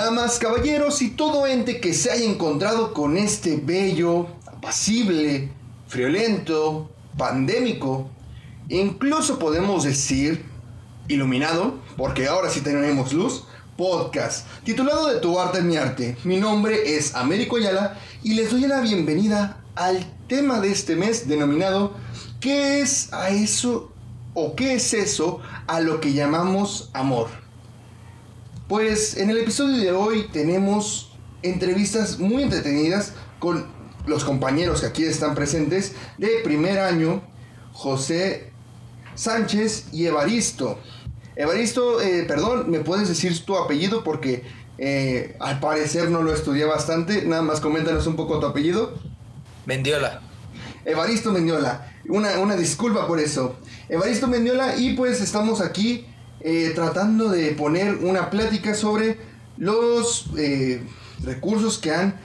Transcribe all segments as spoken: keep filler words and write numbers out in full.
Damas, caballeros y todo ente que se haya encontrado con este bello, apacible, friolento, pandémico, incluso podemos decir iluminado, porque ahora sí tenemos luz, podcast, titulado De tu arte es mi arte. Mi nombre es Américo Ayala y les doy la bienvenida al tema de este mes denominado ¿qué es a eso o qué es eso a lo que llamamos amor? Pues en el episodio de hoy tenemos entrevistas muy entretenidas con los compañeros que aquí están presentes de primer año, José Sánchez y Evaristo. Evaristo, eh, perdón, ¿me puedes decir tu apellido? Porque eh, al parecer no lo estudié bastante. Nada más coméntanos un poco tu apellido. Mendiola. Evaristo Mendiola. Una, una disculpa por eso. Evaristo Mendiola, y pues estamos aquí eh, tratando de poner una plática sobre los eh, recursos que han...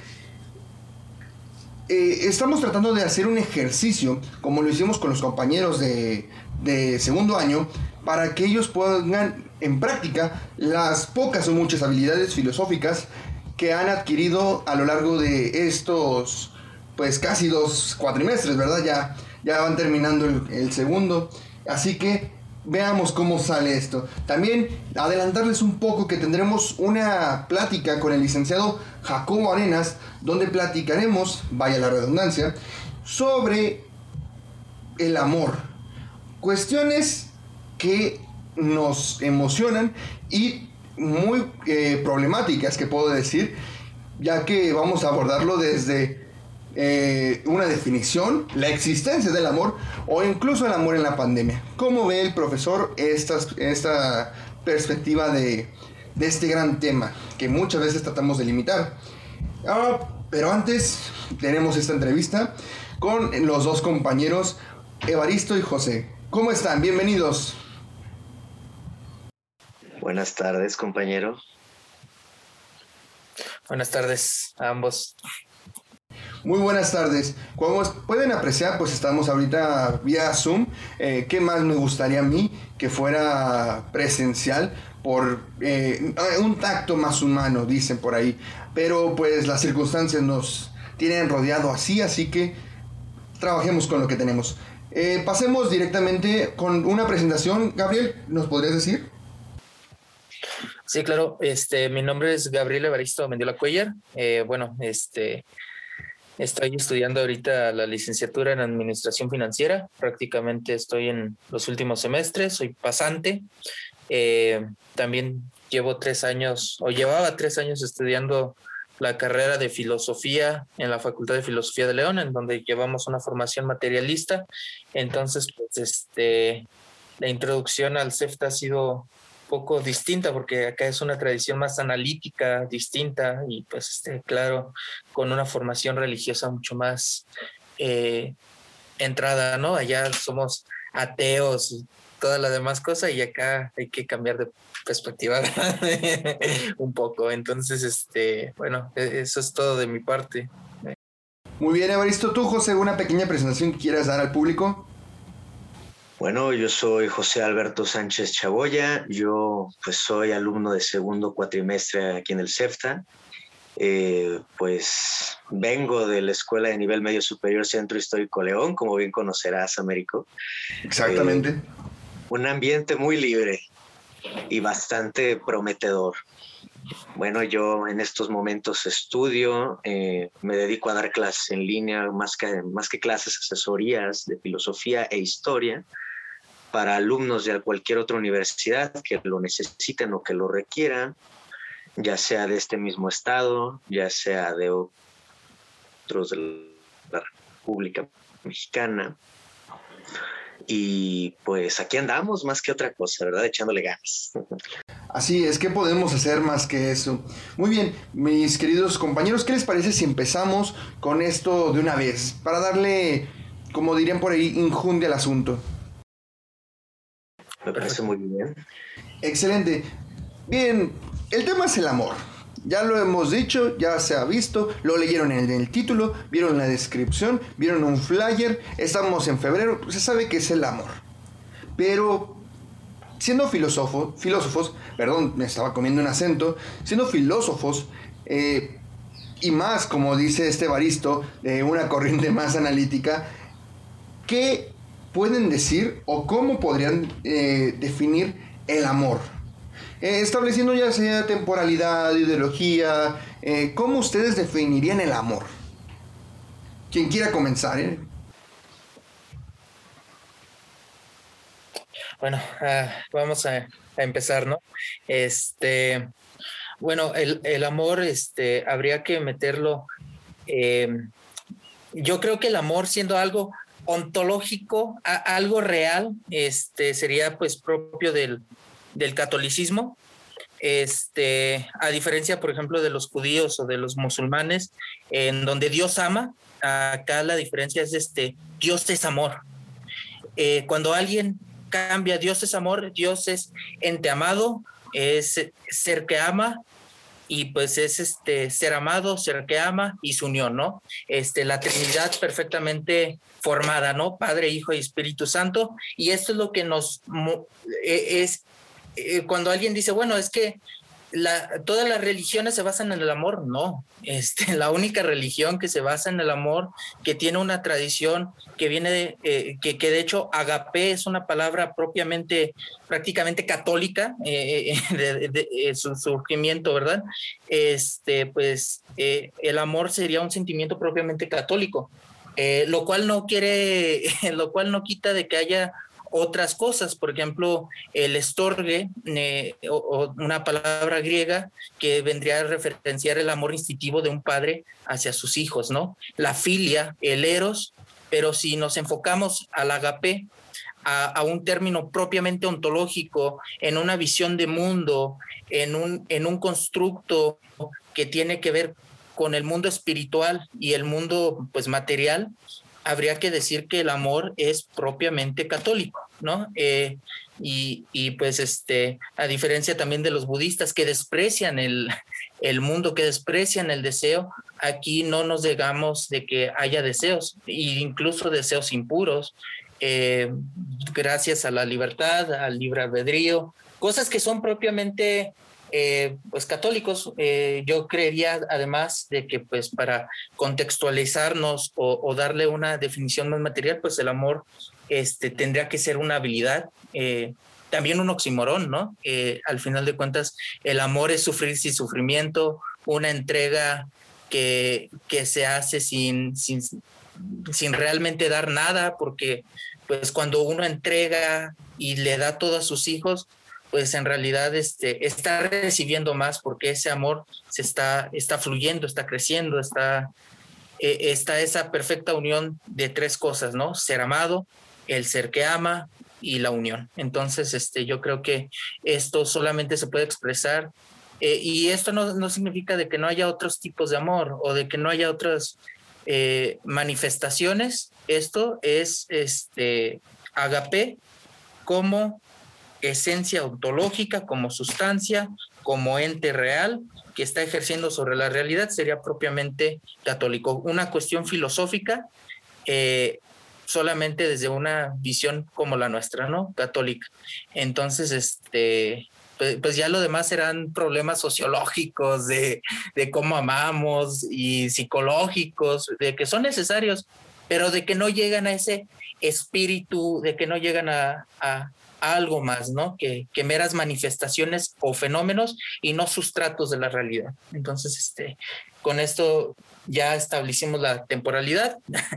Eh, estamos tratando de hacer un ejercicio, como lo hicimos con los compañeros de, de segundo año, para que ellos pongan en práctica las pocas o muchas habilidades filosóficas que han adquirido a lo largo de estos, pues casi dos cuatrimestres, ¿verdad? Ya, ya van terminando el, el segundo, así que veamos cómo sale esto. También adelantarles un poco que tendremos una plática con el licenciado Jacobo Arenas, donde platicaremos, vaya la redundancia, sobre el amor. Cuestiones que nos emocionan y muy eh, problemáticas, que puedo decir, ya que vamos a abordarlo desde eh, una definición, la existencia del amor o incluso el amor en la pandemia. ¿Cómo ve el profesor esta, esta perspectiva de, de este gran tema que muchas veces tratamos de limitar? Ah, pero antes tenemos esta entrevista con los dos compañeros Evaristo y José. ¿Cómo están? Bienvenidos. Buenas tardes, compañero. Buenas tardes a ambos. Muy buenas tardes. Como pueden apreciar, pues estamos ahorita vía Zoom. Eh, ¿Qué más me gustaría a mí que fuera presencial? Por eh, un tacto más humano, dicen por ahí. Pero pues las circunstancias nos tienen rodeado así, así que trabajemos con lo que tenemos. Eh, pasemos directamente con una presentación. Gabriel, ¿nos podrías decir? Sí, claro. Este, mi nombre es Gabriel Evaristo Mendiola Cuellar. Eh, bueno, este, estoy estudiando ahorita la licenciatura en Administración Financiera. Prácticamente estoy en los últimos semestres. Soy pasante. Eh, también llevo tres años, o llevaba tres años estudiando la carrera de Filosofía en la Facultad de Filosofía de León, en donde llevamos una formación materialista. Entonces, pues, este, la introducción al CEFTA ha sido poco distinta, porque acá es una tradición más analítica, distinta, y pues este, claro, con una formación religiosa mucho más eh, entrada, ¿no? Allá somos ateos y toda la demás cosa, y acá hay que cambiar de perspectiva un poco. Entonces, este, bueno, eso es todo de mi parte. Muy bien, Evaristo. ¿Tú, José, una pequeña presentación que quieras dar al público? Bueno, yo soy José Alberto Sánchez Chaboya. Yo pues soy alumno de segundo cuatrimestre aquí en el CEFTA. Eh, pues vengo de la Escuela de Nivel Medio Superior Centro Histórico León, como bien conocerás, Américo. Exactamente. Eh, un ambiente muy libre y bastante prometedor. Bueno, yo en estos momentos estudio, eh, me dedico a dar clases en línea, más que, más que clases, asesorías de filosofía e historia para alumnos de cualquier otra universidad que lo necesiten o que lo requieran, ya sea de este mismo estado, ya sea de otros de la República Mexicana. Y pues aquí andamos más que otra cosa, ¿verdad? Echándole ganas. Así es, ¿qué podemos hacer más que eso? Muy bien, mis queridos compañeros, ¿qué les parece si empezamos con esto de una vez? Para darle, como dirían por ahí, injundia al asunto. Me parece muy bien. Excelente. Bien, el tema es el amor. Ya lo hemos dicho, ya se ha visto, lo leyeron en el título, vieron la descripción, vieron un flyer, estamos en febrero, se sabe que es el amor. Pero siendo filósofo, filósofos, perdón, me estaba comiendo un acento, siendo filósofos, eh, y más, como dice este Evaristo, de una corriente más analítica, ¿qué pueden decir o cómo podrían eh, definir el amor? Eh, estableciendo ya sea temporalidad, ideología, eh, ¿cómo ustedes definirían el amor? Quien quiera comenzar, ¿eh? Bueno, uh, vamos a, a empezar, ¿no? Este, bueno, el, el amor, este, habría que meterlo. Eh, yo creo que el amor, siendo algo ontológico, a, algo real, este, sería pues propio del, del catolicismo. Este, a diferencia, por ejemplo, de los judíos o de los musulmanes, en donde Dios ama, acá la diferencia es este, Dios es amor. Eh, cuando alguien cambia, Dios es amor, Dios es ente amado, es ser que ama, y pues es este ser amado, ser que ama y su unión, ¿no? Este, la Trinidad perfectamente formada, ¿no? Padre, Hijo y Espíritu Santo, y esto es lo que nos es eh, cuando alguien dice, bueno, es que La, todas las religiones se basan en el amor. No, este, la única religión que se basa en el amor, que tiene una tradición que viene de, eh, que, que de hecho agape es una palabra propiamente, prácticamente católica, eh, de, de, de su surgimiento, ¿verdad? Este, pues eh, el amor sería un sentimiento propiamente católico, eh, lo cual no quiere, lo cual no quita de que haya otras cosas, por ejemplo, el estorge, eh, o, o una palabra griega que vendría a referenciar el amor instintivo de un padre hacia sus hijos, ¿no? La filia, el eros, pero si nos enfocamos al agape, a, a un término propiamente ontológico, en una visión de mundo, en un, en un constructo que tiene que ver con el mundo espiritual y el mundo pues material, habría que decir que el amor es propiamente católico, ¿no? Eh, y, y pues este, a diferencia también de los budistas que desprecian el, el mundo, que desprecian el deseo, aquí no nos negamos de que haya deseos, e incluso deseos impuros, eh, gracias a la libertad, al libre albedrío, cosas que son propiamente Eh, pues católicos. Eh, yo creería además de que pues para contextualizarnos o, o darle una definición más material, pues el amor este, tendría que ser una habilidad, eh, también un oxímoron, ¿no? Eh, al final de cuentas el amor es sufrir sin sufrimiento, una entrega que, que se hace sin, sin, sin realmente dar nada, porque pues cuando uno entrega y le da todo a sus hijos, pues en realidad este, está recibiendo más, porque ese amor se está, está fluyendo, está creciendo, está, eh, está esa perfecta unión de tres cosas, ¿no? Ser amado, el ser que ama y la unión. Entonces, este, yo creo que esto solamente se puede expresar, eh, y esto no, no significa de que no haya otros tipos de amor o de que no haya otras eh, manifestaciones. Esto es este, agape como esencia ontológica, como sustancia, como ente real que está ejerciendo sobre la realidad, sería propiamente católico. Una cuestión filosófica, eh, solamente desde una visión como la nuestra, ¿no? Católica. Entonces, este, pues, pues ya lo demás serán problemas sociológicos de, de cómo amamos y psicológicos, de que son necesarios, pero de que no llegan a ese espíritu, de que no llegan a, a algo más, ¿no? Que, que meras manifestaciones o fenómenos y no sustratos de la realidad. Entonces, este, con esto ya establecimos la temporalidad.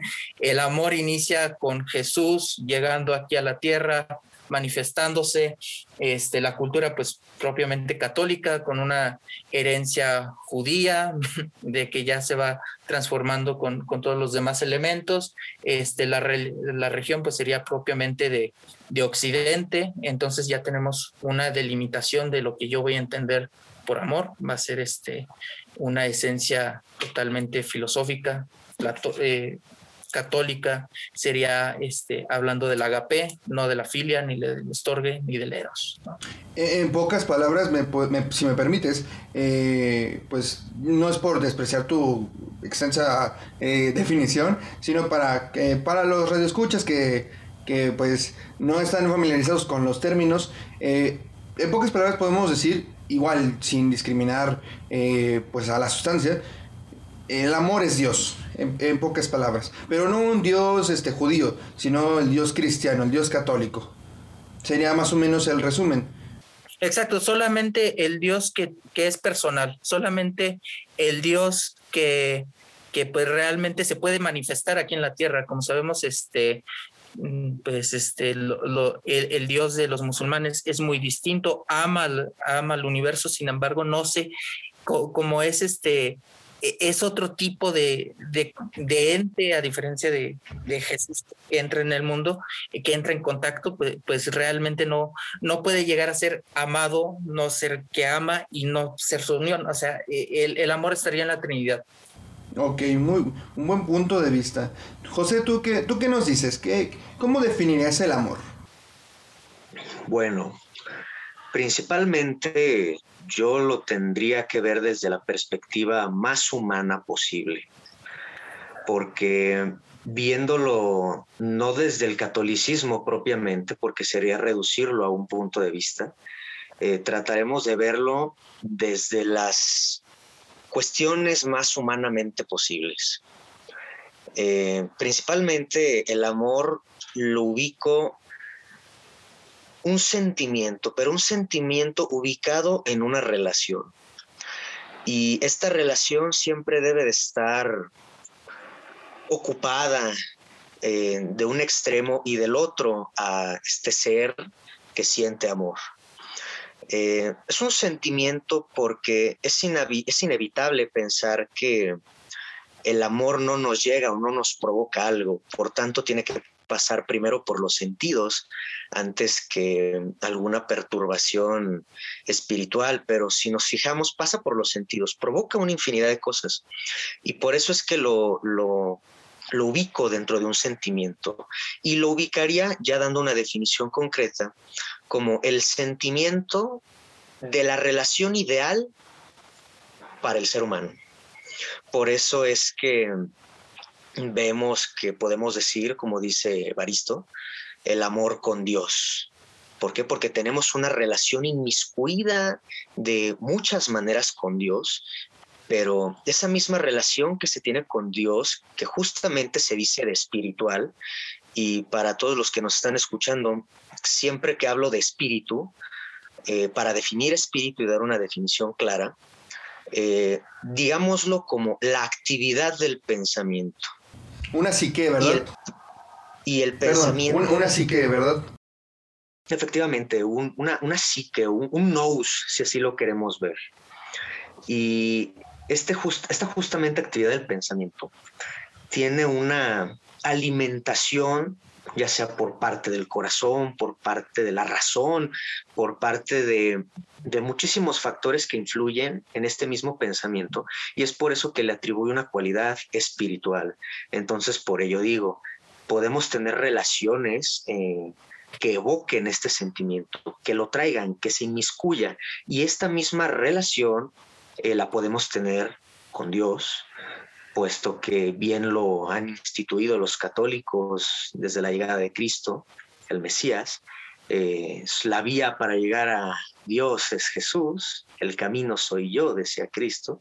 El amor inicia con Jesús llegando aquí a la tierra, manifestándose, este, la cultura pues propiamente católica, con una herencia judía, de que ya se va transformando con, con todos los demás elementos. Este, la, la región pues sería propiamente de, de Occidente, entonces ya tenemos una delimitación de lo que yo voy a entender por amor. Va a ser este, una esencia totalmente filosófica, plato, eh, católica, sería este, hablando del agape, no de la filia, ni del estorge, ni del eros, ¿no? En pocas palabras, me, me, si me permites, eh, pues no es por despreciar tu extensa eh, definición, sino para, eh, para los radioescuchas que, que pues no están familiarizados con los términos, eh, en pocas palabras podemos decir, igual sin discriminar eh, pues a la sustancia, el amor es Dios, en, en pocas palabras, pero no un Dios este, judío, sino el Dios cristiano, el Dios católico. Sería más o menos el resumen. Exacto, solamente el Dios que, que es personal, solamente el Dios que, que pues realmente se puede manifestar aquí en la tierra. Como sabemos, este, pues este, lo, lo, el, el Dios de los musulmanes es muy distinto, ama al, ama al universo, sin embargo, no sé co, cómo es este... es otro tipo de, de, de ente, a diferencia de, de Jesús que entra en el mundo, que entra en contacto, pues, pues realmente no, no puede llegar a ser amado, no ser que ama y no ser su unión. O sea, el, el amor estaría en la Trinidad. Ok, muy, un buen punto de vista. José, ¿tú qué, tú qué nos dices? ¿Qué, ¿Cómo definirías el amor? Bueno, principalmente yo lo tendría que ver desde la perspectiva más humana posible, porque viéndolo no desde el catolicismo propiamente, porque sería reducirlo a un punto de vista, eh, trataremos de verlo desde las cuestiones más humanamente posibles. Eh, principalmente el amor lo ubico un sentimiento, pero un sentimiento ubicado en una relación. Y esta relación siempre debe de estar ocupada eh, de un extremo y del otro a este ser que siente amor. Eh, es un sentimiento porque es, inavi- es inevitable pensar que el amor no nos llega o no nos provoca algo, por tanto tiene que pasar primero por los sentidos antes que alguna perturbación espiritual, pero si nos fijamos pasa por los sentidos, provoca una infinidad de cosas y por eso es que lo, lo, lo ubico dentro de un sentimiento y lo ubicaría ya dando una definición concreta como el sentimiento de la relación ideal para el ser humano. Por eso es que vemos que podemos decir, como dice Evaristo, el amor con Dios. ¿Por qué? Porque tenemos una relación inmiscuida de muchas maneras con Dios, pero esa misma relación que se tiene con Dios, que justamente se dice de espiritual, y para todos los que nos están escuchando, siempre que hablo de espíritu, eh, para definir espíritu y dar una definición clara, eh, digámoslo como la actividad del pensamiento. Una psique, ¿verdad? Y el, y el Perdón, pensamiento... Un, una psique, ¿verdad? Efectivamente, un, una, una psique, un, un nous, si así lo queremos ver. Y este just, esta justamente actividad del pensamiento tiene una alimentación, ya sea por parte del corazón, por parte de la razón, por parte de, de muchísimos factores que influyen en este mismo pensamiento, y es por eso que le atribuye una cualidad espiritual. Entonces, por ello digo, podemos tener relaciones eh, que evoquen este sentimiento, que lo traigan, que se inmiscuya, y esta misma relación eh, la podemos tener con Dios, puesto que bien lo han instituido los católicos desde la llegada de Cristo, el Mesías. Eh, la vía para llegar a Dios es Jesús, el camino soy yo, decía Cristo,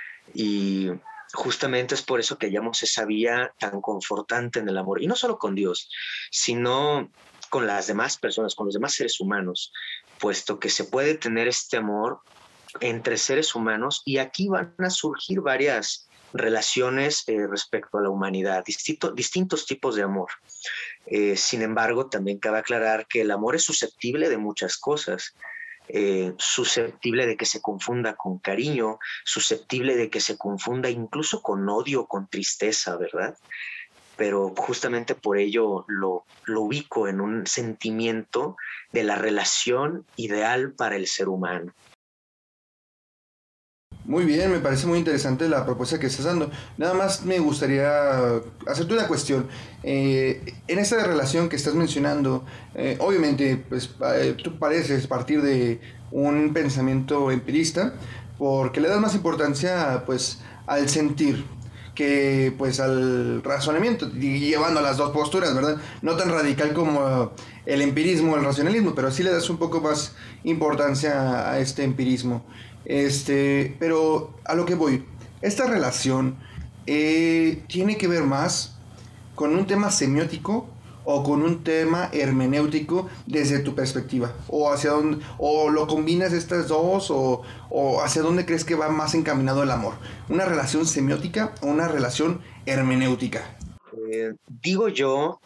y justamente es por eso que hallamos esa vía tan confortante en el amor, y no solo con Dios, sino con las demás personas, con los demás seres humanos, puesto que se puede tener este amor entre seres humanos, y aquí van a surgir varias relaciones eh, respecto a la humanidad, distinto, distintos tipos de amor. Eh, sin embargo, también cabe aclarar que el amor es susceptible de muchas cosas, eh, susceptible de que se confunda con cariño, susceptible de que se confunda incluso con odio, con tristeza, ¿verdad? Pero justamente por ello lo, lo ubico en un sentimiento de la relación ideal para el ser humano. Muy bien, me parece muy interesante la propuesta que estás dando. Nada más me gustaría hacerte una cuestión. Eh, en esta relación que estás mencionando, eh, obviamente pues, eh, tú pareces partir de un pensamiento empirista porque le das más importancia pues, al sentir. que pues al razonamiento, y llevando a las dos posturas, ¿verdad? No tan radical como el empirismo o el racionalismo, pero sí le das un poco más importancia a este empirismo. Este, pero a lo que voy, esta relación eh, tiene que ver más con un tema semiótico o con un tema hermenéutico desde tu perspectiva, o hacia dónde, o lo combinas estas dos, o, o hacia dónde crees que va más encaminado el amor, una relación semiótica o una relación hermenéutica. Eh, digo yo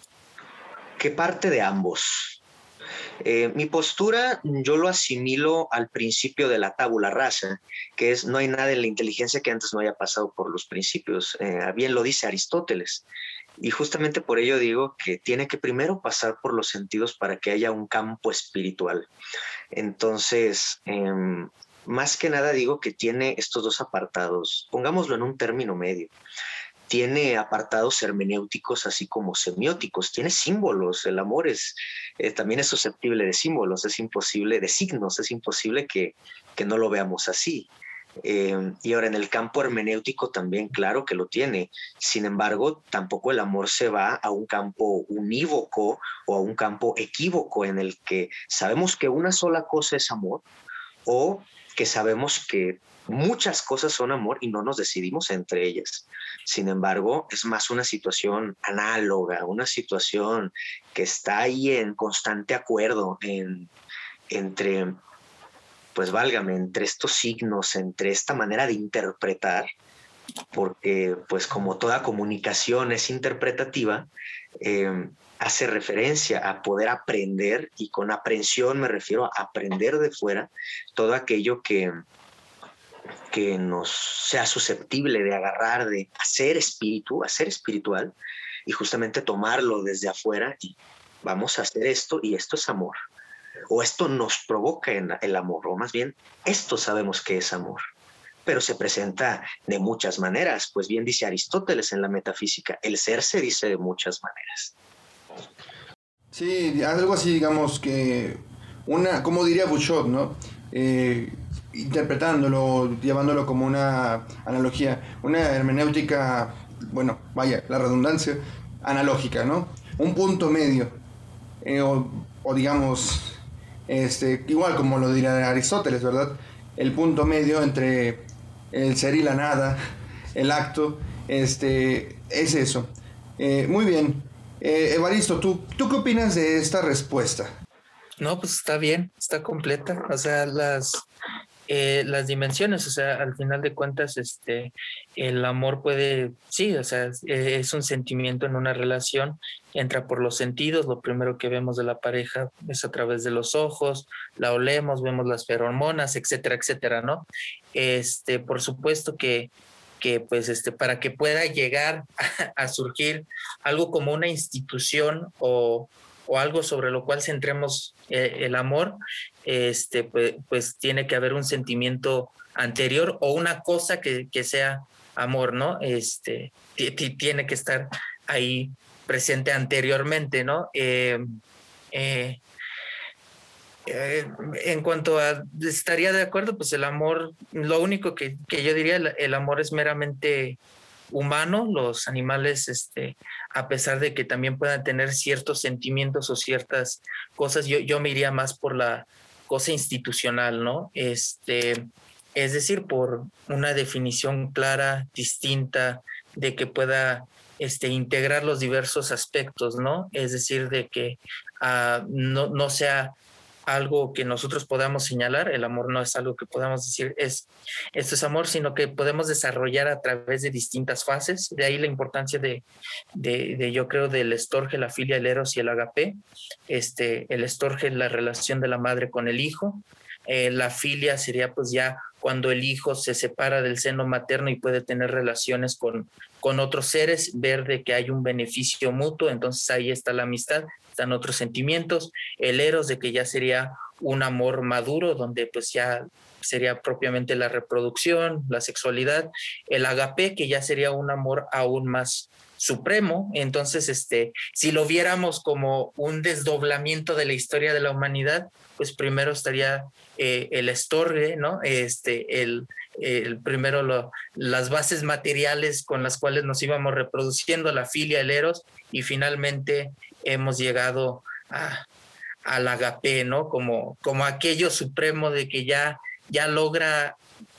que parte de ambos. Eh, mi postura yo lo asimilo al principio de la tabula rasa, que es no hay nada en la inteligencia que antes no haya pasado por los principios. Eh, bien lo dice Aristóteles. Y justamente por ello digo que tiene que primero pasar por los sentidos para que haya un campo espiritual. Entonces, eh, más que nada digo que tiene estos dos apartados. Pongámoslo en un término medio. Tiene apartados hermenéuticos así como semióticos, tiene símbolos. El amor es, eh, también es susceptible de símbolos, es imposible, de signos, es imposible que, que no lo veamos así. Eh, y ahora en el campo hermenéutico también, claro que lo tiene. Sin embargo, tampoco el amor se va a un campo unívoco o a un campo equívoco en el que sabemos que una sola cosa es amor o que sabemos que muchas cosas son amor y no nos decidimos entre ellas. Sin embargo, es más una situación análoga, una situación que está ahí en constante acuerdo en, entre... pues válgame, entre estos signos, entre esta manera de interpretar, porque pues como toda comunicación es interpretativa, eh, hace referencia a poder aprender, y con aprensión me refiero a aprender de fuera todo aquello que, que nos sea susceptible de agarrar, de hacer espíritu, hacer espiritual, y justamente tomarlo desde afuera y vamos a hacer esto, y esto es amor. O esto nos provoca el amor, o más bien, esto sabemos que es amor. Pero se presenta de muchas maneras, pues bien dice Aristóteles en la metafísica, el ser se dice de muchas maneras. Sí, algo así, digamos que, una, como diría Bouchot, ¿no? Eh, interpretándolo, llevándolo como una analogía, una hermenéutica, bueno, vaya, la redundancia, analógica, ¿no? Un punto medio, eh, o, o digamos... Este, igual como lo diría Aristóteles, ¿verdad? El punto medio entre el ser y la nada, el acto, este, es eso. Eh, muy bien. Eh, Evaristo, ¿tú, ¿tú qué opinas de esta respuesta? No, pues está bien, está completa. O sea, las, eh, las dimensiones, o sea, al final de cuentas, este, el amor puede, sí, o sea, es, es un sentimiento en una relación, entra por los sentidos. Lo primero que vemos de la pareja es a través de los ojos, la olemos, vemos las feromonas, etcétera, etcétera, ¿no? Este, por supuesto que que pues este para que pueda llegar a, a surgir algo como una institución o, o algo sobre lo cual centremos eh, el amor, este pues, pues tiene que haber un sentimiento anterior o una cosa que, que sea amor, ¿no? Este t- t- tiene que estar ahí presente anteriormente, ¿no? Eh, eh, Eh, en cuanto a estaría de acuerdo, pues el amor, lo único que, que yo diría, el, el amor es meramente humano. Los animales, este, a pesar de que también puedan tener ciertos sentimientos o ciertas cosas, yo, yo me iría más por la cosa institucional, ¿no? Este, es decir, por una definición clara, distinta, de que pueda este, integrar los diversos aspectos, ¿no? Es decir, de que uh, no, no sea algo que nosotros podamos señalar. El amor no es algo que podamos decir es esto es amor, sino que podemos desarrollar a través de distintas fases. De ahí la importancia de, de, de yo creo, del estorge, la filia, el eros y el agape. Este, el estorge, la relación de la madre con el hijo. Eh, la filia sería pues ya cuando el hijo se separa del seno materno y puede tener relaciones con, con otros seres, ver de que hay un beneficio mutuo, entonces ahí está la amistad, están otros sentimientos. El eros, de que ya sería un amor maduro, donde pues ya sería propiamente la reproducción, la sexualidad. El agape, que ya sería un amor aún más supremo. Entonces, este, si lo viéramos como un desdoblamiento de la historia de la humanidad, pues primero estaría eh, el estorge, ¿no? Este, el, el primero lo, las bases materiales con las cuales nos íbamos reproduciendo, la filia, el eros, y finalmente hemos llegado a, al agape, ¿no? Como, como aquello supremo de que ya, ya logra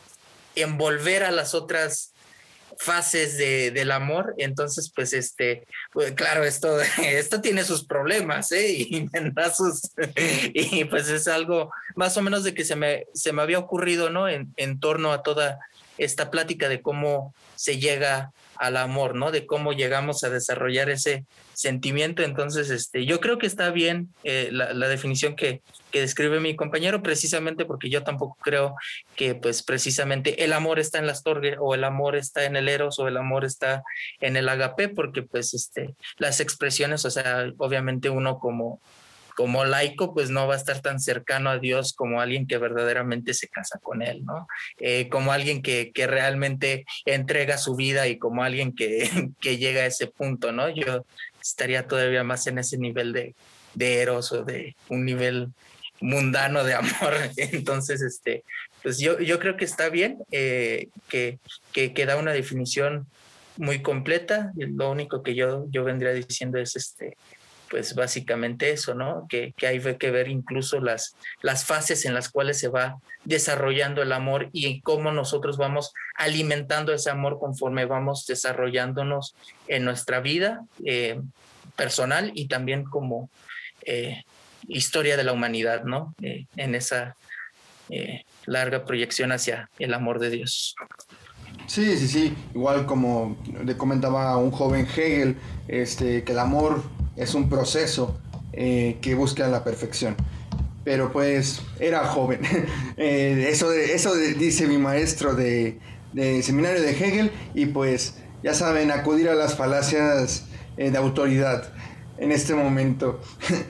envolver a las otras fases de, del amor. Entonces, pues, este, pues, claro, esto, esto tiene sus problemas, ¿eh? Y vendrá sus, y pues es algo más o menos de que se me, se me había ocurrido, ¿no? En, en torno a toda esta plática de cómo se llega al amor, ¿no? De cómo llegamos a desarrollar ese sentimiento. Entonces, este, yo creo que está bien eh, la, la definición que, que describe mi compañero, precisamente porque yo tampoco creo que, pues, precisamente el amor está en la astorge, o el amor está en el eros, o el amor está en el agape, porque, pues, este, las expresiones, o sea, obviamente uno como como laico, pues no va a estar tan cercano a Dios como alguien que verdaderamente se casa con Él, ¿no? Eh, como alguien que, que realmente entrega su vida y como alguien que, que llega a ese punto, ¿no? Yo estaría todavía más en ese nivel de, de eros o de un nivel mundano de amor. Entonces, este, pues yo, yo creo que está bien, eh, que, que, que da una definición muy completa. Lo único que yo, yo vendría diciendo es este... pues básicamente eso, ¿no? Que, que hay que ver incluso las, las fases en las cuales se va desarrollando el amor y cómo nosotros vamos alimentando ese amor conforme vamos desarrollándonos en nuestra vida eh, personal y también como eh, historia de la humanidad, ¿no? Eh, en esa eh, larga proyección hacia el amor de Dios. Sí, sí, sí. Igual como le comentaba un joven Hegel, este, que el amor es un proceso eh, que busca la perfección. Pero pues era joven. eh, eso de, eso de, dice mi maestro de, de seminario de Hegel. Y pues ya saben, acudir a las falacias eh, de autoridad en este momento.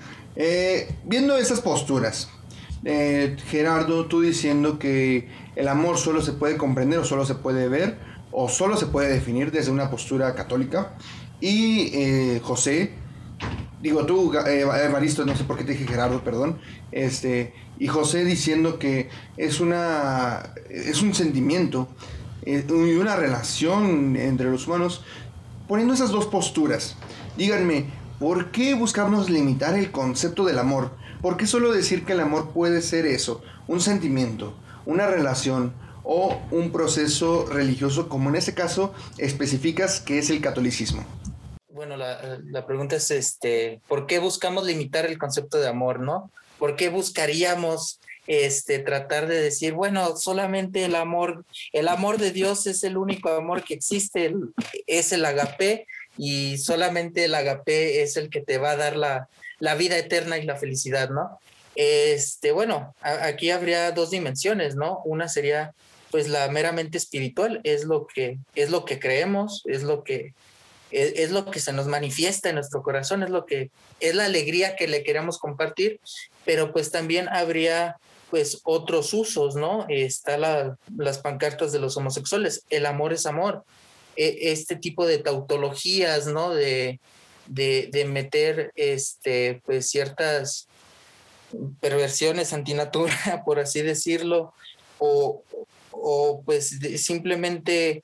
eh, viendo esas posturas, eh, Gerardo, tú diciendo que el amor solo se puede comprender o solo se puede ver o solo se puede definir desde una postura católica. Y eh, José, digo tú, eh, Evaristo, no sé por qué te dije Gerardo, perdón, este, y José diciendo que es una es un sentimiento y eh, una relación entre los humanos. Poniendo esas dos posturas, díganme, ¿por qué buscamos limitar el concepto del amor? ¿Por qué solo decir que el amor puede ser eso, un sentimiento, una relación o un proceso religioso, como en este caso especificas que es el catolicismo? Bueno, la, la pregunta es, este, ¿por qué buscamos limitar el concepto de amor, no? ¿Por qué buscaríamos este, tratar de decir, bueno, solamente el amor, el amor de Dios es el único amor que existe, el, es el agape, y solamente el agape es el que te va a dar la, la vida eterna y la felicidad, ¿no? Este, bueno, a, aquí habría dos dimensiones, ¿no? Una sería, pues, la meramente espiritual, es lo que, es lo que creemos, es lo que Es, es lo que se nos manifiesta en nuestro corazón, es lo que es la alegría que le queremos compartir, pero pues también habría pues otros usos, ¿no? Está la, las pancartas de los homosexuales, el amor es amor, e, este tipo de tautologías, ¿no? De, de, de meter este, pues ciertas perversiones antinatura, por así decirlo, o, o pues de, simplemente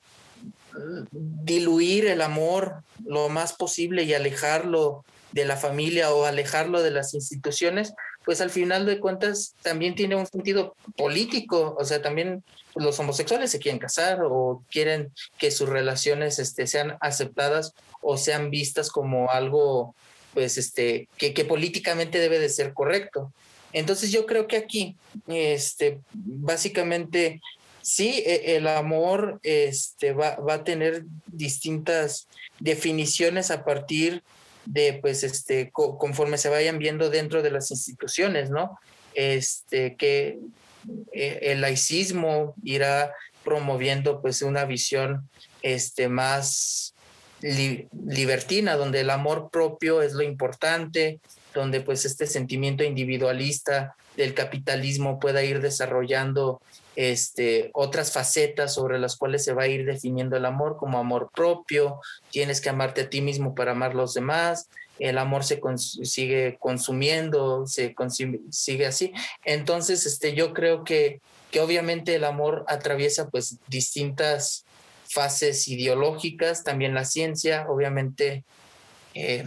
diluir el amor lo más posible y alejarlo de la familia o alejarlo de las instituciones, pues al final de cuentas también tiene un sentido político. O sea, también los homosexuales se quieren casar o quieren que sus relaciones este, sean aceptadas o sean vistas como algo pues este que, que políticamente debe de ser correcto. Entonces yo creo que aquí este básicamente sí, el amor este, va, va a tener distintas definiciones a partir de, pues, este, co- conforme se vayan viendo dentro de las instituciones, ¿no? Este, que eh, el laicismo irá promoviendo, pues, una visión este, más li- libertina, donde el amor propio es lo importante, donde, pues, este sentimiento individualista del capitalismo pueda ir desarrollando este, otras facetas sobre las cuales se va a ir definiendo el amor, como amor propio, tienes que amarte a ti mismo para amar a los demás, el amor se cons- sigue consumiendo, se consume, sigue así. Entonces, este, yo creo que, que obviamente el amor atraviesa pues distintas fases ideológicas, también la ciencia, obviamente, eh,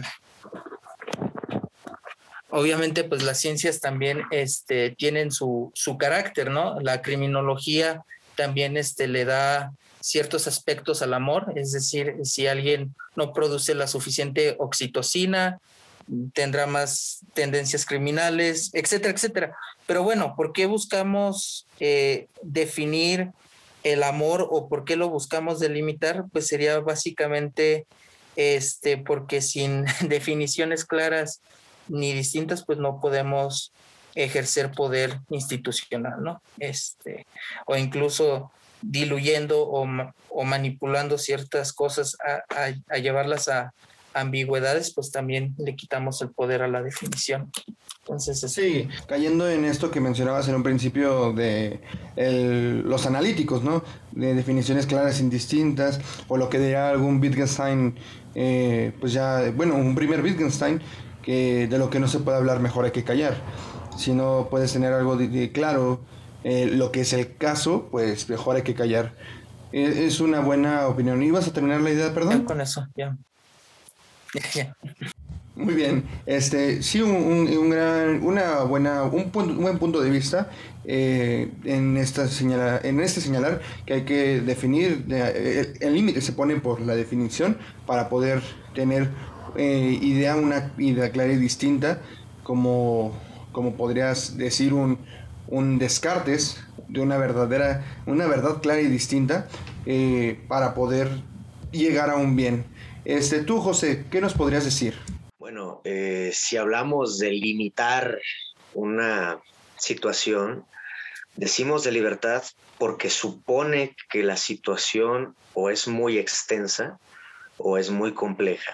obviamente pues las ciencias también este, tienen su, su carácter, ¿no? La criminología también este, le da ciertos aspectos al amor, es decir, si alguien no produce la suficiente oxitocina, tendrá más tendencias criminales, etcétera, etcétera. Pero bueno, ¿por qué buscamos eh, definir el amor o por qué lo buscamos delimitar? Pues sería básicamente este, porque sin definiciones claras ni distintas, pues no podemos ejercer poder institucional, ¿no? Este, o incluso diluyendo o, o manipulando ciertas cosas a, a, a llevarlas a ambigüedades, pues también le quitamos el poder a la definición. Entonces, es... sí, cayendo en esto que mencionabas en un principio de el, los analíticos, ¿no? De definiciones claras, indistintas, o lo que diría algún Wittgenstein, eh, pues ya, bueno, un primer Wittgenstein, que de lo que no se puede hablar mejor hay que callar. Si no puedes tener algo de, de claro, eh, lo que es el caso, pues mejor hay que callar. Es, es una buena opinión. ¿Ibas a terminar la idea, perdón? Ya con eso, ya. ya. Muy bien, este, sí, un, un, un gran, una buena, un, punto, un buen punto de vista eh, en esta señala, en este señalar que hay que definir, eh, el límite se pone por la definición para poder tener eh, idea, una idea clara y distinta, como, como podrías decir un, un Descartes de una verdadera, una verdad clara y distinta eh, para poder llegar a un bien. Este, tú, José, ¿qué nos podrías decir? Bueno, eh, si hablamos de limitar una situación, decimos de libertad porque supone que la situación o es muy extensa o es muy compleja.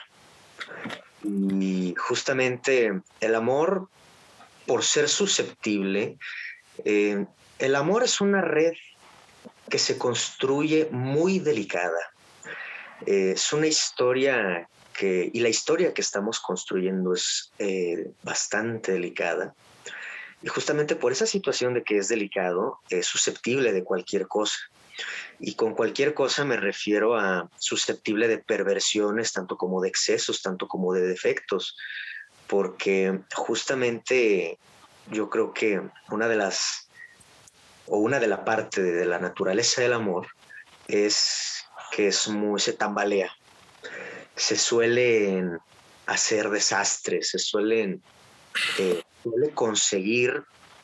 Y justamente el amor, por ser susceptible, eh, el amor es una red que se construye muy delicada. Eh, es una historia que, y la historia que estamos construyendo es eh, bastante delicada. Y justamente por esa situación de que es delicado, es susceptible de cualquier cosa. Y con cualquier cosa me refiero a susceptible de perversiones, tanto como de excesos, tanto como de defectos. Porque justamente yo creo que una de las, o una de la parte de, de la naturaleza del amor es que es muy, se tambalea. Se suelen hacer desastres, se suelen eh, suele conseguir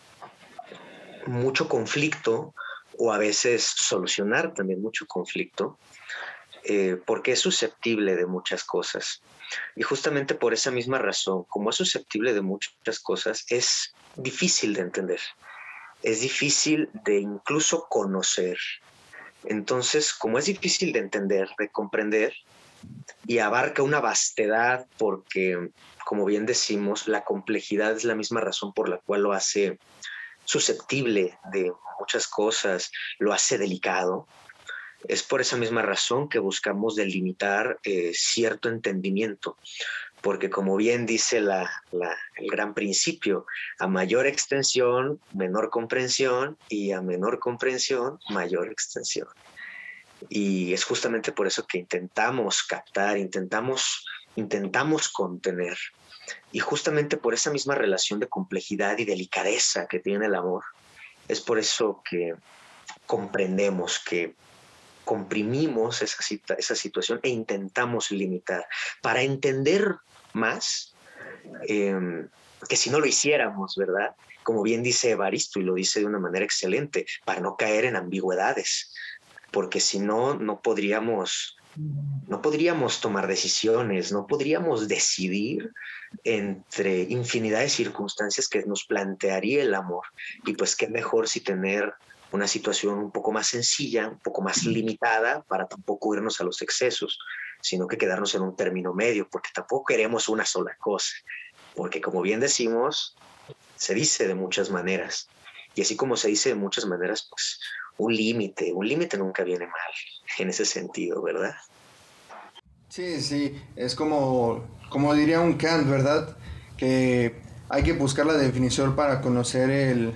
mucho conflicto o a veces solucionar también mucho conflicto eh, porque es susceptible de muchas cosas. Y justamente por esa misma razón, como es susceptible de muchas cosas, es difícil de entender, es difícil de incluso conocer. Entonces, como es difícil de entender, de comprender, y abarca una vastedad porque, como bien decimos, la complejidad es la misma razón por la cual lo hace susceptible de muchas cosas, lo hace delicado. Es por esa misma razón que buscamos delimitar eh, cierto entendimiento, porque como bien dice la, la, el gran principio, a mayor extensión, menor comprensión, y a menor comprensión, mayor extensión. Y es justamente por eso que intentamos captar, intentamos, intentamos contener. Y justamente por esa misma relación de complejidad y delicadeza que tiene el amor, es por eso que comprendemos, que comprimimos esa, esa situación e intentamos limitar para entender más eh, que si no lo hiciéramos, ¿verdad? Como bien dice Evaristo, y lo dice de una manera excelente, para no caer en ambigüedades, porque si no, no podríamos, no podríamos tomar decisiones, no podríamos decidir entre infinidad de circunstancias que nos plantearía el amor. Y pues qué mejor si tener una situación un poco más sencilla, un poco más limitada, para tampoco irnos a los excesos, sino que quedarnos en un término medio, porque tampoco queremos una sola cosa, porque como bien decimos, se dice de muchas maneras, y así como se dice de muchas maneras, pues un límite. Un límite nunca viene mal en ese sentido, ¿verdad? Sí, sí, es como, como diría un Kant, ¿verdad? Que hay que buscar la definición para conocer el,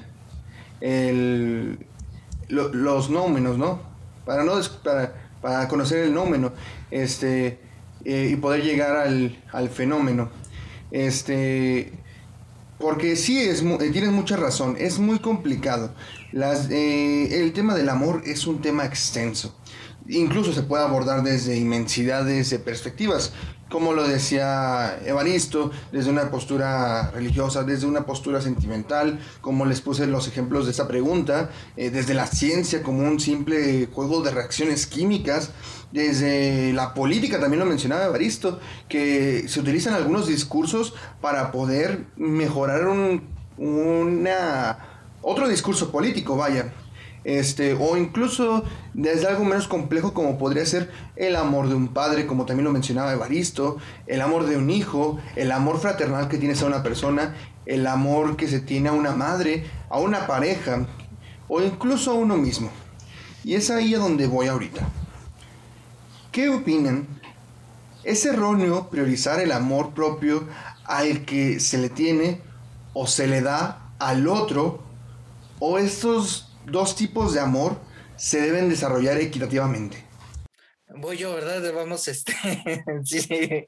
el, lo, los nómenos, ¿no? Para, no des, para, para conocer el nómeno este, eh, y poder llegar al, al fenómeno. Este, porque sí, es, tienes mucha razón, es muy complicado. Las, eh, el tema del amor es un tema extenso. Incluso se puede abordar desde inmensidades de perspectivas, como lo decía Evaristo, desde una postura religiosa, desde una postura sentimental, como les puse los ejemplos de esta pregunta, eh, desde la ciencia como un simple juego de reacciones químicas, desde la política, también lo mencionaba Evaristo, que se utilizan algunos discursos para poder mejorar un, una, otro discurso político, vaya. Este, o incluso desde algo menos complejo como podría ser el amor de un padre, como también lo mencionaba Evaristo, el amor de un hijo, el amor fraternal que tienes a una persona, el amor que se tiene a una madre, a una pareja, o incluso a uno mismo. Y es ahí a donde voy ahorita. ¿Qué opinan? ¿Es erróneo priorizar el amor propio al que se le tiene o se le da al otro? ¿O estos dos tipos de amor se deben desarrollar equitativamente? Voy yo, ¿verdad? Vamos, este, sí,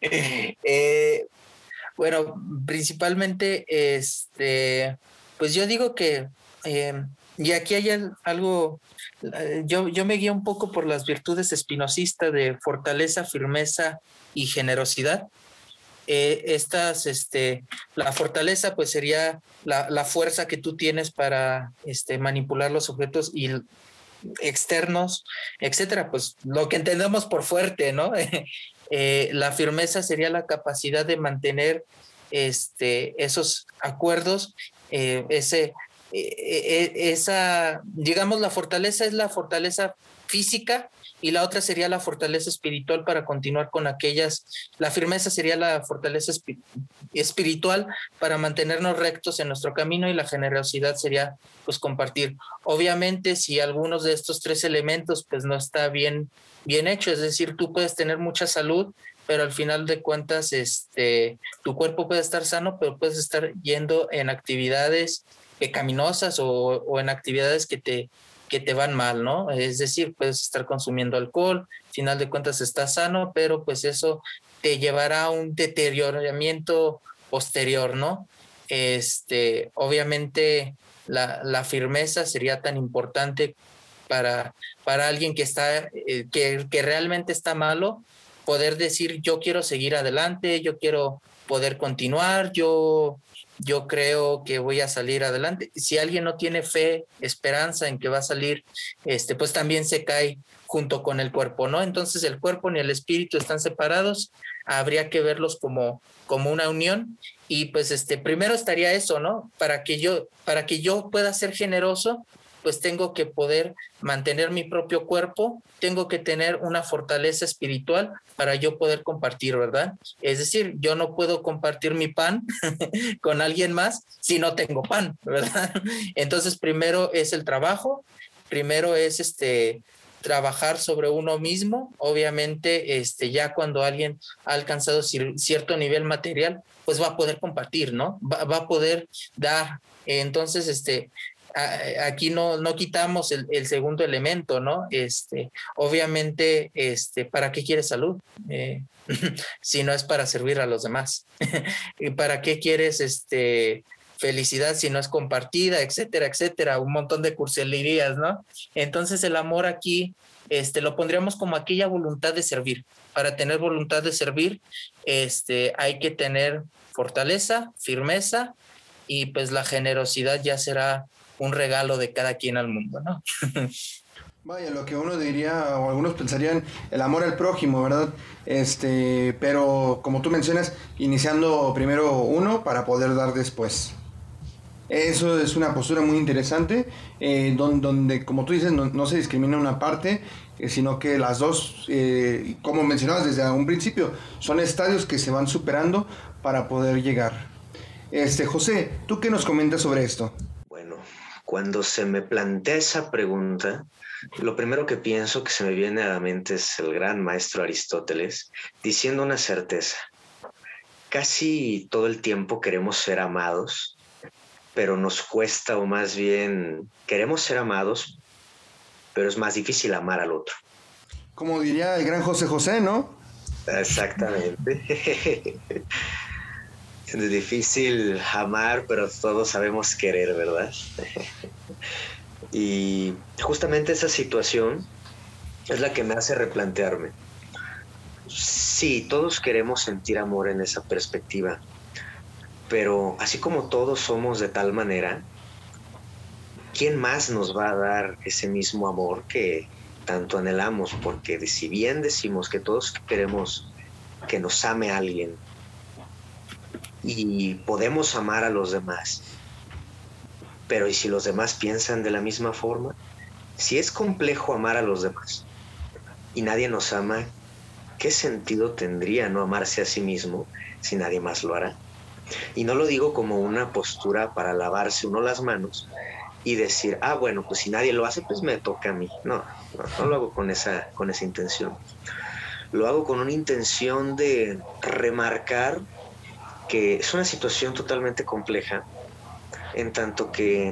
eh, bueno, principalmente, este, pues yo digo que, eh, y aquí hay algo, yo, yo me guío un poco por las virtudes espinosistas de fortaleza, firmeza y generosidad. Eh, estas, este, la fortaleza pues sería la, la fuerza que tú tienes para este, manipular los objetos y externos, etcétera, pues lo que entendemos por fuerte, ¿no? eh, la firmeza sería la capacidad de mantener este, esos acuerdos, eh, ese, eh, esa, digamos, la fortaleza es la fortaleza física y la otra sería la fortaleza espiritual para continuar con aquellas, la firmeza sería la fortaleza espi- espiritual para mantenernos rectos en nuestro camino y la generosidad sería pues compartir. Obviamente si algunos de estos tres elementos pues no está bien, bien hecho, es decir, tú puedes tener mucha salud, pero al final de cuentas este, tu cuerpo puede estar sano, pero puedes estar yendo en actividades pecaminosas o, o en actividades que te que te van mal, ¿no? Es decir, puedes estar consumiendo alcohol, al final de cuentas estás sano, pero pues eso te llevará a un deterioramiento posterior, ¿no? Este, obviamente la, la firmeza sería tan importante para, para alguien que está, eh, que, que realmente está malo, poder decir yo quiero seguir adelante, yo quiero poder continuar, yo yo creo que voy a salir adelante. Si alguien no tiene fe, esperanza en que va a salir, este, pues también se cae junto con el cuerpo, ¿no? Entonces el cuerpo ni el espíritu están separados, habría que verlos como, como una unión y pues este, primero estaría eso, ¿no? Para que yo, para que yo pueda ser generoso, pues tengo que poder mantener mi propio cuerpo, tengo que tener una fortaleza espiritual para yo poder compartir, ¿verdad? Es decir, yo no puedo compartir mi pan con alguien más si no tengo pan, ¿verdad? Entonces, primero es el trabajo, primero es este trabajar sobre uno mismo, obviamente este ya cuando alguien ha alcanzado cierto nivel material, pues va a poder compartir, ¿no? Va, va a poder dar. Entonces, este aquí no, no quitamos el, el segundo elemento, ¿no? Este, obviamente, este, ¿para qué quieres salud? Eh, si no es para servir a los demás. ¿Y para qué quieres este, felicidad si no es compartida, etcétera, etcétera? Un montón de cursilerías, ¿no? Entonces el amor aquí este, lo pondríamos como aquella voluntad de servir. Para tener voluntad de servir este, hay que tener fortaleza, firmeza y pues la generosidad ya será un regalo de cada quien al mundo, ¿no? Vaya, lo que uno diría, o algunos pensarían, el amor al prójimo, ¿verdad? Este, pero como tú mencionas, iniciando primero uno para poder dar después. Eso es una postura muy interesante, eh, donde, donde, como tú dices, no, no se discrimina una parte, eh, sino que las dos, eh, como mencionabas desde un principio, son estadios que se van superando para poder llegar. Este, José, ¿tú qué nos comentas sobre esto? Bueno, Cuando se me plantea esa pregunta, lo primero que pienso que se me viene a la mente es el gran maestro Aristóteles diciendo una certeza. Casi todo el tiempo queremos ser amados, pero nos cuesta, o más bien queremos ser amados, pero es más difícil amar al otro. Como diría el gran José José, ¿no? Exactamente. Es difícil amar, pero todos sabemos querer, ¿verdad? Y justamente esa situación es la que me hace replantearme. Sí, todos queremos sentir amor en esa perspectiva, pero así como todos somos de tal manera, ¿quién más nos va a dar ese mismo amor que tanto anhelamos? Porque si bien decimos que todos queremos que nos ame alguien y podemos amar a los demás, pero ¿y si los demás piensan de la misma forma? Si es complejo amar a los demás y nadie nos ama, ¿qué sentido tendría no amarse a sí mismo si nadie más lo hará? Y no lo digo como una postura para lavarse uno las manos y decir, ah, bueno, pues si nadie lo hace, pues me toca a mí. No, no, no lo hago con esa, con esa intención. Lo hago con una intención de remarcar que es una situación totalmente compleja, en tanto que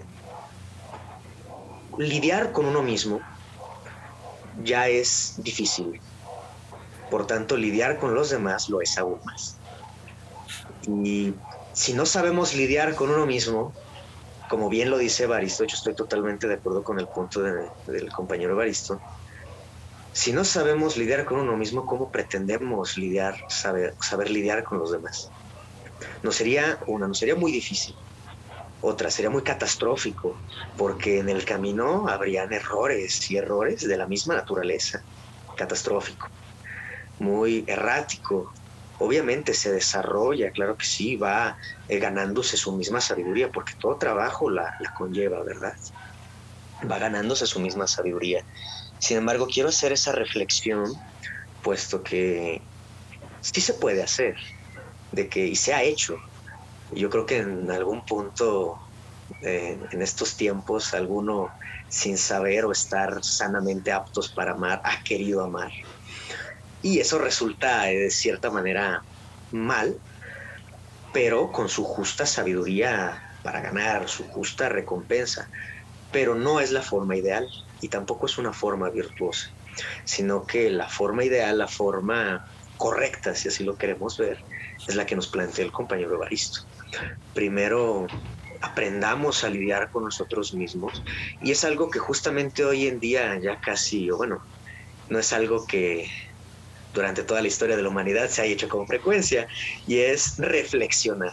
lidiar con uno mismo ya es difícil. Por tanto, lidiar con los demás lo es aún más. Y si no sabemos lidiar con uno mismo, como bien lo dice Evaristo, yo estoy totalmente de acuerdo con el punto de, del compañero Evaristo, si no sabemos lidiar con uno mismo, ¿cómo pretendemos lidiar, saber, saber lidiar con los demás? Nos sería, una, nos sería muy difícil. Otra, sería muy catastrófico, porque en el camino habrían errores y errores de la misma naturaleza. Catastrófico, muy errático. Obviamente se desarrolla, claro que sí, va eh, ganándose su misma sabiduría, porque todo trabajo la, la conlleva, ¿verdad? Va ganándose su misma sabiduría. Sin embargo, quiero hacer esa reflexión, puesto que sí se puede hacer, de que, y se ha hecho. Yo creo que en algún punto, eh, en estos tiempos, alguno sin saber o estar sanamente aptos para amar, ha querido amar. Y eso resulta eh, de cierta manera mal, pero con su justa sabiduría para ganar, su justa recompensa. Pero no es la forma ideal y tampoco es una forma virtuosa, sino que la forma ideal, la forma correcta, si así lo queremos ver, es la que nos plantea el compañero Evaristo. Primero aprendamos a lidiar con nosotros mismos, y es algo que justamente hoy en día ya casi, o bueno, no es algo que durante toda la historia de la humanidad se haya hecho con frecuencia, y es reflexionar.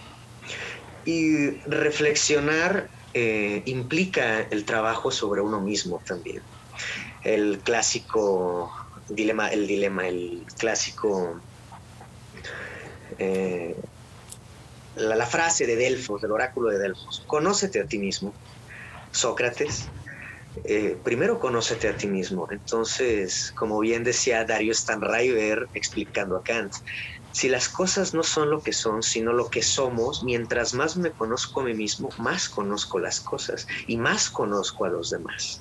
Y reflexionar eh, implica el trabajo sobre uno mismo también. El clásico dilema, el dilema, el clásico... Eh, la, la frase de Delfos, del oráculo de Delfos: conócete a ti mismo. Sócrates, eh, primero conócete a ti mismo. Entonces, como bien decía Darío Stanraiver explicando a Kant, si las cosas no son lo que son, sino lo que somos, mientras más me conozco a mí mismo, más conozco las cosas y más conozco a los demás.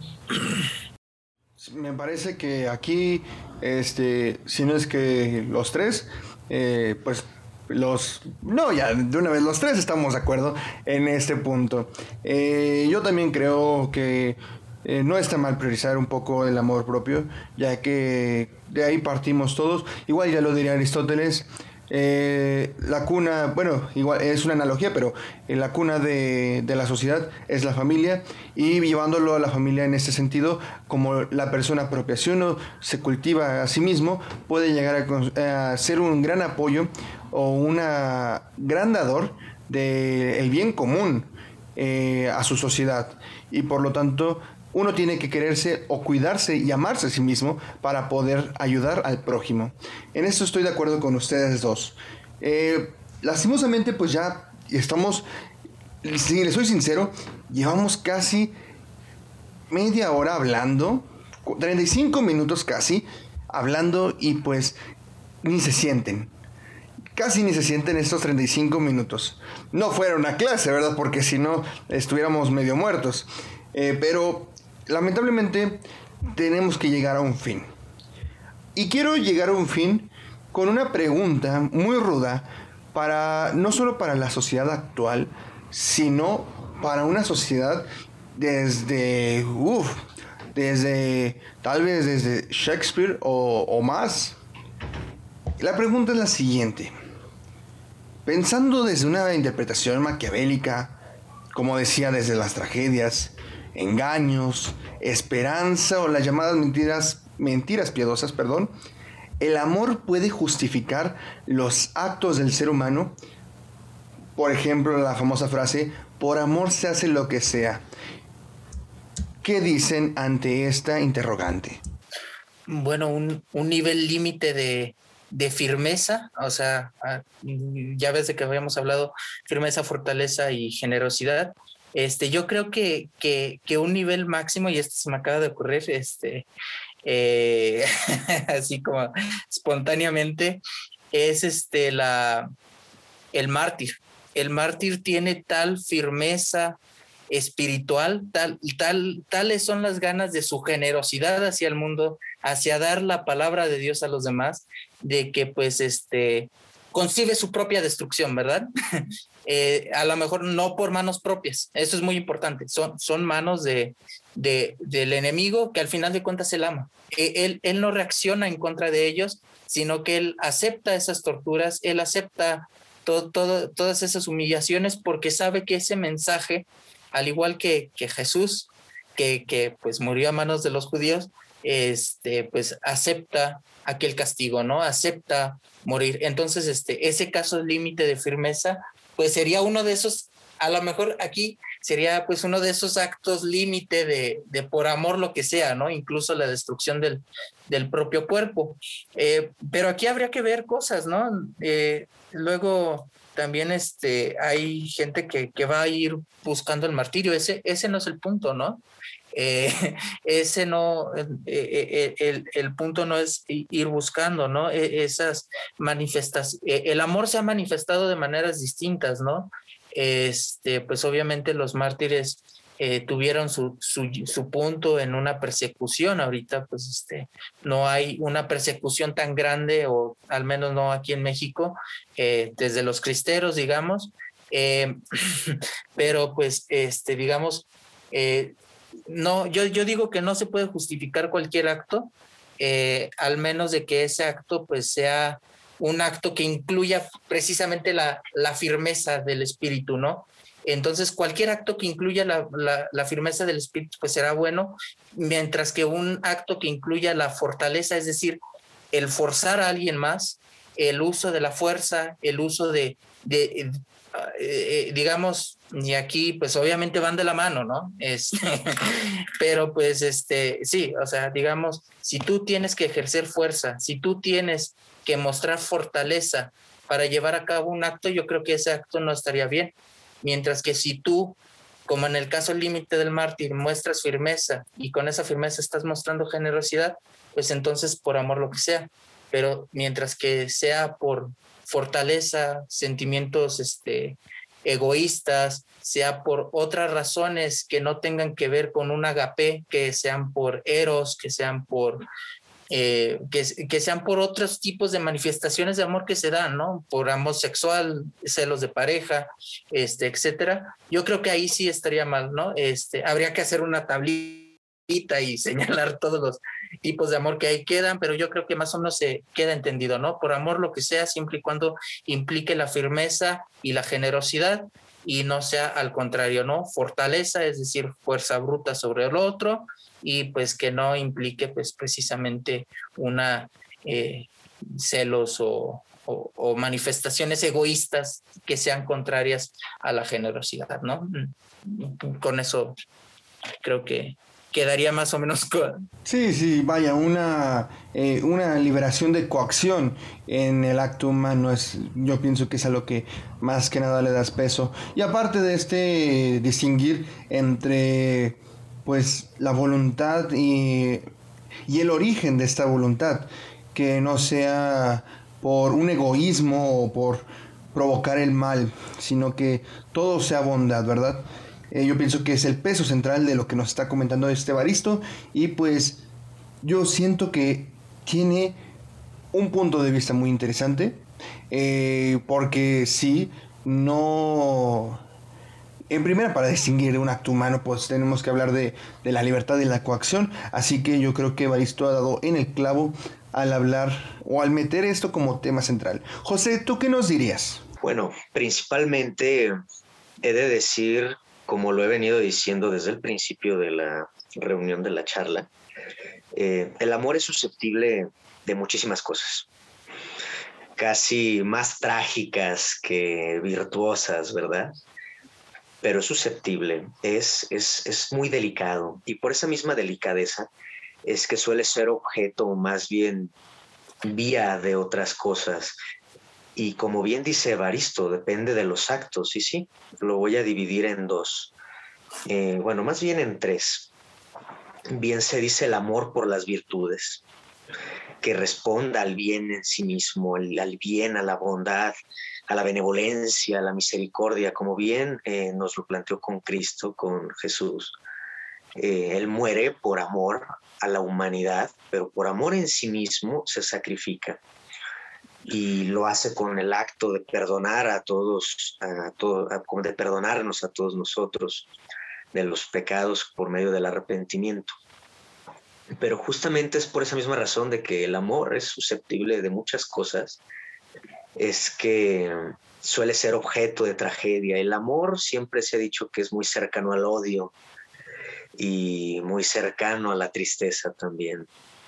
Me parece que aquí, este, si no es que los tres, eh, pues los, no, ya de una vez los tres estamos de acuerdo en este punto. Eh, yo también creo que eh, no está mal priorizar un poco el amor propio, ya que de ahí partimos todos. Igual ya lo diría Aristóteles. Eh, la cuna, bueno, igual es una analogía, pero eh, la cuna de, de la sociedad es la familia, y llevándolo a la familia en este sentido como la persona propia. Si uno se cultiva a sí mismo, puede llegar a, a ser un gran apoyo o una gran dador del bien común eh, a su sociedad, y por lo tanto uno tiene que quererse o cuidarse y amarse a sí mismo para poder ayudar al prójimo. En esto estoy de acuerdo con ustedes dos. Eh, lastimosamente, pues ya estamos, si les soy sincero, llevamos casi media hora hablando, treinta y cinco minutos casi hablando, y pues ni se sienten. casi ni se sienten estos treinta y cinco minutos. No fuera una clase, ¿verdad? Porque si no, estuviéramos medio muertos. Eh, pero, lamentablemente, tenemos que llegar a un fin. Y quiero llegar a un fin con una pregunta muy ruda, para, no solo para la sociedad actual, sino para una sociedad desde, uff, desde, tal vez desde Shakespeare o, o más. La pregunta es la siguiente. Pensando desde una interpretación maquiavélica, como decía, desde las tragedias, engaños, esperanza o las llamadas mentiras, mentiras piadosas, perdón, ¿el amor puede justificar los actos del ser humano? Por ejemplo, la famosa frase, por amor se hace lo que sea. ¿Qué dicen ante esta interrogante? Bueno, un, un nivel límite de, de firmeza, o sea, ya ves de que habíamos hablado, firmeza, fortaleza y generosidad. Este, yo creo que, que, que un nivel máximo, y esto se me acaba de ocurrir, este, eh, así como espontáneamente, es este, la, el mártir. El mártir tiene tal firmeza espiritual, tal, tal, tales son las ganas de su generosidad hacia el mundo, hacia dar la palabra de Dios a los demás, de que pues este concibe su propia destrucción, ¿verdad? eh, a lo mejor no por manos propias, eso es muy importante, son, son manos de, de, del enemigo que al final de cuentas él ama. Él, él no reacciona en contra de ellos, sino que él acepta esas torturas, él acepta todo, todo, todas esas humillaciones porque sabe que ese mensaje, al igual que, que Jesús, que, que pues murió a manos de los judíos, este, pues acepta aquel castigo, ¿no? Acepta morir. Entonces, este, ese caso límite de firmeza, pues sería uno de esos, a lo mejor aquí sería pues uno de esos actos límite de, de por amor lo que sea, ¿no? Incluso la destrucción del, del propio cuerpo. Eh, pero aquí habría que ver cosas, ¿no? Eh, luego también este, hay gente que, que va a ir buscando el martirio. Ese, ese no es el punto, ¿no? Eh, ese no, eh, eh, el, el punto no es ir buscando, ¿no? Esas manifestaciones, el amor se ha manifestado de maneras distintas, ¿no? Este, pues obviamente los mártires eh, tuvieron su, su, su punto en una persecución. Ahorita pues este, no hay una persecución tan grande, o al menos no aquí en México, eh, desde los cristeros, digamos, eh, pero pues este, digamos, eh, no, yo, yo digo que no se puede justificar cualquier acto, eh, al menos de que ese acto pues sea un acto que incluya precisamente la, la firmeza del espíritu, ¿no? Entonces, cualquier acto que incluya la, la, la firmeza del espíritu, pues será bueno, mientras que un acto que incluya la fortaleza, es decir, el forzar a alguien más, el uso de la fuerza, el uso de, de eh, eh, digamos, y aquí pues obviamente van de la mano, ¿no? Este, pero pues este, sí, o sea, digamos, si tú tienes que ejercer fuerza, si tú tienes que mostrar fortaleza para llevar a cabo un acto, yo creo que ese acto no estaría bien. Mientras que si tú, como en el caso límite del mártir, muestras firmeza y con esa firmeza estás mostrando generosidad, pues entonces por amor lo que sea. Pero mientras que sea por fortaleza, sentimientos este, egoístas, sea por otras razones que no tengan que ver con un agape, que sean por eros, que sean por... Eh, que, que sean por otros tipos de manifestaciones de amor que se dan, ¿no? Por amor sexual, celos de pareja, este, etcétera. Yo creo que ahí sí estaría mal, ¿no? Este, habría que hacer una tablita y señalar todos los tipos de amor que ahí quedan, pero yo creo que más o menos se queda entendido, ¿no? Por amor lo que sea, siempre y cuando implique la firmeza y la generosidad, y no sea al contrario, ¿no? Fortaleza, es decir, fuerza bruta sobre el otro, y pues que no implique pues precisamente una eh, celos o, o, o manifestaciones egoístas que sean contrarias a la generosidad, ¿no? Con eso creo que quedaría más o menos con... Sí, sí, vaya, una, eh, una liberación de coacción en el acto humano es, yo pienso que es a lo que más que nada le das peso. Y aparte de este distinguir entre pues la voluntad y, y el origen de esta voluntad, que no sea por un egoísmo o por provocar el mal, sino que todo sea bondad, ¿verdad? Eh, yo pienso que es el peso central de lo que nos está comentando este Evaristo, y pues yo siento que tiene un punto de vista muy interesante, eh, porque sí, no... En primera, para distinguir un acto humano, pues tenemos que hablar de, de la libertad y la coacción, así que yo creo que Evaristo ha dado en el clavo al hablar o al meter esto como tema central. José, ¿tú qué nos dirías? Bueno, principalmente he de decir, como lo he venido diciendo desde el principio de la reunión de la charla, eh, el amor es susceptible de muchísimas cosas, casi más trágicas que virtuosas, ¿verdad? Pero es susceptible, es, es, es muy delicado, y por esa misma delicadeza es que suele ser objeto, o más bien vía de otras cosas. Y como bien dice Evaristo, depende de los actos, y sí, lo voy a dividir en dos, eh, bueno, más bien en tres. Bien se dice el amor por las virtudes, que responda al bien en sí mismo, al, al bien, a la bondad, a la benevolencia, a la misericordia, como bien eh, nos lo planteó con Cristo, con Jesús. Eh, él muere por amor a la humanidad, pero por amor en sí mismo se sacrifica. Y lo hace con el acto de perdonar a todos, a todo, a, de perdonarnos a todos nosotros de los pecados por medio del arrepentimiento. Pero justamente es por esa misma razón de que el amor es susceptible de muchas cosas, es que suele ser objeto de tragedia. El amor siempre se ha dicho que es muy cercano al odio y muy cercano a la tristeza también.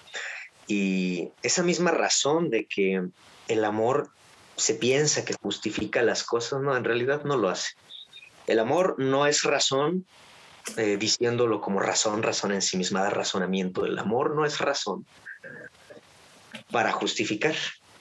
Y esa misma razón de que el amor se piensa que justifica las cosas, no, en realidad no lo hace. El amor no es razón, eh, diciéndolo como razón, razón en sí misma, da razonamiento. El amor no es razón para justificar.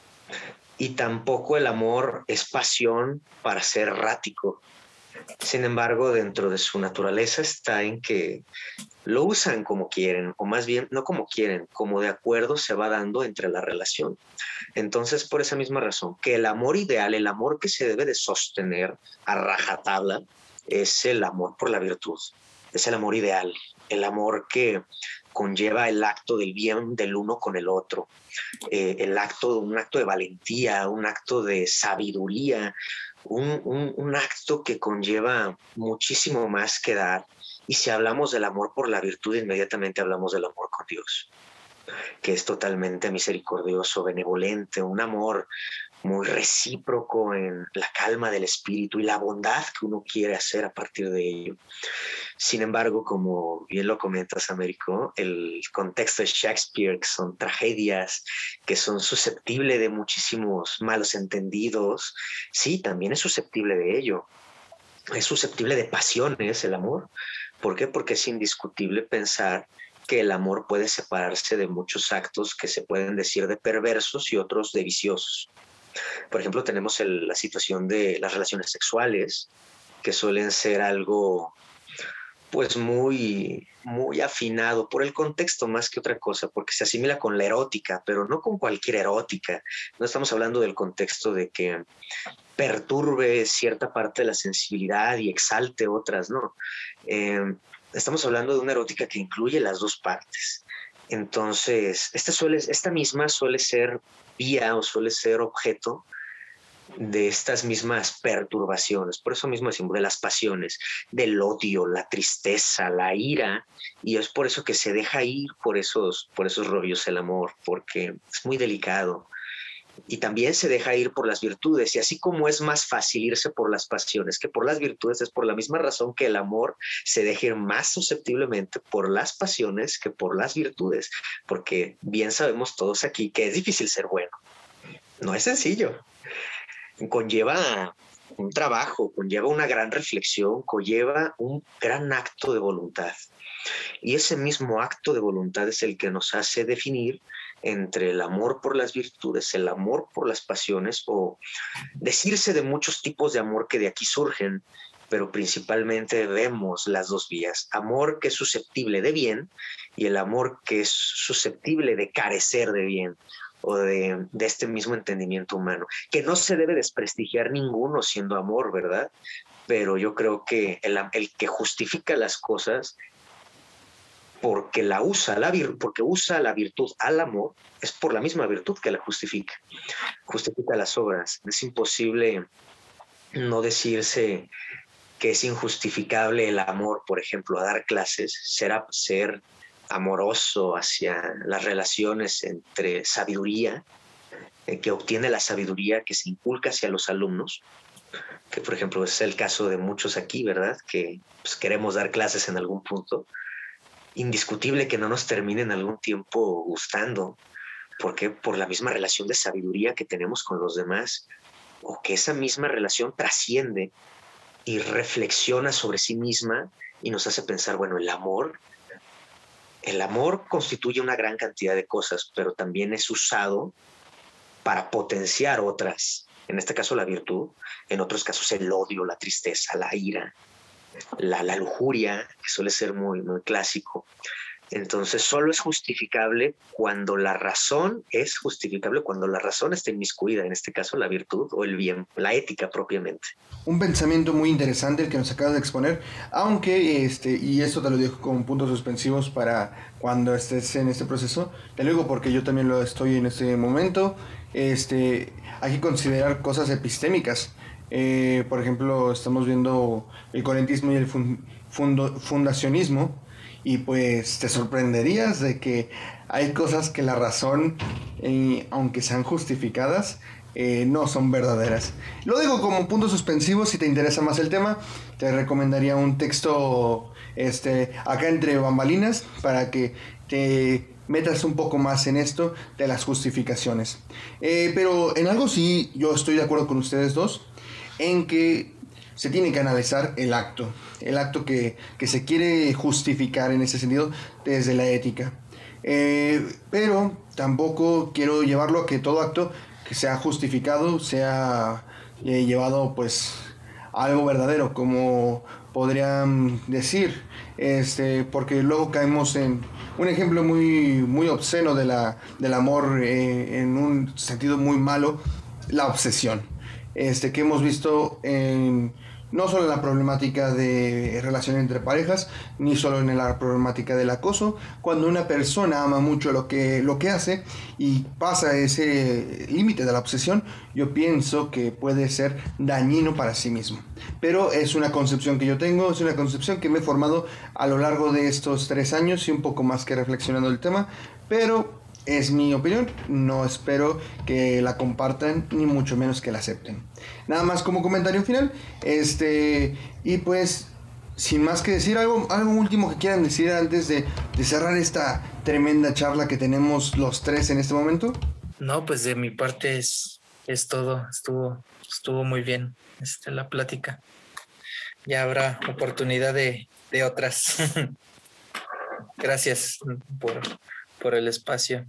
Y tampoco el amor es pasión para ser errático. Sin embargo, dentro de su naturaleza está en que lo usan como quieren, o más bien no como quieren, como de acuerdo se va dando entre la relación. Entonces, por esa misma razón, que el amor ideal, el amor que se debe de sostener a rajatabla, es el amor por la virtud, es el amor ideal, el amor que conlleva el acto del bien del uno con el otro, eh, el acto, un acto de valentía, un acto de sabiduría, un, un, un acto que conlleva muchísimo más que dar. Y si hablamos del amor por la virtud, inmediatamente hablamos del amor con Dios, que es totalmente misericordioso, benevolente, un amor muy recíproco en la calma del espíritu y la bondad que uno quiere hacer a partir de ello. Sin embargo, como bien lo comentas, Américo, el contexto de Shakespeare, que son tragedias, que son susceptibles de muchísimos malos entendidos, sí, también es susceptible de ello. Es susceptible de pasiones el amor. ¿Por qué? Porque es indiscutible pensar que el amor puede separarse de muchos actos que se pueden decir de perversos y otros de viciosos. Por ejemplo, tenemos el, la situación de las relaciones sexuales, que suelen ser algo pues muy, muy afinado por el contexto más que otra cosa, porque se asimila con la erótica, pero no con cualquier erótica. No estamos hablando del contexto de que perturbe cierta parte de la sensibilidad y exalte otras, no. Eh, estamos hablando de una erótica que incluye las dos partes. Entonces, esta, suele, esta misma suele ser vía o suele ser objeto de estas mismas perturbaciones, por eso mismo decimos de las pasiones, del odio, la tristeza, la ira, y es por eso que se deja ir por esos, por esos rollos el amor, porque es muy delicado. Y también se deja ir por las virtudes, y así como es más fácil irse por las pasiones que por las virtudes, es por la misma razón que el amor se deja ir más susceptiblemente por las pasiones que por las virtudes, porque bien sabemos todos aquí que es difícil ser bueno, no es sencillo. Conlleva un trabajo, conlleva una gran reflexión, conlleva un gran acto de voluntad. Y ese mismo acto de voluntad es el que nos hace definir entre el amor por las virtudes, el amor por las pasiones, o decirse de muchos tipos de amor que de aquí surgen, pero principalmente vemos las dos vías: amor que es susceptible de bien y el amor que es susceptible de carecer de bien. o de, de este mismo entendimiento humano, que no se debe desprestigiar ninguno siendo amor, ¿verdad? Pero yo creo que el, el que justifica las cosas porque la usa, la vir, porque usa la virtud al amor, es por la misma virtud que la justifica. Justifica las obras. Es imposible no decirse que es injustificable el amor, por ejemplo, a dar clases, ser, ser amoroso hacia las relaciones entre sabiduría, eh, que obtiene la sabiduría que se inculca hacia los alumnos, que por ejemplo es el caso de muchos aquí, ¿verdad? Que pues, queremos dar clases en algún punto. Indiscutible que no nos termine en algún tiempo gustando, porque por la misma relación de sabiduría que tenemos con los demás, o que esa misma relación trasciende y reflexiona sobre sí misma y nos hace pensar, bueno, el amor, el amor constituye una gran cantidad de cosas, pero también es usado para potenciar otras, en este caso la virtud, en otros casos el odio, la tristeza, la ira, La, la lujuria, que suele ser muy, muy clásico. Entonces, solo es justificable cuando la razón es justificable, cuando la razón está inmiscuida, en este caso la virtud o el bien, la ética propiamente. Un pensamiento muy interesante el que nos acabas de exponer, aunque, este, y esto te lo dejo con puntos suspensivos para cuando estés en este proceso, te lo digo porque yo también lo estoy en este momento, este, hay que considerar cosas epistémicas. Eh, por ejemplo, estamos viendo el coherentismo y el fun, fundo, fundacionismo, y pues te sorprenderías de que hay cosas que la razón, eh, aunque sean justificadas, eh, no son verdaderas. Lo digo como punto suspensivo. Si te interesa más el tema, te recomendaría un texto este, acá entre bambalinas para que te metas un poco más en esto de las justificaciones. Eh, pero en algo sí, yo estoy de acuerdo con ustedes dos, en que se tiene que analizar el acto, el acto que, que se quiere justificar en ese sentido desde la ética. Eh, pero tampoco quiero llevarlo a que todo acto que sea justificado sea eh, llevado pues a algo verdadero, como podrían decir, este, porque luego caemos en un ejemplo muy, muy obsceno de la, del amor eh, en un sentido muy malo, la obsesión. Este, que hemos visto en, no solo en la problemática de relación entre parejas, ni solo en la problemática del acoso. Cuando una persona ama mucho lo que, lo que hace y pasa ese límite de la obsesión, yo pienso que puede ser dañino para sí mismo. Pero es una concepción que yo tengo, es una concepción que me he formado a lo largo de estos tres años y un poco más que reflexionando el tema, pero es mi opinión, no espero que la compartan ni mucho menos que la acepten. Nada más como comentario final, este, y pues sin más que decir, algo, algo último que quieran decir antes de, de cerrar esta tremenda charla que tenemos los tres en este momento. No, pues de mi parte es, es todo, estuvo, estuvo muy bien este, la plática. Ya habrá oportunidad de, de otras. Gracias por... por el espacio.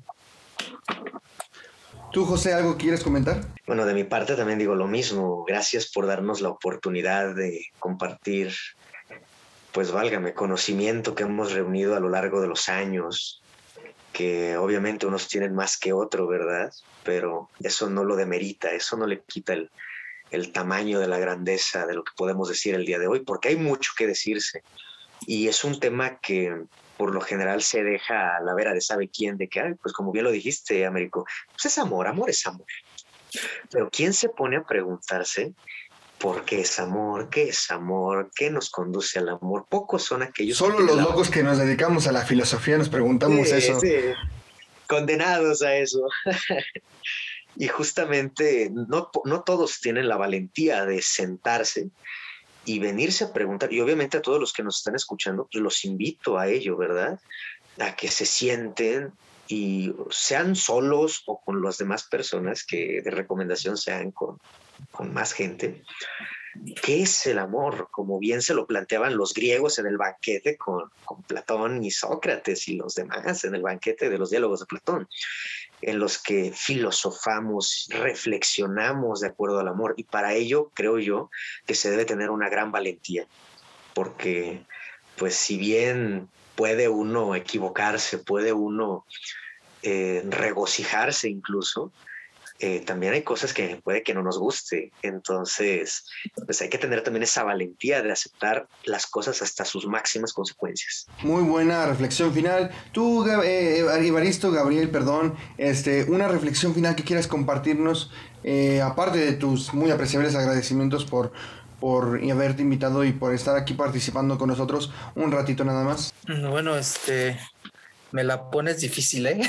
¿Tú, José, algo quieres comentar? Bueno, de mi parte también digo lo mismo. Gracias por darnos la oportunidad de compartir, pues válgame, conocimiento que hemos reunido a lo largo de los años, que obviamente unos tienen más que otro, ¿verdad? Pero eso no lo demerita, eso no le quita el, el tamaño de la grandeza de lo que podemos decir el día de hoy, porque hay mucho que decirse. Y es un tema que por lo general se deja a la vera de sabe quién, de que, ay, pues como bien lo dijiste, Américo, pues es amor, amor es amor. Pero ¿quién se pone a preguntarse por qué es amor, qué es amor, qué nos conduce al amor? Pocos son aquellos... Solo los locos que nos dedicamos a la filosofía nos preguntamos sí, eso. Sí. Condenados a eso. Y justamente no, no todos tienen la valentía de sentarse y venirse a preguntar, y obviamente a todos los que nos están escuchando, pues los invito a ello, ¿verdad? A que se sienten y sean solos o con las demás personas que de recomendación sean con, con más gente. ¿Qué es el amor? Como bien se lo planteaban los griegos en el banquete con, con Platón y Sócrates y los demás en el banquete de los diálogos de Platón, en los que filosofamos, reflexionamos de acuerdo al amor. Y para ello creo yo que se debe tener una gran valentía, porque pues si bien puede uno equivocarse, puede uno eh, regocijarse incluso, eh, también hay cosas que puede que no nos guste. Entonces, pues hay que tener también esa valentía de aceptar las cosas hasta sus máximas consecuencias. Muy buena reflexión final. Tú, eh, Evaristo, Gabriel, perdón, este, una reflexión final que quieras compartirnos, eh, aparte de tus muy apreciables agradecimientos por, por haberte invitado y por estar aquí participando con nosotros un ratito nada más. Bueno, este, me la pones difícil, ¿eh?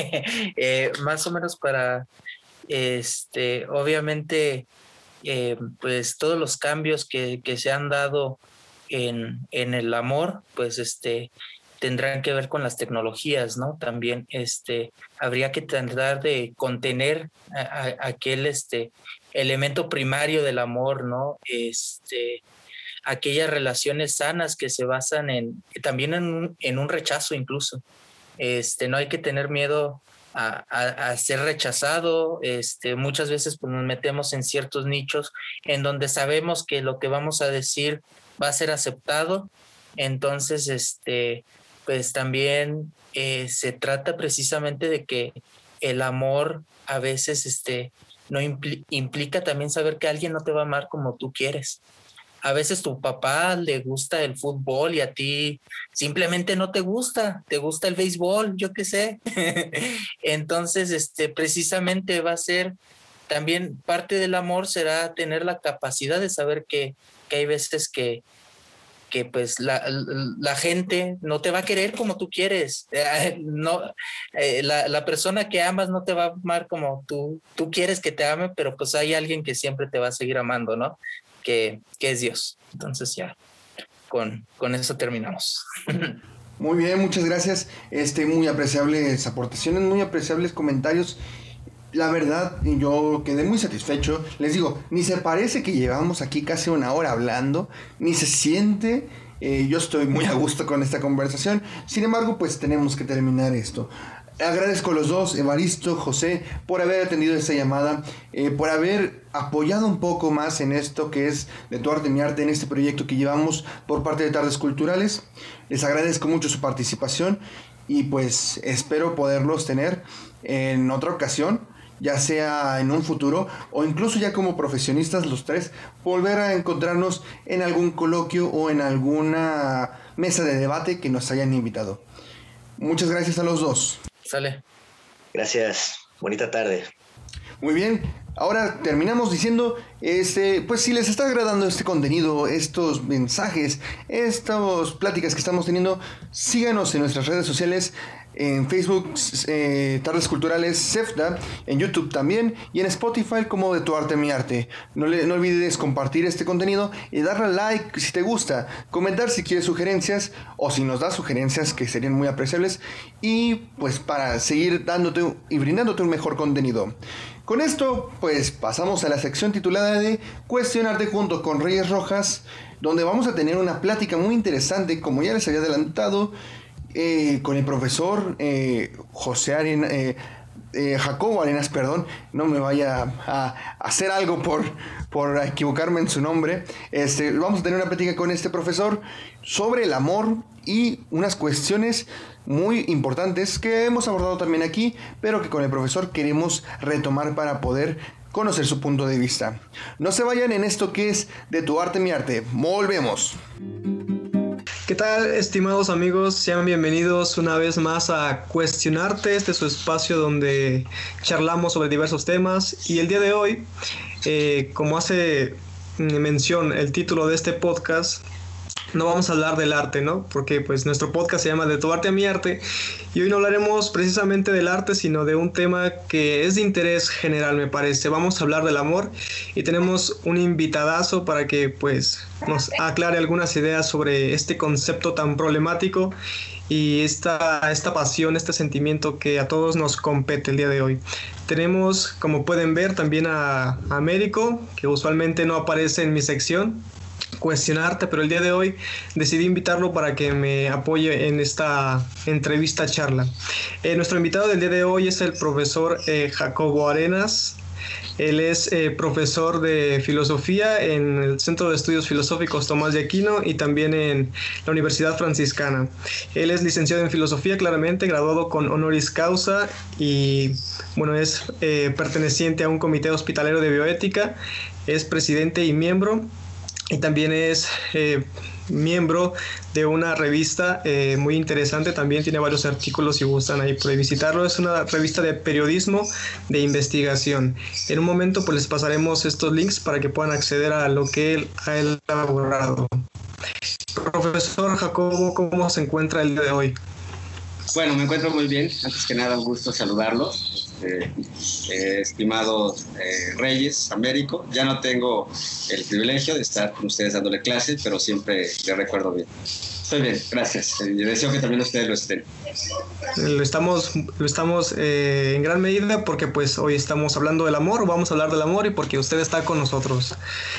eh más o menos para... Este, obviamente, eh, pues todos los cambios que, que se han dado en, en el amor, pues este, tendrán que ver con las tecnologías, ¿no? También este, habría que tratar de contener a, a, aquel este, elemento primario del amor, ¿no? Este, aquellas relaciones sanas que se basan en, también en un, en un rechazo incluso. Este, no hay que tener miedo A, a, a ser rechazado. Este, muchas veces pues, nos metemos en ciertos nichos en donde sabemos que lo que vamos a decir va a ser aceptado. Entonces, este, pues también eh, se trata precisamente de que el amor a veces este, no impl- implica también saber que alguien no te va a amar como tú quieres. A veces tu papá le gusta el fútbol y a ti simplemente no te gusta, te gusta el béisbol, yo qué sé. Entonces, este, precisamente va a ser también parte del amor será tener la capacidad de saber que, que hay veces que, que pues la, la gente no te va a querer como tú quieres. Eh, no, eh, la, la persona que amas no te va a amar como tú, tú quieres que te ame, pero pues hay alguien que siempre te va a seguir amando, ¿no? Que, que es Dios. Entonces ya, con, con eso terminamos. Muy bien, muchas gracias. Este, muy apreciables aportaciones, muy apreciables comentarios. La verdad, yo quedé muy satisfecho. Les digo, ni se parece que llevamos aquí casi una hora hablando, ni se siente. Eh, yo estoy muy a gusto con esta conversación. Sin embargo, pues tenemos que terminar esto. Agradezco a los dos, Evaristo, José, por haber atendido esta llamada, eh, por haber apoyado un poco más en esto que es De Tu Arte, Mi Arte, en este proyecto que llevamos por parte de Tardes Culturales. Les agradezco mucho su participación y pues espero poderlos tener en otra ocasión, ya sea en un futuro o incluso ya como profesionistas los tres, volver a encontrarnos en algún coloquio o en alguna mesa de debate que nos hayan invitado. Muchas gracias a los dos. Sale. Gracias. Bonita tarde. Muy bien. Ahora terminamos diciendo, este, pues si les está agradando este contenido, estos mensajes, estas pláticas que estamos teniendo, síganos en nuestras redes sociales. En Facebook, eh, Tardes Culturales CEFDA, en YouTube también y en Spotify como De Tu Arte, Mi Arte. No, le, no olvides compartir este contenido y darle like si te gusta, comentar si quieres sugerencias o si nos das sugerencias que serían muy apreciables y pues para seguir dándote y brindándote un mejor contenido. Con esto pues pasamos a la sección titulada de Cuestionarte junto con Reyes Rojas, donde vamos a tener una plática muy interesante, como ya les había adelantado, Eh, con el profesor eh, José Arena, eh, eh, Jacobo Arenas, perdón, no me vaya a, a hacer algo por, por equivocarme en su nombre. Este, vamos a tener una plática con este profesor sobre el amor y unas cuestiones muy importantes que hemos abordado también aquí, pero que con el profesor queremos retomar para poder conocer su punto de vista. No se vayan en esto que es De Tu Arte, Mi Arte. Volvemos. ¿Qué tal, estimados amigos? Sean bienvenidos una vez más a Cuestionarte, este es su espacio donde charlamos sobre diversos temas. Y el día de hoy, eh, como hace mención el título de este podcast, no vamos a hablar del arte, ¿no? Porque pues nuestro podcast se llama De Tu Arte a Mi Arte y hoy no hablaremos precisamente del arte, sino de un tema que es de interés general, me parece. Vamos a hablar del amor y tenemos un invitadazo para que pues nos aclare algunas ideas sobre este concepto tan problemático y esta, esta pasión, este sentimiento que a todos nos compete el día de hoy. Tenemos, como pueden ver, también a Américo, que usualmente no aparece en mi sección Cuestionarte, pero el día de hoy decidí invitarlo para que me apoye en esta entrevista charla. Eh, nuestro invitado del día de hoy es el profesor eh, Jacobo Arenas. Él es eh, profesor de filosofía en el Centro de Estudios Filosóficos Tomás de Aquino y también en la Universidad Franciscana. Él es licenciado en filosofía, claramente, graduado con honoris causa y bueno, es eh, perteneciente a un comité hospitalero de bioética, es presidente y miembro, y también es eh, miembro de una revista eh, muy interesante, también tiene varios artículos si gustan ahí por visitarlo. Es una revista de periodismo de investigación. En un momento pues les pasaremos estos links para que puedan acceder a lo que él ha elaborado. Profesor Jacobo, ¿cómo se encuentra el día de hoy? Bueno, me encuentro muy bien. Antes que nada, un gusto saludarlos. Eh, eh, estimados eh, Reyes, Américo, ya no tengo el privilegio de estar con ustedes dándole clases, pero siempre le recuerdo bien. Estoy bien, gracias. Y deseo que también ustedes lo estén. Lo estamos, lo estamos eh, en gran medida porque pues hoy estamos hablando del amor, vamos a hablar del amor y porque usted está con nosotros.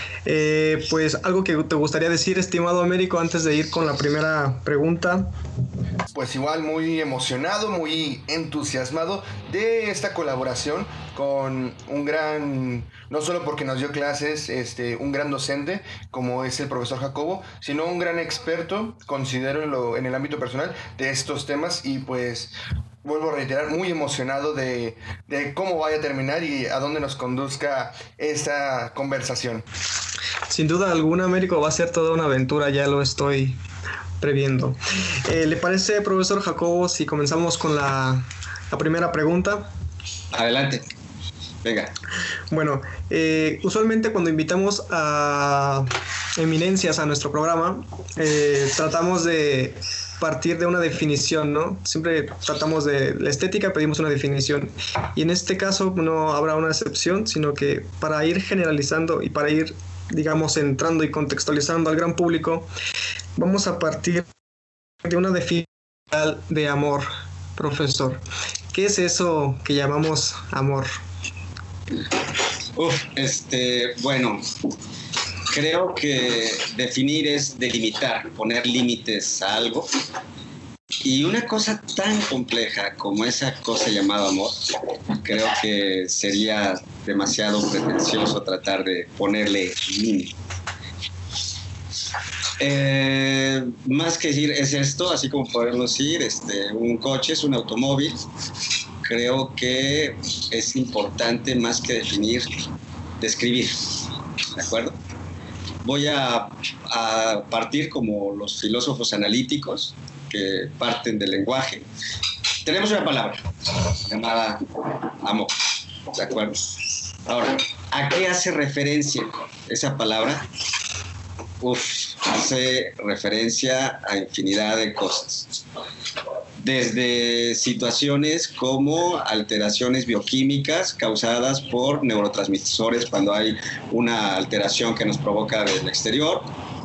Eh, pues algo que te gustaría decir, estimado Américo, antes de ir con la primera pregunta. Pues igual muy emocionado, muy entusiasmado de esta colaboración con un gran, no solo porque nos dio clases, este, un gran docente como es el profesor Jacobo, sino un gran experto, considero en, lo, en el ámbito personal, de estos temas. Y pues vuelvo a reiterar, muy emocionado de, de cómo vaya a terminar y a dónde nos conduzca esta conversación. Sin duda alguna, Américo, va a ser toda una aventura, ya lo estoy previendo. Eh, ¿Le parece, profesor Jacobo, si comenzamos con la, la primera pregunta? Adelante. Venga. Bueno, eh, usualmente cuando invitamos a eminencias a nuestro programa, eh, tratamos de partir de una definición, ¿no? Siempre tratamos de la estética, pedimos una definición. Y en este caso no habrá una excepción, sino que para ir generalizando y para ir, digamos, entrando y contextualizando al gran público, vamos a partir de una definición de amor, profesor. ¿Qué es eso que llamamos amor? Uf, este, bueno, creo que definir es delimitar, poner límites a algo. Y una cosa tan compleja como esa cosa llamada amor, creo que sería demasiado pretencioso tratar de ponerle límite. Eh, más que decir es esto, así como podemos decir, este, un coche es un automóvil. Creo que es importante más que definir, describir, ¿de acuerdo? Voy a, a partir como los filósofos analíticos que parten del lenguaje. Tenemos una palabra llamada amor, ¿de acuerdo? Ahora, ¿a qué hace referencia esa palabra? Uf, hace referencia a infinidad de cosas. Desde situaciones como alteraciones bioquímicas causadas por neurotransmisores cuando hay una alteración que nos provoca del exterior,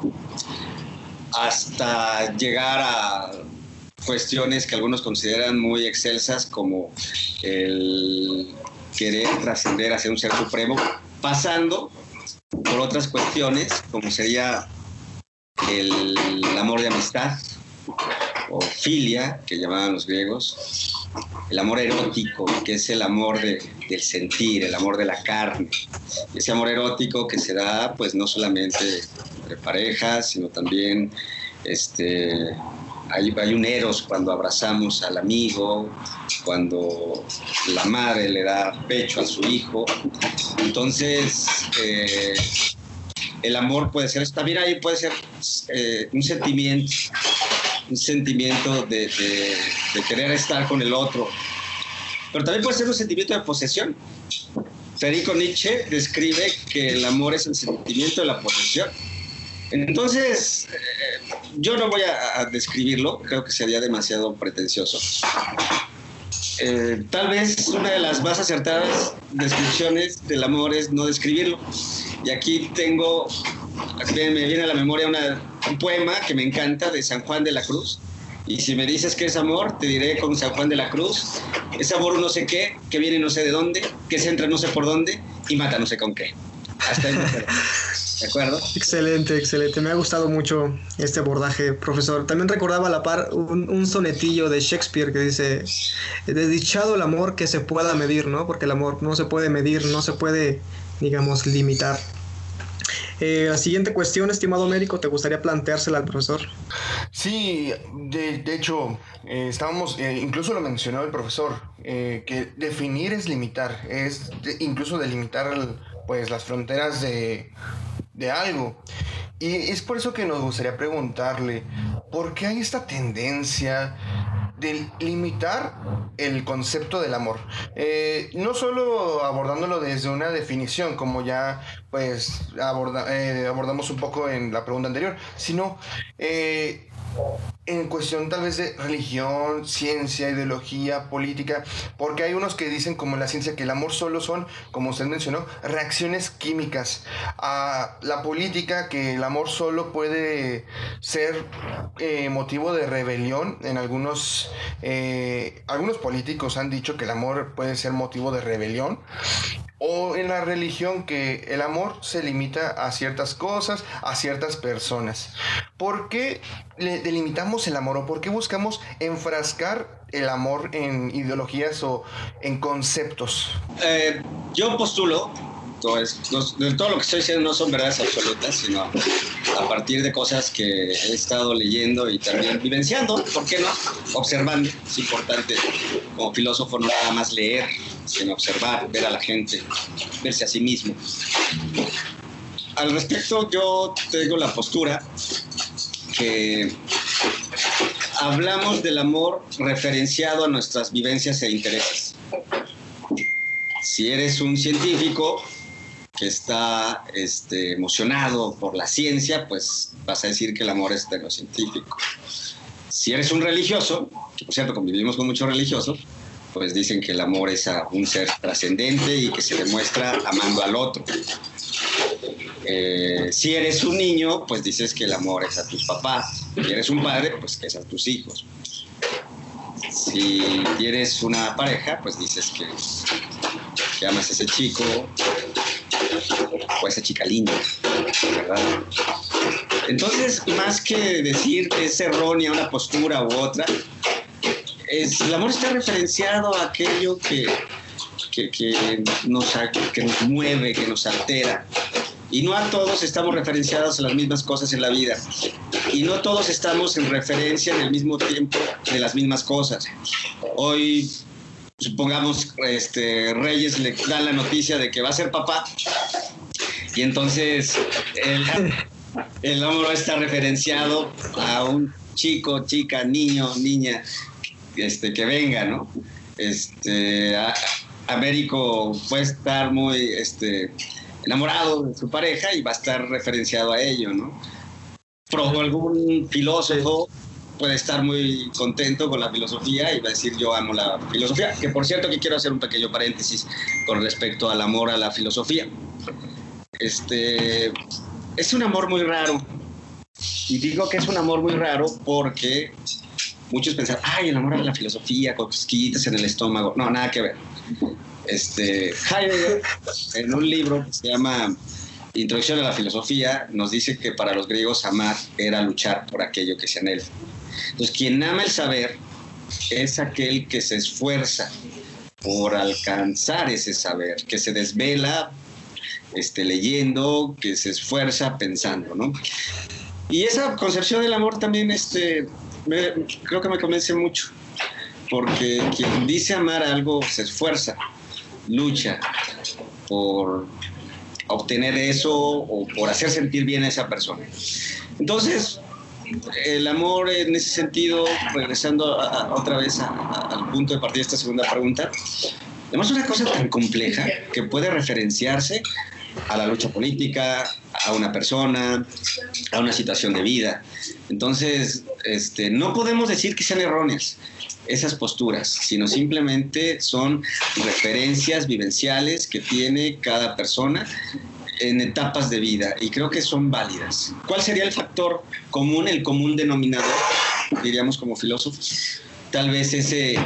hasta llegar a cuestiones que algunos consideran muy excelsas como el querer trascender hacia un ser supremo, pasando por otras cuestiones como sería el amor de amistad o filia, que llamaban los griegos, el amor erótico, que es el amor de, del sentir, el amor de la carne. Ese amor erótico que se da pues no solamente entre parejas, sino también este, hay, hay un eros cuando abrazamos al amigo, cuando la madre le da pecho a su hijo. Entonces eh, el amor puede ser, también ahí puede ser eh, un sentimiento un sentimiento de, de, de querer estar con el otro, pero también puede ser un sentimiento de posesión. Federico Nietzsche describe que el amor es el sentimiento de la posesión. Entonces, eh, yo no voy a, a describirlo, creo que sería demasiado pretencioso. Eh, tal vez una de las más acertadas descripciones del amor es no describirlo. Y aquí tengo, me viene a la memoria una, un poema que me encanta de San Juan de la Cruz. Y si me dices que es amor, te diré con San Juan de la Cruz: es amor no sé qué, que viene no sé de dónde, que se entra no sé por dónde y mata no sé con qué. Hasta ahí me quedo. ¿De acuerdo? Excelente, excelente. Me ha gustado mucho este abordaje, profesor. También recordaba a la par un, un sonetillo de Shakespeare que dice: desdichado el amor que se pueda medir, ¿no? Porque el amor no se puede medir, no se puede, digamos, limitar. Eh, la siguiente cuestión, estimado Américo, ¿te gustaría planteársela al profesor? Sí, de, de hecho, eh, estábamos, eh, incluso lo mencionó el profesor, eh, que definir es limitar, es de, incluso delimitar el, pues las fronteras de, de algo. Y es por eso que nos gustaría preguntarle, ¿por qué hay esta tendencia de limitar el concepto del amor? Eh, no solo abordándolo desde una definición, como ya pues aborda, eh, abordamos un poco en la pregunta anterior, sino eh, en cuestión tal vez de religión, ciencia, ideología, política, porque hay unos que dicen, como en la ciencia, que el amor solo son, como usted mencionó, reacciones químicas. A la política, que el amor solo puede ser eh, motivo de rebelión. En algunos eh, algunos políticos han dicho que el amor puede ser motivo de rebelión. O en la religión, que el amor se limita a ciertas cosas, a ciertas personas. ¿Por qué le delimitamos el amor, o por qué buscamos enfrascar el amor en ideologías o en conceptos? Eh, yo postulo, pues, no, de todo lo que estoy diciendo no son verdades absolutas, sino a partir de cosas que he estado leyendo y también vivenciando, ¿por qué no? Observando. Es importante como filósofo no nada más leer, sino observar, ver a la gente, verse a sí mismo. Al respecto, yo tengo la postura que hablamos del amor referenciado a nuestras vivencias e intereses. Si eres un científico que está este, emocionado por la ciencia, pues vas a decir que el amor es de lo científico. Si eres un religioso, que por cierto convivimos con muchos religiosos, pues dicen que el amor es a un ser trascendente y que se demuestra amando al otro. Eh, si eres un niño, pues dices que el amor es a tus papás. Si eres un padre, pues que es a tus hijos. Si eres una pareja, pues dices que, que amas a ese chico o a esa chica linda, ¿verdad? Entonces, más que decir que es errónea una postura u otra, es, el amor está referenciado a aquello que, que, que, nos, que nos mueve, que nos altera. Y no a todos estamos referenciados a las mismas cosas en la vida. Y no todos estamos en referencia en el mismo tiempo de las mismas cosas. Hoy, supongamos, este, Reyes le dan la noticia de que va a ser papá. Y entonces el, el amor está referenciado a un chico, chica, niño, niña, este, que venga, ¿no? Este, a, Américo puede estar muy este, enamorado de su pareja y va a estar referenciado a ello, ¿no? Pero algún filósofo puede estar muy contento con la filosofía y va a decir yo amo la filosofía, que por cierto que quiero hacer un pequeño paréntesis con respecto al amor a la filosofía. Este, es un amor muy raro, y digo que es un amor muy raro porque muchos pensan, ay, el amor a la filosofía, cosquillitas en el estómago. No, nada que ver. Este, Heidegger, en un libro que se llama Introducción a la Filosofía, nos dice que para los griegos amar era luchar por aquello que se anhela. Entonces, quien ama el saber es aquel que se esfuerza por alcanzar ese saber, que se desvela este, leyendo, que se esfuerza pensando, ¿no? Y esa concepción del amor también este, me, creo que me convence mucho, porque quien dice amar algo se esfuerza, lucha por obtener eso o por hacer sentir bien a esa persona. Entonces, el amor en ese sentido, regresando a, a, otra vez a, a, al punto de partida de esta segunda pregunta, además es una cosa tan compleja que puede referenciarse a la lucha política, a una persona, a una situación de vida. Entonces, este, no podemos decir que sean erróneas esas posturas, sino simplemente son referencias vivenciales que tiene cada persona en etapas de vida, y creo que son válidas. ¿Cuál sería el factor común, el común denominador, diríamos como filósofos? Tal vez ese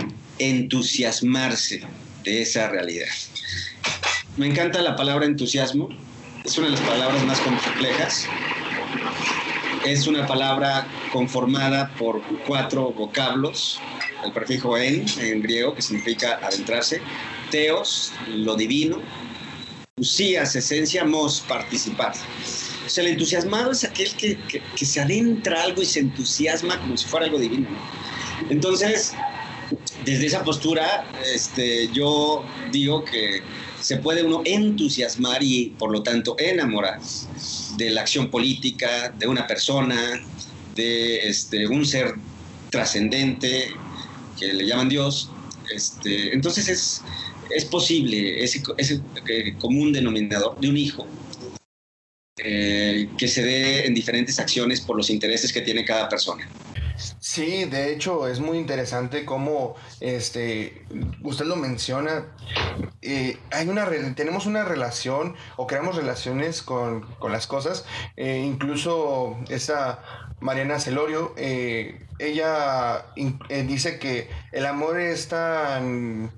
entusiasmarse de esa realidad. Me encanta la palabra entusiasmo es una de las palabras más complejas. Es una palabra conformada por cuatro vocablos. El prefijo en, en griego, que significa adentrarse. Theos, lo divino. Usías, esencia. Mos, participar. O sea, el entusiasmado es aquel que, que, que se adentra algo y se entusiasma como si fuera algo divino, ¿no? Entonces, desde esa postura, este, yo digo que se puede uno entusiasmar y, por lo tanto, enamorar de la acción política, de una persona, de este, un ser trascendente que le llaman Dios. Este, entonces es, es posible ese, ese eh, común denominador de un hijo eh, que se dé en diferentes acciones por los intereses que tiene cada persona. Sí, de hecho es muy interesante cómo este, usted lo menciona. Eh, hay una tenemos una relación o creamos relaciones con, con las cosas. Eh, incluso esta Mariana Celorio, eh, ella eh, dice que el amor es tan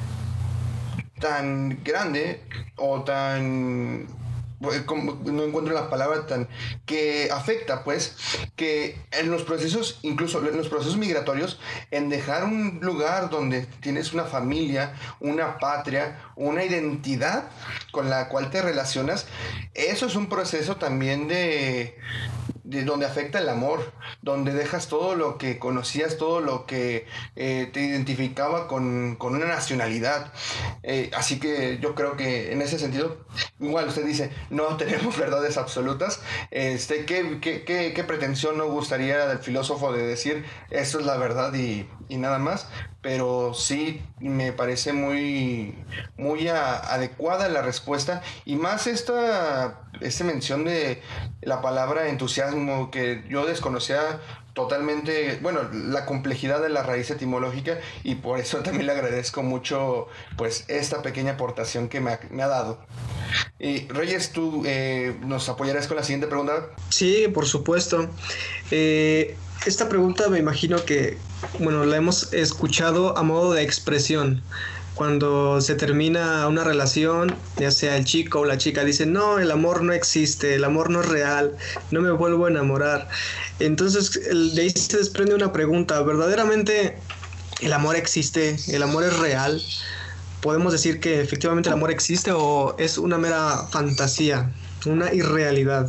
tan grande o tan, no encuentro la palabra, tan que afecta, pues, que en los procesos, incluso en los procesos migratorios, en dejar un lugar donde tienes una familia, una patria, una identidad con la cual te relacionas, eso es un proceso también de de donde afecta el amor, donde dejas todo lo que conocías, todo lo que eh, te identificaba con, con una nacionalidad. Eh, así que yo creo que en ese sentido, igual usted dice, no tenemos verdades absolutas. Este, ¿qué, qué, qué, qué pretensión nos gustaría del filósofo de decir esto es la verdad y, y nada más? Pero sí me parece muy, muy a, adecuada la respuesta, y más esta, esta mención de la palabra entusiasmo, que yo desconocía totalmente, bueno, la complejidad de la raíz etimológica, y por eso también le agradezco mucho pues esta pequeña aportación que me ha, me ha dado. Y Reyes, ¿tú eh, nos apoyarás con la siguiente pregunta? Sí, por supuesto. Eh, esta pregunta me imagino que, bueno, la hemos escuchado a modo de expresión. Cuando se termina una relación, ya sea el chico o la chica, dicen, no, el amor no existe, el amor no es real, no me vuelvo a enamorar. Entonces, de ahí se desprende una pregunta, ¿verdaderamente el amor existe? ¿El amor es real? ¿Podemos decir que efectivamente el amor existe o es una mera fantasía, una irrealidad?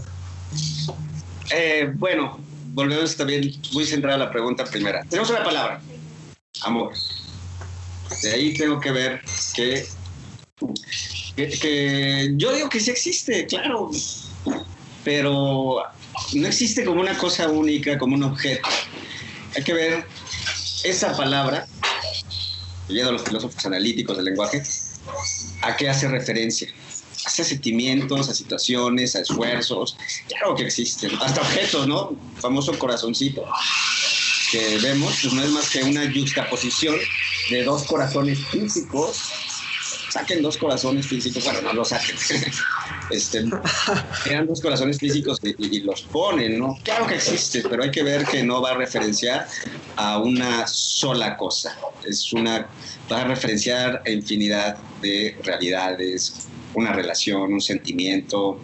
Eh, bueno, volvemos también muy centrada a la pregunta primera. Tenemos una palabra, amor. De ahí tengo que ver que, que, que yo digo que sí existe, claro, pero no existe como una cosa única, como un objeto. Hay que ver esa palabra, leyendo a los filósofos analíticos del lenguaje, a qué hace referencia. Hace sentimientos, a situaciones, a esfuerzos. Claro que existen. Hasta objetos, ¿no? El famoso corazoncito que vemos, pues no es más que una yuxtaposición de dos corazones físicos. Saquen dos corazones físicos, bueno, no los saquen. este, crean dos corazones físicos y, y los ponen, ¿no? Claro que existe, pero hay que ver que no va a referenciar a una sola cosa. Es una, va a referenciar a infinidad de realidades, una relación, un sentimiento,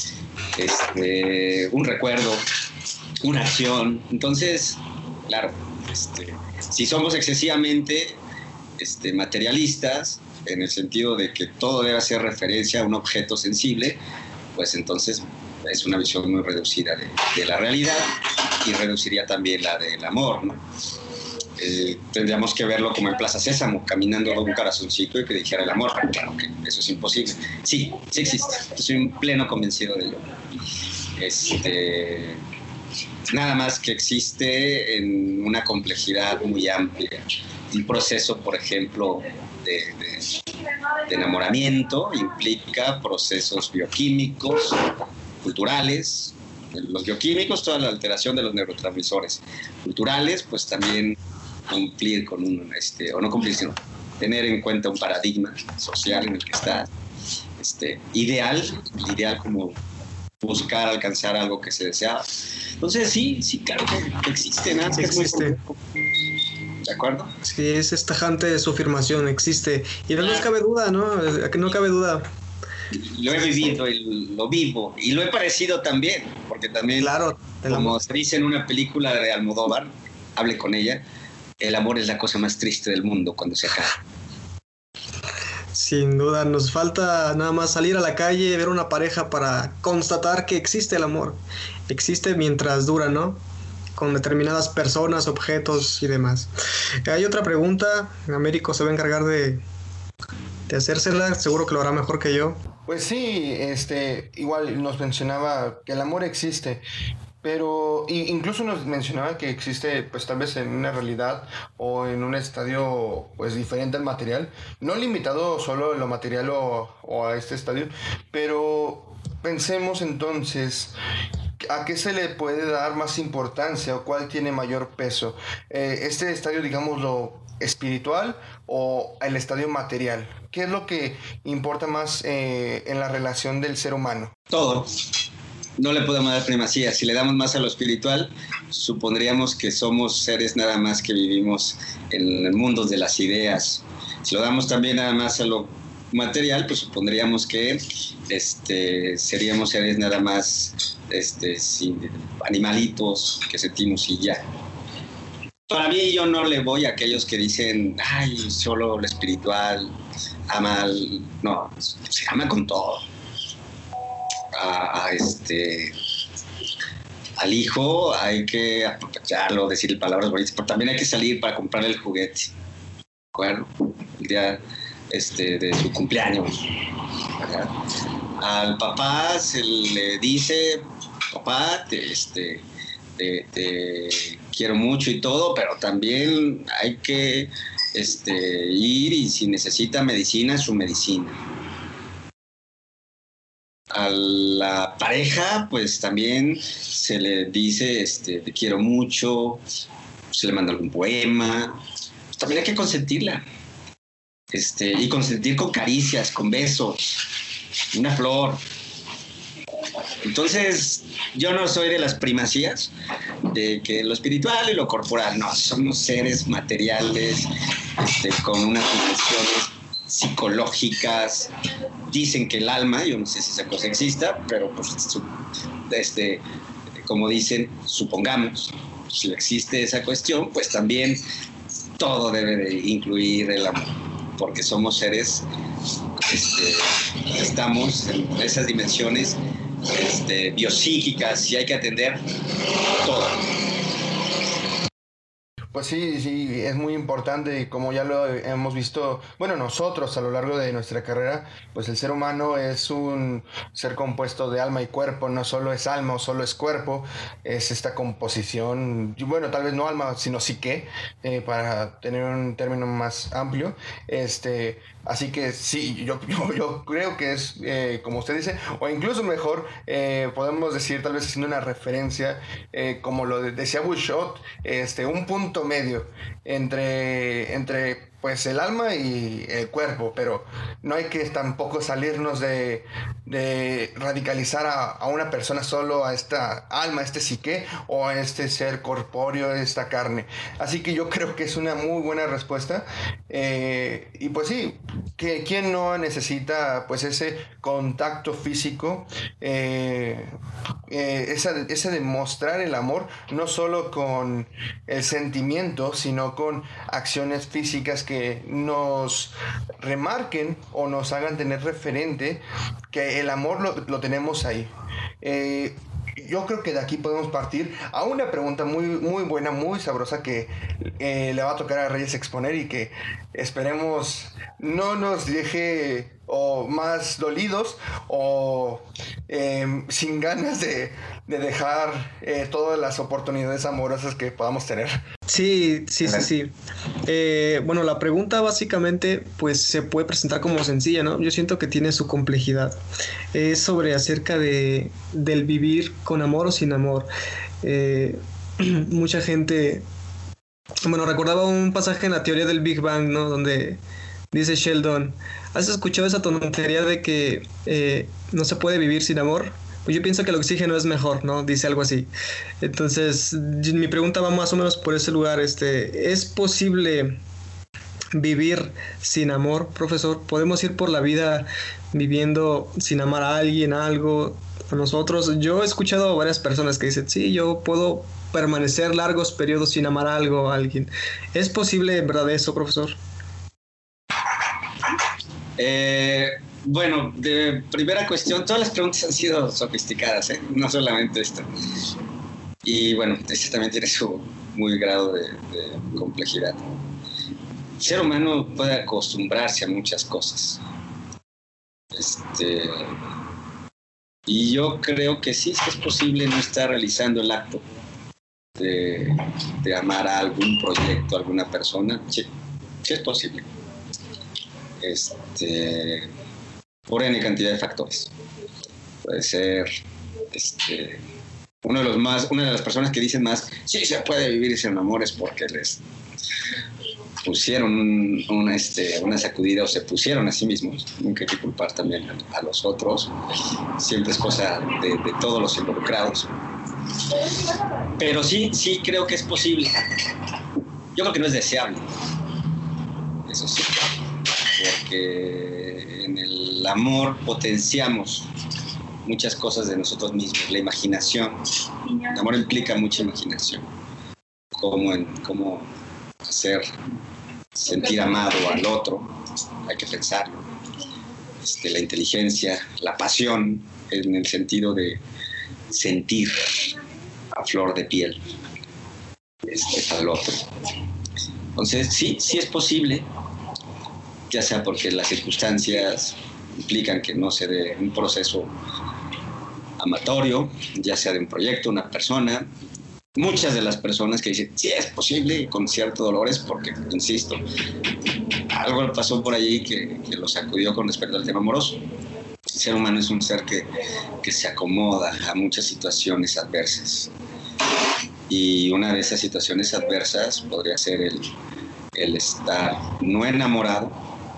este, un recuerdo, una acción. Entonces, claro, este, si somos excesivamente este, materialistas, en el sentido de que todo debe hacer referencia a un objeto sensible, pues entonces es una visión muy reducida de, de la realidad, y reduciría también la del amor, ¿no? Eh, tendríamos que verlo como en Plaza Sésamo, caminando con un corazoncito y que dijera el amor. Claro que eso es imposible. Sí, sí existe. Estoy un pleno convencido de ello. Este, nada más que existe en una complejidad muy amplia. Un proceso, por ejemplo, de, de, de enamoramiento implica procesos bioquímicos, culturales. Los bioquímicos, toda la alteración de los neurotransmisores. Culturales, pues también cumplir con un, este, o no cumplir, sino tener en cuenta un paradigma social en el que está, este, ideal, ideal como buscar alcanzar algo que se deseaba. Entonces sí, sí, claro que, que existe, nada, sí, que existe. Es muy... ¿De acuerdo? Sí, es tajante su afirmación, existe. Y no nos cabe duda, ¿no? Que no cabe duda. lo he vivido y lo vivo, y lo he parecido también, porque también, claro, como se dice en una película de Almodóvar, hable con ella, el amor es la cosa más triste del mundo cuando se acaba. Sin duda, nos falta nada más salir a la calle, ver una pareja para constatar que existe el amor. Existe mientras dura, ¿no? Con determinadas personas, objetos y demás. Hay otra pregunta, Américo se va a encargar de, de hacérsela, seguro que lo hará mejor que yo. Pues sí, este, igual nos mencionaba que el amor existe, pero incluso nos mencionaba que existe pues tal vez en una realidad o en un estadio pues diferente al material, no limitado solo a lo material o, o a este estadio, pero pensemos entonces ¿a qué se le puede dar más importancia o cuál tiene mayor peso? Eh, este estadio, digámoslo, espiritual o el estadio material. ¿Qué es lo que importa más eh, en la relación del ser humano? Todo. No le podemos dar primacía. Si le damos más a lo espiritual, supondríamos que somos seres nada más que vivimos en el mundo de las ideas. Si lo damos también nada más a lo material, pues supondríamos que este, seríamos seres nada más este, sin, animalitos que sentimos y ya. Para mí, yo no le voy a aquellos que dicen, ay, solo lo espiritual, ama, al... no, se ama con todo. A, a este, al hijo hay que aprovecharlo, decirle palabras bonitas, pero también hay que salir para comprar el juguete, ¿de acuerdo? El día este, de su cumpleaños, ¿verdad? Al papá se le dice, papá, te, este, te, te quiero mucho y todo, pero también hay que este, ir y si necesita medicina, su medicina. A la pareja, pues también se le dice, este, te quiero mucho, se le manda algún poema, pues también hay que consentirla, este, y consentir con caricias, con besos, una flor. Entonces, yo no soy de las primacías de que lo espiritual y lo corporal, no, somos seres materiales, este, con unas dimensiones psicológicas. Dicen que el alma, yo no sé si esa cosa exista, pero pues este, como dicen, supongamos, si existe esa cuestión, pues también todo debe de incluir el amor, porque somos seres, este, estamos en esas dimensiones este, biopsíquicas y hay que atender todo. Pues sí, sí, es muy importante y como ya lo hemos visto, bueno, nosotros a lo largo de nuestra carrera, pues el ser humano es un ser compuesto de alma y cuerpo, no solo es alma o solo es cuerpo, es esta composición, y bueno, tal vez no alma, sino psique, eh, para tener un término más amplio, este... Así que sí, yo, yo, yo creo que es, eh, como usted dice, o incluso mejor, eh, podemos decir, tal vez haciendo una referencia, eh, como lo decía Bouchot, este, un punto medio entre, entre pues, el alma y el cuerpo, pero no hay que tampoco salirnos de, de radicalizar a, a una persona solo, a esta alma, a este psique, o a este ser corpóreo, esta carne. Así que yo creo que es una muy buena respuesta, eh, y pues sí, que quién no necesita pues ese contacto físico, eh, eh, esa, ese demostrar el amor no solo con el sentimiento, sino con acciones físicas que nos remarquen o nos hagan tener referente que el amor lo, lo tenemos ahí. Eh, yo creo que de aquí podemos partir a una pregunta muy, muy buena, muy sabrosa que eh, le va a tocar a Reyes exponer y que esperemos no nos deje o más dolidos o eh, sin ganas de, de dejar eh, todas las oportunidades amorosas que podamos tener. Sí, sí, sí, sí. Eh, bueno, la pregunta básicamente pues se puede presentar como sencilla, ¿no? Yo siento que tiene su complejidad. Es sobre acerca de del vivir con amor o sin amor. Eh, mucha gente... Bueno, recordaba un pasaje en la teoría del Big Bang, ¿no? Donde dice Sheldon, ¿has escuchado esa tontería de que eh, no se puede vivir sin amor? Pues yo pienso que el oxígeno es mejor, ¿no? Dice algo así. Entonces, mi pregunta va más o menos por ese lugar. Este, ¿es posible vivir sin amor, profesor? ¿Podemos ir por la vida viviendo sin amar a alguien, a algo, a nosotros? Yo he escuchado a varias personas que dicen, sí, yo puedo permanecer largos periodos sin amar a algo, a alguien. ¿Es posible en verdad eso, profesor? Eh, bueno, de primera cuestión, todas las preguntas han sido sofisticadas, ¿eh? No solamente esta. Y bueno, este también tiene su muy grado de, de complejidad. El ser humano puede acostumbrarse a muchas cosas. Este, y yo creo que sí, sí es posible no estar realizando el acto de, de amar a algún proyecto, a alguna persona. Sí, sí es posible. Este, por N cantidad de factores. Puede ser este, uno de los más, una de las personas que dicen más, sí se puede vivir sin amor, es porque les pusieron un, una, este, una sacudida o se pusieron a sí mismos. Nunca hay que culpar también a, a los otros. Siempre es cosa de, de todos los involucrados. Pero sí, sí creo que es posible. Yo creo que no es deseable. Eso sí. Porque en el amor potenciamos muchas cosas de nosotros mismos. La imaginación. El amor implica mucha imaginación. Cómo, en, cómo hacer sentir amado al otro, hay que pensarlo. Este, la inteligencia, la pasión, en el sentido de sentir a flor de piel este, al otro. Entonces, sí, sí es posible, ya sea porque las circunstancias implican que no se dé un proceso amatorio, ya sea de un proyecto, una persona. Muchas de las personas que dicen, sí, es posible, con cierto dolor, es porque, insisto, algo pasó por allí que, que los sacudió con respecto al tema amoroso. El ser humano es un ser que, que se acomoda a muchas situaciones adversas. Y una de esas situaciones adversas podría ser el, el estar no enamorado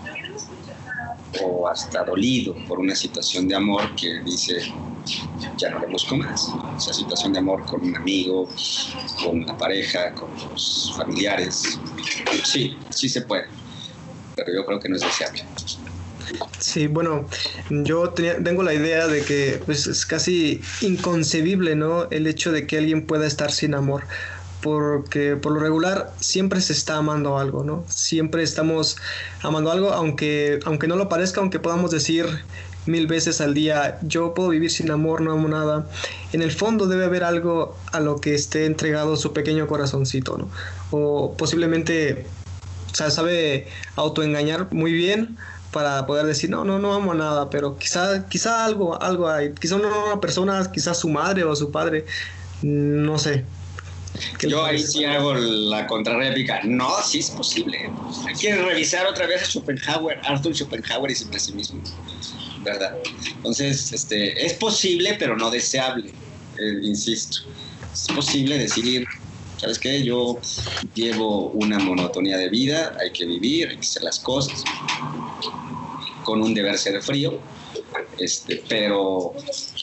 o hasta dolido por una situación de amor que dice, ya no le busco más. Esa situación de amor con un amigo, con la pareja, con los familiares. Sí, sí se puede, pero yo creo que no es deseable. Sí, bueno, yo tenía, tengo la idea de que pues, es casi inconcebible, ¿no?, el hecho de que alguien pueda estar sin amor, porque por lo regular siempre se está amando algo, ¿no? Siempre estamos amando algo, aunque, aunque no lo parezca, aunque podamos decir mil veces al día, yo puedo vivir sin amor, no amo nada. En el fondo debe haber algo a lo que esté entregado su pequeño corazoncito, ¿no? O posiblemente, o sea, sabe autoengañar muy bien para poder decir, no, no, no amo nada, pero quizá, quizá algo, algo hay. Quizá no una persona, quizá su madre o su padre, no sé. Yo ahí sí hago la contrarréplica. No, sí es posible. Quiero revisar otra vez a Schopenhauer, Arthur Schopenhauer y su pesimismo, ¿verdad? Entonces, este, es posible, pero no deseable, eh, insisto. Es posible decidir, ¿sabes qué? Yo llevo una monotonía de vida, hay que vivir, hay que hacer las cosas, con un deber ser frío, este, pero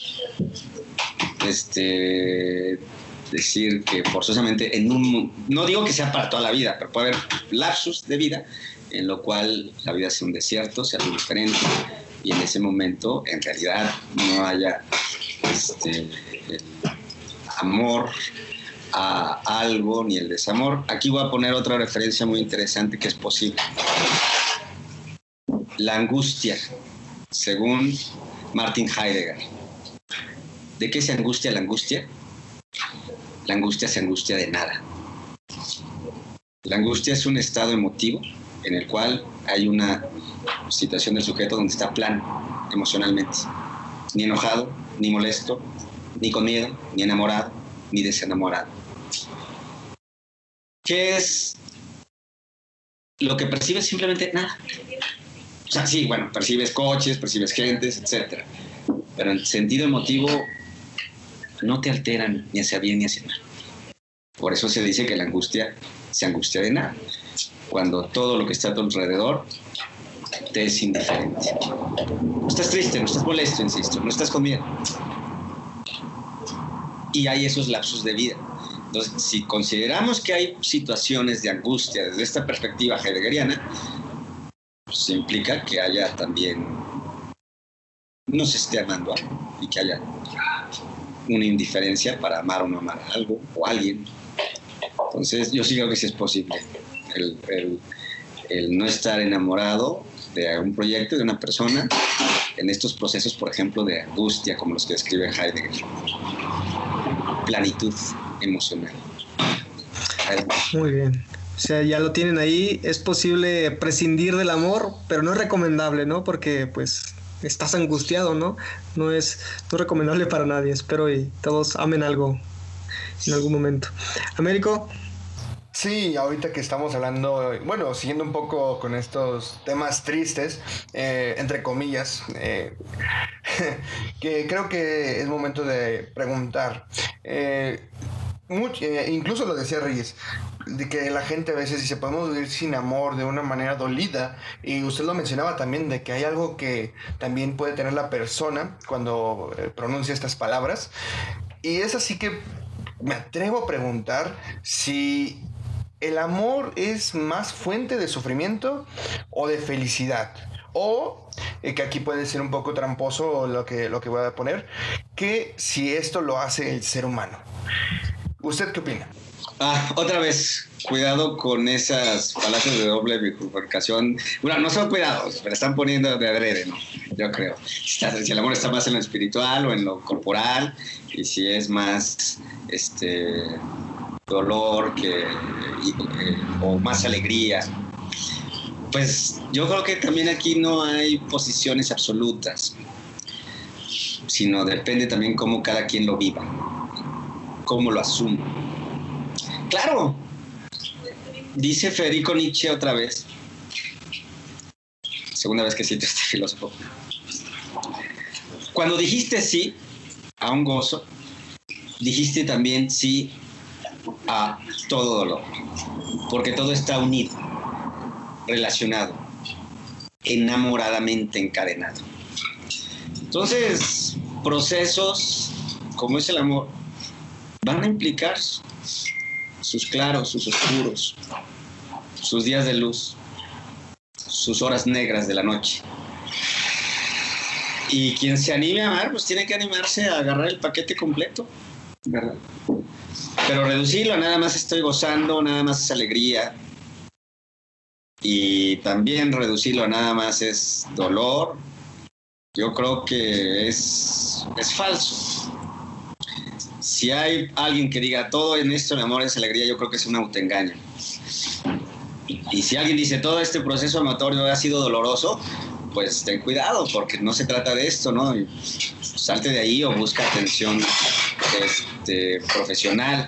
este, decir que forzosamente en un, no digo que sea para toda la vida, pero puede haber lapsus de vida en lo cual la vida sea un desierto, sea algo diferente, y en ese momento en realidad no haya este, el amor a algo ni el desamor. Aquí voy a poner otra referencia muy interesante que es posible. La angustia, según Martin Heidegger. ¿De qué se angustia la angustia? La angustia se angustia de nada. La angustia es un estado emotivo en el cual hay una situación del sujeto donde está plano emocionalmente. Ni enojado, ni molesto, ni con miedo, ni enamorado, ni desenamorado. ¿Qué es lo que percibes? Simplemente nada. O sea, sí, bueno, percibes coches, percibes gentes, etcétera. Pero en sentido emotivo no te alteran ni hacia bien ni hacia mal. Por eso se dice que la angustia se angustia de nada. Cuando todo lo que está a tu alrededor te es indiferente. No estás triste, no estás molesto, insisto, no estás con miedo. Y hay esos lapsos de vida Entonces, si consideramos que hay situaciones de angustia desde esta perspectiva heideggeriana, pues implica que haya también, no se esté amando algo y que haya una indiferencia para amar o no amar a algo o a alguien. Entonces, yo sí creo que sí es posible el, el, el no estar enamorado de un proyecto, de una persona, en estos procesos, por ejemplo, de angustia, como los que describe Heidegger. Planitud emocional. Muy bien. O sea, ya lo tienen ahí. Es posible prescindir del amor, pero no es recomendable, ¿no? Porque, pues, estás angustiado, ¿no? No es, no es recomendable para nadie. Espero y todos amen algo en algún momento. Américo. Sí, ahorita que estamos hablando, bueno, siguiendo un poco con estos temas tristes, eh, entre comillas, eh, que creo que es momento de preguntar. Eh, mucho, eh, incluso lo decía Reyes, de que la gente a veces dice, podemos vivir sin amor de una manera dolida, y usted lo mencionaba también, de que hay algo que también puede tener la persona cuando eh, pronuncia estas palabras, y es así que me atrevo a preguntar si el amor es más fuente de sufrimiento o de felicidad. O, eh, que aquí puede ser un poco tramposo lo que, lo que voy a poner, que si esto lo hace el ser humano. ¿Usted qué opina? Ah, otra vez, cuidado con esas falacias de doble bifurcación. Bueno, no son cuidados, me la están poniendo de adrede, ¿no? Yo creo. Si el amor está más en lo espiritual o en lo corporal, y si es más este dolor que, y, eh, o más alegría. Pues yo creo que también aquí no hay posiciones absolutas, sino depende también cómo cada quien lo viva, cómo lo asume. Claro, dice Federico Nietzsche otra vez, segunda vez que cito a este filósofo, cuando dijiste sí a un gozo, dijiste también sí a todo dolor, porque todo está unido, relacionado, enamoradamente encadenado. Entonces, procesos como es el amor van a implicar sus claros, sus oscuros, sus días de luz, sus horas negras de la noche. Y quien se anime a amar, pues tiene que animarse a agarrar el paquete completo, ¿verdad? Pero reducirlo a nada más estoy gozando, nada más es alegría. Y también reducirlo a nada más es dolor. Yo creo que es, es falso. Si hay alguien que diga todo en esto, el amor es alegría, yo creo que es un autoengaño. Y si alguien dice todo este proceso amatorio ha sido doloroso, pues ten cuidado, porque no se trata de esto, ¿no? Y salte de ahí o busca atención este, profesional.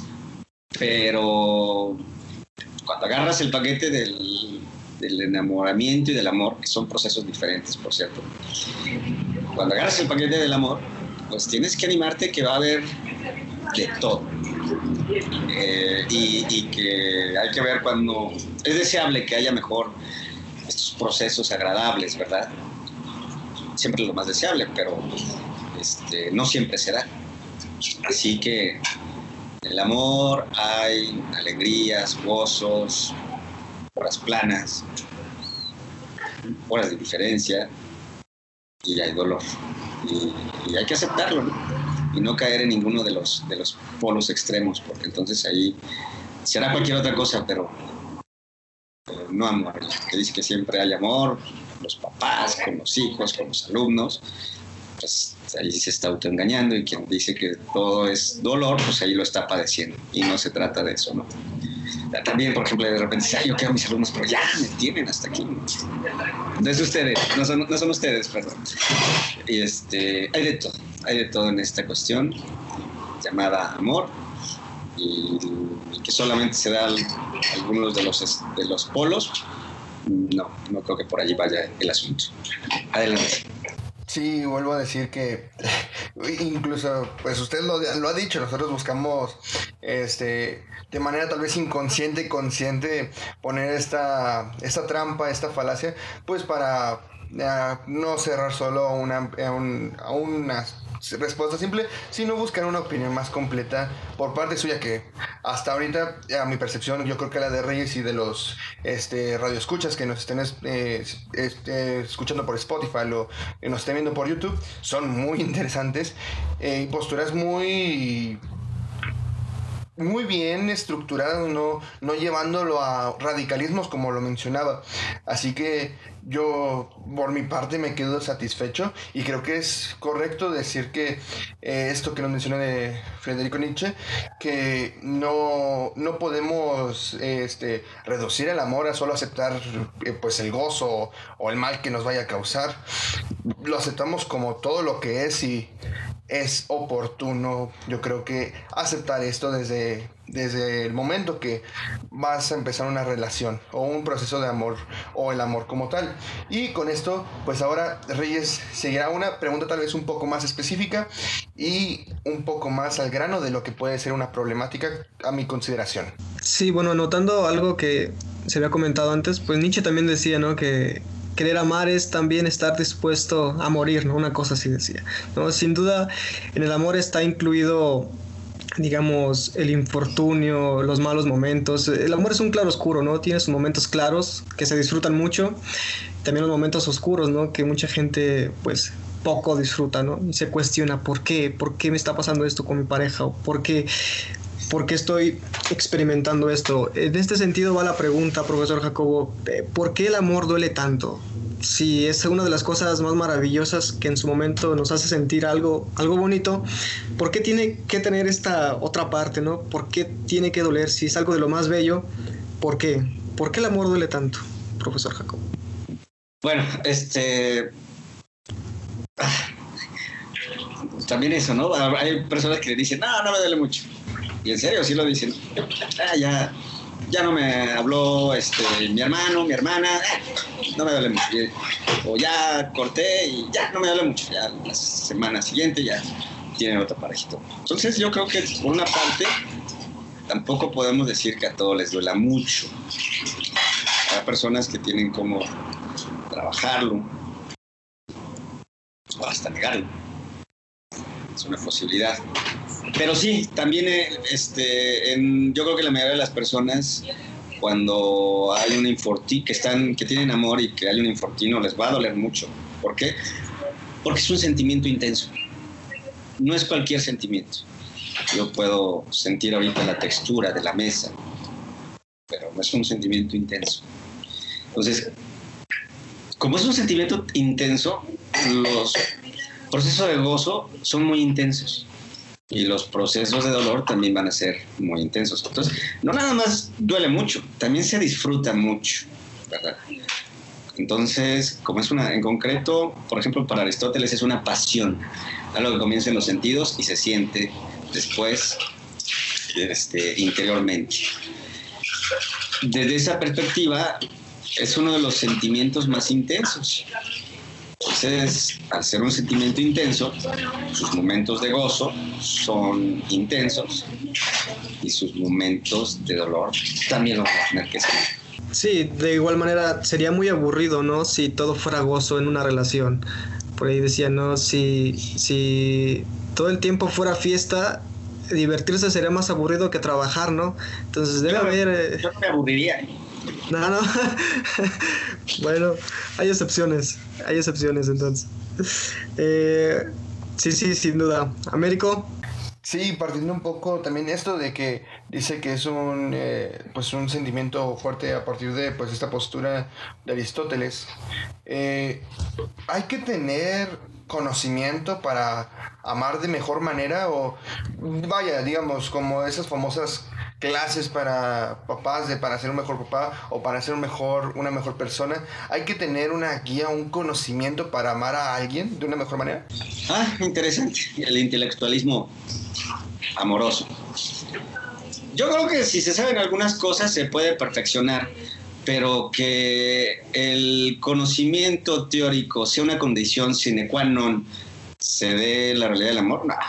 Pero cuando agarras el paquete del, del enamoramiento y del amor, que son procesos diferentes, por cierto, cuando agarras el paquete del amor, pues tienes que animarte que va a haber de todo. Eh, y, y que hay que ver cuando es deseable que haya mejor estos procesos agradables, ¿verdad? Siempre es lo más deseable, pero este, no siempre se da. Así que en el amor hay alegrías, gozos, horas planas, horas de diferencia, y hay dolor. Y, y hay que aceptarlo, ¿no? Y no caer en ninguno de los, de los polos extremos, porque entonces ahí será cualquier otra cosa, pero eh, no amor. Que dice que siempre hay amor, con los papás, con los hijos, con los alumnos, pues ahí se está autoengañando, y quien dice que todo es dolor, pues ahí lo está padeciendo, y no se trata de eso, ¿no? También, por ejemplo, de repente dice, ay, yo quiero a mis alumnos, pero ya me tienen hasta aquí. Entonces ustedes, no son, no son ustedes, perdón. Y este, hay de todo, hay de todo en esta cuestión llamada amor, y, y que solamente se da algunos de los, de los polos. No, no creo que por allí vaya el asunto. Adelante. Sí, vuelvo a decir que incluso, pues usted lo, lo ha dicho, nosotros buscamos este de manera tal vez inconsciente y consciente poner esta, esta trampa, esta falacia, pues para uh, no cerrar solo una, a, un, a una respuesta simple, sino buscar una opinión más completa por parte suya, que hasta ahorita, a mi percepción, yo creo que la de Reyes y de los este, radioescuchas que nos estén eh, este, escuchando por Spotify o que nos estén viendo por YouTube, son muy interesantes. Eh, posturas muy... muy bien estructurado, no, no llevándolo a radicalismos como lo mencionaba. Así que yo, por mi parte, me quedo satisfecho y creo que es correcto decir que eh, esto que nos menciona de Federico Nietzsche, que no, no podemos este, reducir el amor a solo aceptar eh, pues el gozo o, o el mal que nos vaya a causar. Lo aceptamos como todo lo que es y es oportuno, yo creo que aceptar esto desde, desde el momento que vas a empezar una relación o un proceso de amor o el amor como tal. Y con esto, pues ahora Reyes seguirá una pregunta tal vez un poco más específica y un poco más al grano de lo que puede ser una problemática a mi consideración. Sí, bueno, notando algo que se había comentado antes, pues Nietzsche también decía, ¿no?, que querer amar es también estar dispuesto a morir, ¿no? Una cosa así decía, ¿no? Sin duda, en el amor está incluido, digamos, el infortunio, los malos momentos. El amor es un claroscuro, ¿no? Tiene sus momentos claros que se disfrutan mucho, también los momentos oscuros, ¿no?, que mucha gente, pues, poco disfruta, ¿no? Y se cuestiona por qué, por qué me está pasando esto con mi pareja, o por qué... ¿Por qué estoy experimentando esto? En este sentido va la pregunta, profesor Jacobo, ¿por qué el amor duele tanto? Si es una de las cosas más maravillosas que en su momento nos hace sentir algo, algo bonito, ¿por qué tiene que tener esta otra parte, ¿no? ¿Por qué tiene que doler? Si es algo de lo más bello, ¿por qué? ¿Por qué el amor duele tanto, profesor Jacobo? Bueno, este... también eso, ¿no? Hay personas que le dicen, no, no me duele mucho. Y en serio, sí lo dicen. Ah, ya, ya no me habló este, mi hermano, mi hermana, ah, no me duele mucho. O ya corté y ya no me duele mucho. Ya la semana siguiente ya tienen otra parejita. Entonces yo creo que por una parte tampoco podemos decir que a todos les duela mucho. Hay personas que tienen como trabajarlo o hasta negarlo. Es una posibilidad. Pero sí, también este, en, yo creo que la mayoría de las personas, cuando hay un infortunio, que, están, que tienen amor y que hay un infortunio, les va a doler mucho. ¿Por qué? Porque es un sentimiento intenso. No es cualquier sentimiento. Yo puedo sentir ahorita la textura de la mesa, pero no es un sentimiento intenso. Entonces, como es un sentimiento intenso, los procesos de gozo son muy intensos. Y los procesos de dolor también van a ser muy intensos. Entonces, no nada más duele mucho, también se disfruta mucho, ¿verdad? Entonces, como es una, en concreto, por ejemplo, para Aristóteles es una pasión, algo que comienza en los sentidos y se siente después este, interiormente. Desde esa perspectiva, es uno de los sentimientos más intensos. Entonces, al ser un sentimiento intenso, sus momentos de gozo son intensos y sus momentos de dolor también los van a tener que ser. Sí, de igual manera sería muy aburrido, ¿no?, si todo fuera gozo en una relación. Por ahí decía, ¿no?, si, si todo el tiempo fuera fiesta, divertirse sería más aburrido que trabajar, ¿no? Entonces debe yo, haber... Eh... Yo me aburriría. No, no. Bueno, hay excepciones. Hay excepciones, entonces. Eh, sí, sí, sin duda. ¿Américo? Sí, partiendo un poco también esto de que dice que es un, eh, pues un sentimiento fuerte a partir de pues esta postura de Aristóteles. Eh, hay que tener conocimiento para amar de mejor manera o vaya, digamos, como esas famosas clases para papás de para ser un mejor papá o para ser un mejor, una mejor persona. Hay que tener una guía, un conocimiento para amar a alguien de una mejor manera. Ah, interesante. El intelectualismo amoroso. Yo creo que si se saben algunas cosas se puede perfeccionar, pero que el conocimiento teórico sea una condición sine qua non se dé la realidad del amor, no,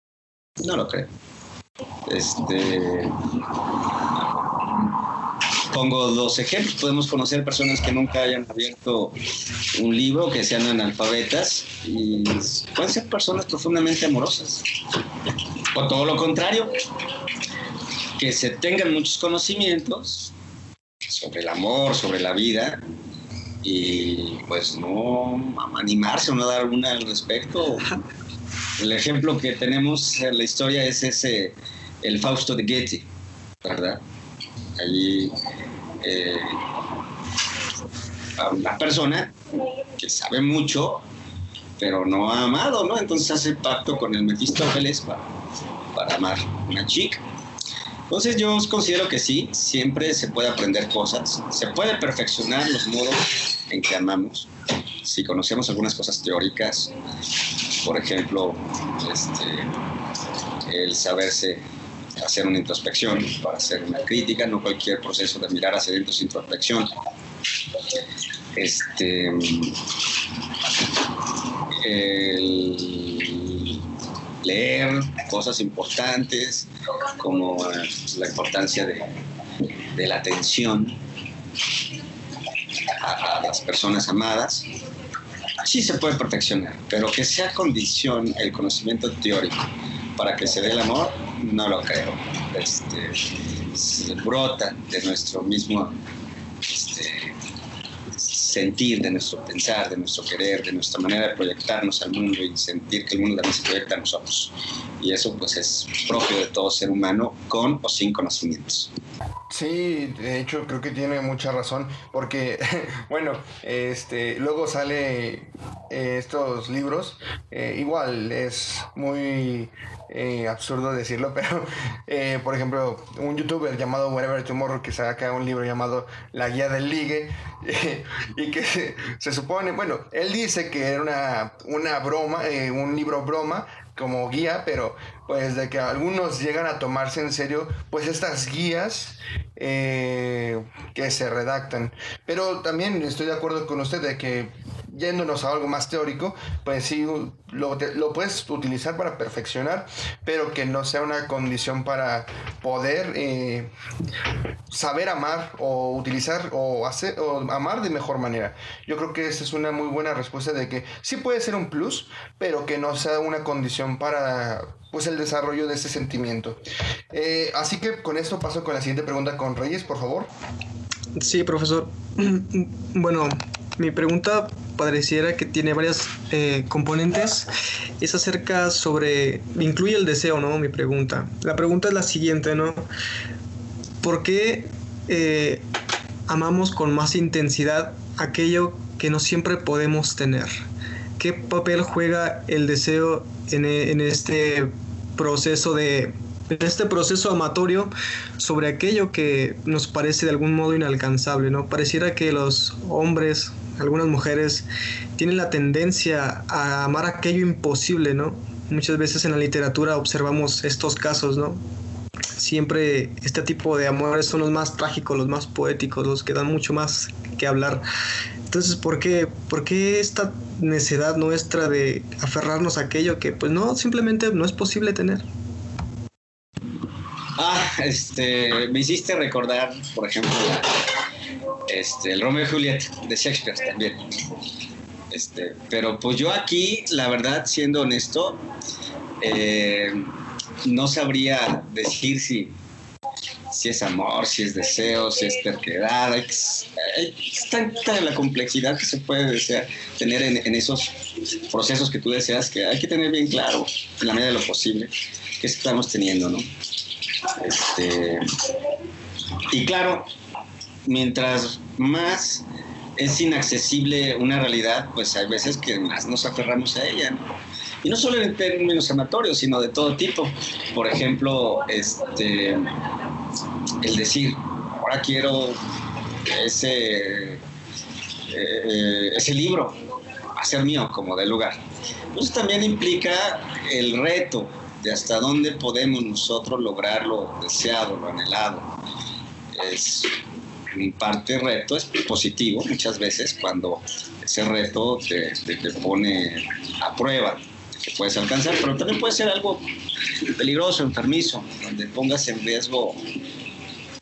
no lo creo. Este, pongo dos ejemplos. Podemos conocer personas que nunca hayan abierto un libro, que sean analfabetas, y pueden ser personas profundamente amorosas. O todo lo contrario, que se tengan muchos conocimientos sobre el amor, sobre la vida, y pues no animarse o no dar una al respecto. El ejemplo que tenemos en la historia es ese, el Fausto de Goethe, ¿verdad? Allí eh, a una persona que sabe mucho, pero no ha amado, ¿no? Entonces hace pacto con el Mefistófeles para, para amar a una chica. Entonces yo considero que sí, siempre se puede aprender cosas, se puede perfeccionar los modos en que amamos. Si conocemos algunas cosas teóricas, por ejemplo, este, el saberse hacer una introspección para hacer una crítica, no cualquier proceso de mirar hacia adentro es introspección. Este, el leer cosas importantes como la importancia de, de la atención a, a las personas amadas, sí se puede perfeccionar, pero que sea condición el conocimiento teórico para que se dé el amor, no lo creo. Este, se brota de nuestro mismo este, sentir, de nuestro pensar, de nuestro querer, de nuestra manera de proyectarnos al mundo y sentir que el mundo también se proyecta a nosotros. Y eso pues es propio de todo ser humano, con o sin conocimientos. Sí, de hecho creo que tiene mucha razón, porque bueno, este, luego sale eh, estos libros, eh, igual es muy eh, absurdo decirlo, pero eh, por ejemplo, un youtuber llamado Whatever Tomorrow que saca un libro llamado La Guía del Ligue, eh, y que se, se supone, bueno, él dice que era una, una broma, eh, un libro broma, como guía, pero pues de que algunos llegan a tomarse en serio pues estas guías eh, que se redactan. Pero también estoy de acuerdo con usted de que yéndonos a algo más teórico, pues sí lo, lo puedes utilizar para perfeccionar, pero que no sea una condición para poder eh, saber amar o utilizar o hacer o amar de mejor manera. Yo creo que esa es una muy buena respuesta de que sí puede ser un plus, pero que no sea una condición para pues el desarrollo de ese sentimiento. Eh, así que con esto paso con la siguiente pregunta con Reyes, por favor. Sí, profesor. Bueno, mi pregunta pareciera que tiene varias eh, componentes. Es acerca sobre... Incluye el deseo, ¿no? Mi pregunta. La pregunta es la siguiente, ¿no? ¿Por qué eh, amamos con más intensidad aquello que no siempre podemos tener? ¿Qué papel juega el deseo en, en este proceso de... en este proceso amatorio sobre aquello que nos parece de algún modo inalcanzable, ¿no? Pareciera que los hombres, algunas mujeres, tienen la tendencia a amar aquello imposible, ¿no? Muchas veces en la literatura observamos estos casos, ¿no? Siempre este tipo de amores son los más trágicos, los más poéticos, los que dan mucho más que hablar. Entonces, ¿por qué, por qué esta necedad nuestra de aferrarnos a aquello que, pues no, simplemente no es posible tener? Ah, este, me hiciste recordar, por ejemplo, este, el Romeo y Julieta de Shakespeare también. Este, pero pues yo aquí, la verdad, siendo honesto, eh, no sabría decir si, si es amor, si es deseo, si es terquedad. Es, es tanta la complejidad que se puede desear, tener en, en esos procesos que tú deseas, que hay que tener bien claro, en la medida de lo posible, que estamos teniendo, ¿no? Este, y claro, mientras más es inaccesible una realidad, pues hay veces que más nos aferramos a ella, ¿no? Y no solo en términos amatorios, sino de todo tipo. Por ejemplo, este, el decir, ahora quiero ese, eh, ese libro, hacer mío como del lugar. Entonces también implica el reto de hasta dónde podemos nosotros lograr lo deseado, lo anhelado. Es en parte reto, es positivo muchas veces cuando ese reto te, te, te pone a prueba, que puedes alcanzar, pero también puede ser algo peligroso, enfermizo, donde pongas en riesgo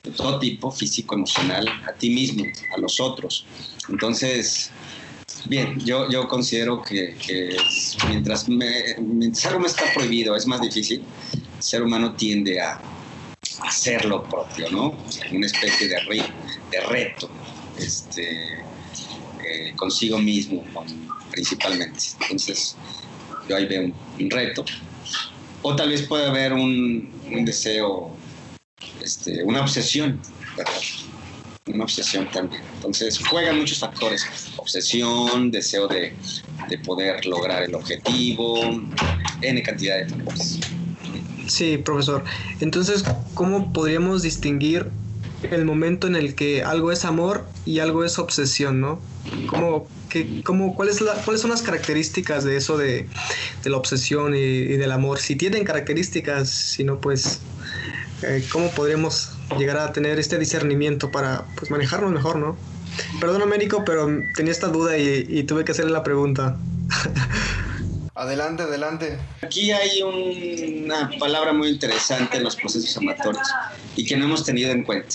de todo tipo, físico, emocional, a ti mismo, a los otros. Entonces, bien, yo, yo considero que, que mientras, me, mientras algo me está prohibido, es más difícil, el ser humano tiende a hacer lo propio, ¿no? Una especie de, re, de reto este, eh, consigo mismo, principalmente. Entonces, yo ahí veo un, un reto. O tal vez puede haber un, un deseo, este, una obsesión, ¿verdad? Una obsesión también. Entonces juegan muchos factores: obsesión, deseo de, de poder lograr el objetivo, N cantidad de factores. Sí, profesor. Entonces, ¿cómo podríamos distinguir el momento en el que algo es amor y algo es obsesión, ¿no? ¿Cómo, qué, cómo, cuál es la, ¿Cuáles son las características de eso de, de la obsesión y, y del amor? Si tienen características, si no, pues, eh, ¿cómo podríamos llegar a tener este discernimiento para, pues, manejarnos mejor, ¿no? Perdón, Américo, pero tenía esta duda y, y tuve que hacerle la pregunta. Adelante, adelante. Aquí hay un, una palabra muy interesante en los procesos amatorios y que no hemos tenido en cuenta.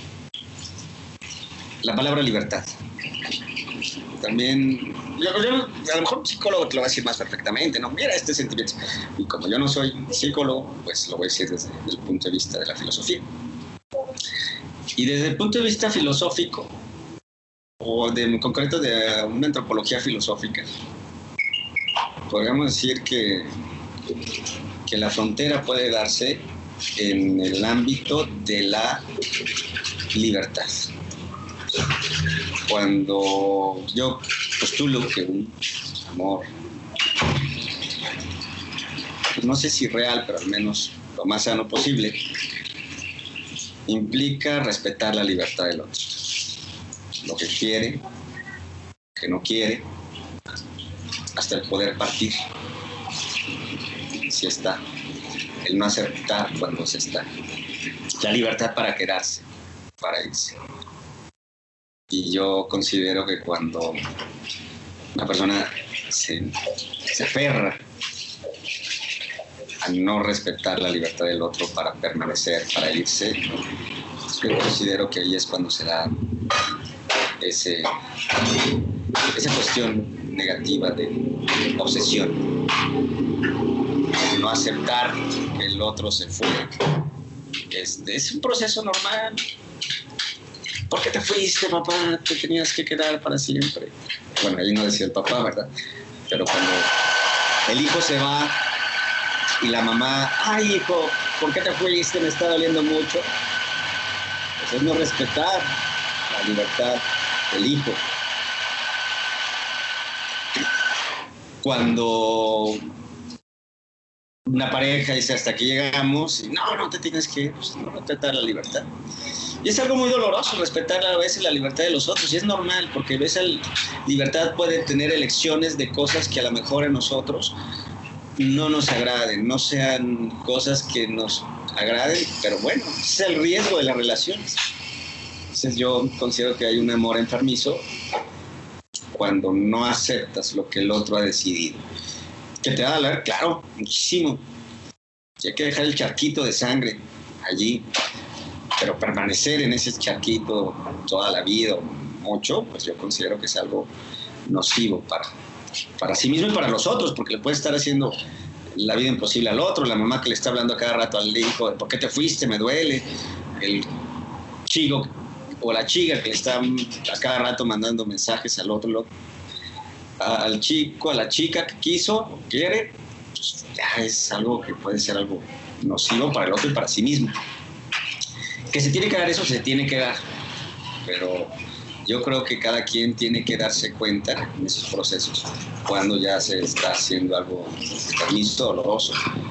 La palabra libertad. También, yo, yo, a lo mejor un psicólogo te lo va a decir más perfectamente, ¿no? Mira este sentimiento. Y como yo no soy psicólogo, pues lo voy a decir desde, desde el punto de vista de la filosofía. Y desde el punto de vista filosófico, o de, en concreto de una antropología filosófica, podríamos decir que, que la frontera puede darse en el ámbito de la libertad. Cuando yo postulo que un amor, no sé si real, pero al menos lo más sano posible, implica respetar la libertad del otro. Lo que quiere, que no quiere, hasta el poder partir, si está, el no aceptar cuando se está, la libertad para quedarse, para irse. Y yo considero que cuando una persona se, se aferra a no respetar la libertad del otro para permanecer, para irse, yo considero que ahí es cuando se da ese, esa cuestión negativa de obsesión, no aceptar que el otro se fue. Este, es un proceso normal. ¿Por qué te fuiste, papá? Te tenías que quedar para siempre. Bueno, ahí no decía el papá, ¿verdad? Pero cuando el hijo se va y la mamá, ay, hijo, ¿por qué te fuiste? Me está doliendo mucho. Pues es no respetar la libertad del hijo. Cuando una pareja dice hasta aquí llegamos, y no, no te tienes que ir, pues no respetar la libertad. Y es algo muy doloroso respetar a veces la libertad de los otros, y es normal, porque a veces la libertad puede tener elecciones de cosas que a lo mejor en nosotros no nos agraden, no sean cosas que nos agraden, pero bueno, ese es el riesgo de las relaciones. Entonces yo considero que hay un amor enfermizo cuando no aceptas lo que el otro ha decidido. Que te va a doler, claro, muchísimo. Y hay que dejar el charquito de sangre allí, pero permanecer en ese charquito toda la vida, mucho, pues yo considero que es algo nocivo para, para sí mismo y para los otros, porque le puede estar haciendo la vida imposible al otro, la mamá que le está hablando a cada rato al hijo, ¿por qué te fuiste? Me duele. El chico o la chica que le está a cada rato mandando mensajes al otro, al chico, a la chica que quiso o quiere, pues ya es algo que puede ser algo nocivo para el otro y para sí mismo. Que se tiene que dar eso, se tiene que dar, pero yo creo que cada quien tiene que darse cuenta en esos procesos cuando ya se está haciendo algo enfermizo, doloroso,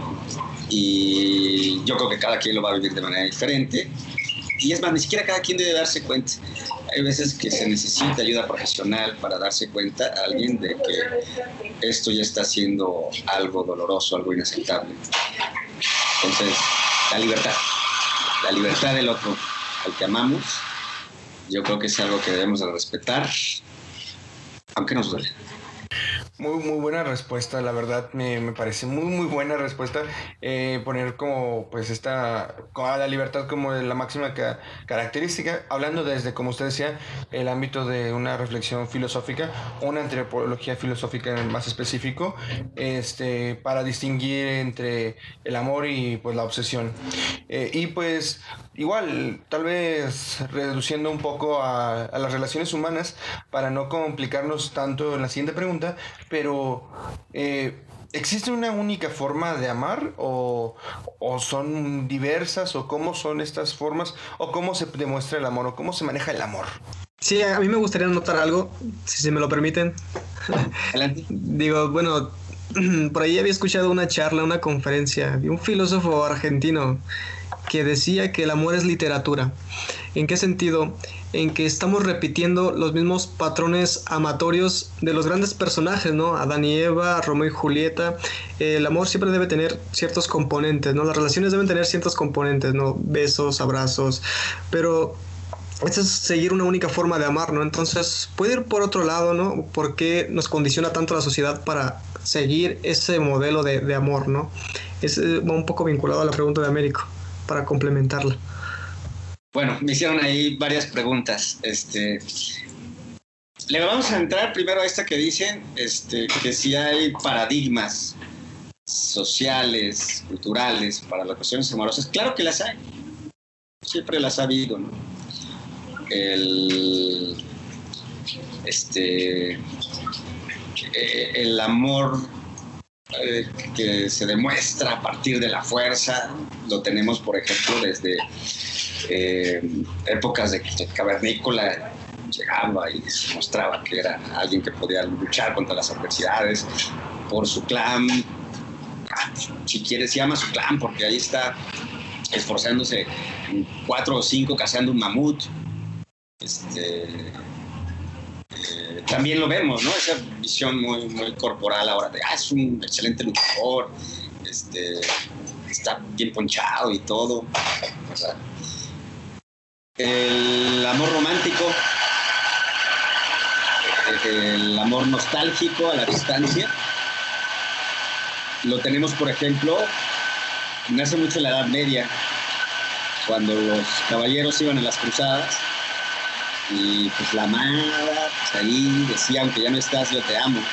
y yo creo que cada quien lo va a vivir de manera diferente. Y es más, ni siquiera cada quien debe darse cuenta. Hay veces que se necesita ayuda profesional para darse cuenta a alguien de que esto ya está haciendo algo doloroso, algo inaceptable. Entonces, la libertad, la libertad del otro al que amamos, yo creo que es algo que debemos de respetar, aunque nos duele. Muy, muy buena respuesta, la verdad, me, me parece muy, muy buena respuesta. Eh, poner como, pues, esta, como a la libertad como la máxima ca- característica, hablando desde, como usted decía, el ámbito de una reflexión filosófica, una antropología filosófica en más específico, este, para distinguir entre el amor y, pues, la obsesión. Eh, y, pues, igual, tal vez reduciendo un poco a, a las relaciones humanas, para no complicarnos tanto en la siguiente pregunta, pero eh, ¿existe una única forma de amar o, o son diversas o cómo son estas formas o cómo se demuestra el amor o cómo se maneja el amor? Sí, a mí me gustaría anotar algo, si se me lo permiten. Adelante. Digo, bueno, por ahí había escuchado una charla, una conferencia de un filósofo argentino que decía que el amor es literatura. ¿En qué sentido? En que estamos repitiendo los mismos patrones amatorios de los grandes personajes, ¿no? Adán y Eva, Romeo y Julieta. El amor siempre debe tener ciertos componentes, ¿no? Las relaciones deben tener ciertos componentes, ¿no? Besos, abrazos, pero esto es seguir una única forma de amar, ¿no? Entonces, puede ir por otro lado, ¿no? ¿Por qué nos condiciona tanto la sociedad para seguir ese modelo de, de amor, ¿no? Es eh, va un poco vinculado a la pregunta de Américo, para complementarla. Bueno, me hicieron ahí varias preguntas. Este, le vamos a entrar primero a esta que dicen este, que si hay paradigmas sociales, culturales para las cuestiones amorosas. Claro que las hay. Siempre las ha habido, ¿no? El, este, el amor eh, que se demuestra a partir de la fuerza lo tenemos, por ejemplo, desde Eh, épocas de que Cavernícola llegaba y se mostraba que era alguien que podía luchar contra las adversidades por su clan. Ah, si quieres, se llama su clan porque ahí está esforzándose cuatro o cinco cazando un mamut. Este, eh, también lo vemos, ¿no? Esa visión muy, muy corporal ahora de, ah, es un excelente luchador, este, está bien ponchado y todo, ¿verdad? El amor romántico, el amor nostálgico a la distancia, lo tenemos, por ejemplo, nace mucho en la Edad Media, cuando los caballeros iban a las cruzadas y pues la amada, pues ahí decía, aunque ya no estás, yo te amo.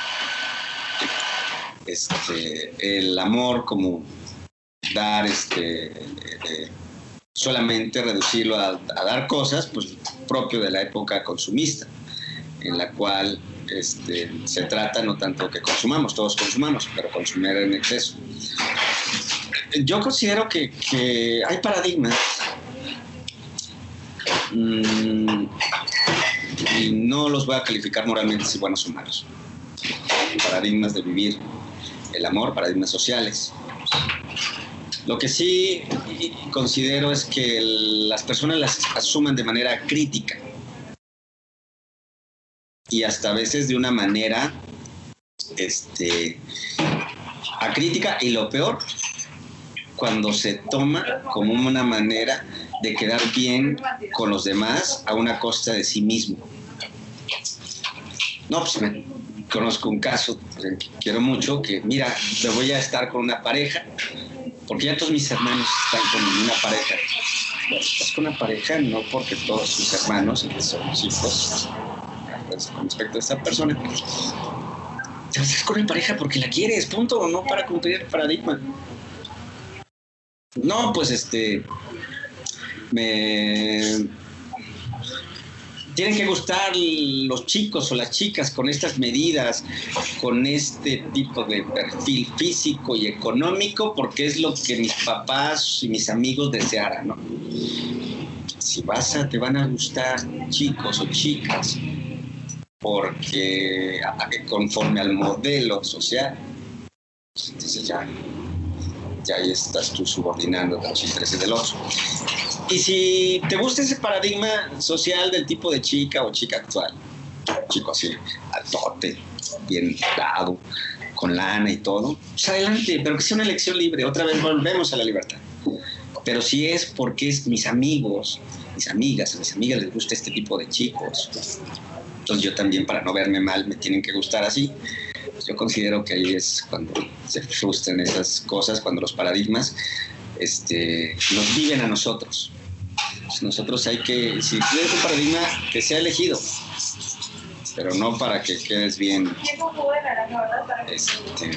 Este, el amor como dar este... Eh, solamente reducirlo a, a dar cosas, pues propio de la época consumista, en la cual este, se trata no tanto que consumamos, todos consumamos, pero consumir en exceso. Yo considero que, que hay paradigmas mmm, y no los voy a calificar moralmente si buenos o malos. Paradigmas de vivir el amor, paradigmas sociales. Lo que sí considero es que las personas las asuman de manera crítica y hasta a veces de una manera este, acrítica, y lo peor, cuando se toma como una manera de quedar bien con los demás a una costa de sí mismo. No, pues me conozco un caso que quiero mucho, que mira, me voy a estar con una pareja porque ya todos mis hermanos están con una pareja. Bueno, estás con una pareja no porque todos sus hermanos son los hijos, pues, con respecto a esta persona, te estás con una pareja porque la quieres, punto, no para cumplir el paradigma. No, pues este, me tienen que gustar los chicos o las chicas con estas medidas, con este tipo de perfil físico y económico, porque es lo que mis papás y mis amigos desearan, ¿no? Si vas a, te van a gustar chicos o chicas porque conforme al modelo social, entonces ya, ya ahí estás tú subordinando a los intereses del otro. Y si te gusta ese paradigma social del tipo de chica o chica actual, chico así, altote, bien dado, con lana y todo, pues adelante, pero que sea una elección libre. Otra vez volvemos a la libertad. Pero si es porque es mis amigos, mis amigas, a mis amigas les gusta este tipo de chicos, entonces yo también, para no verme mal, me tienen que gustar así. Yo considero que ahí es cuando se frustran esas cosas, cuando los paradigmas este, nos viven a nosotros. Pues nosotros hay que, si tienes un paradigma, que sea elegido, pero no para que quedes bien. Este,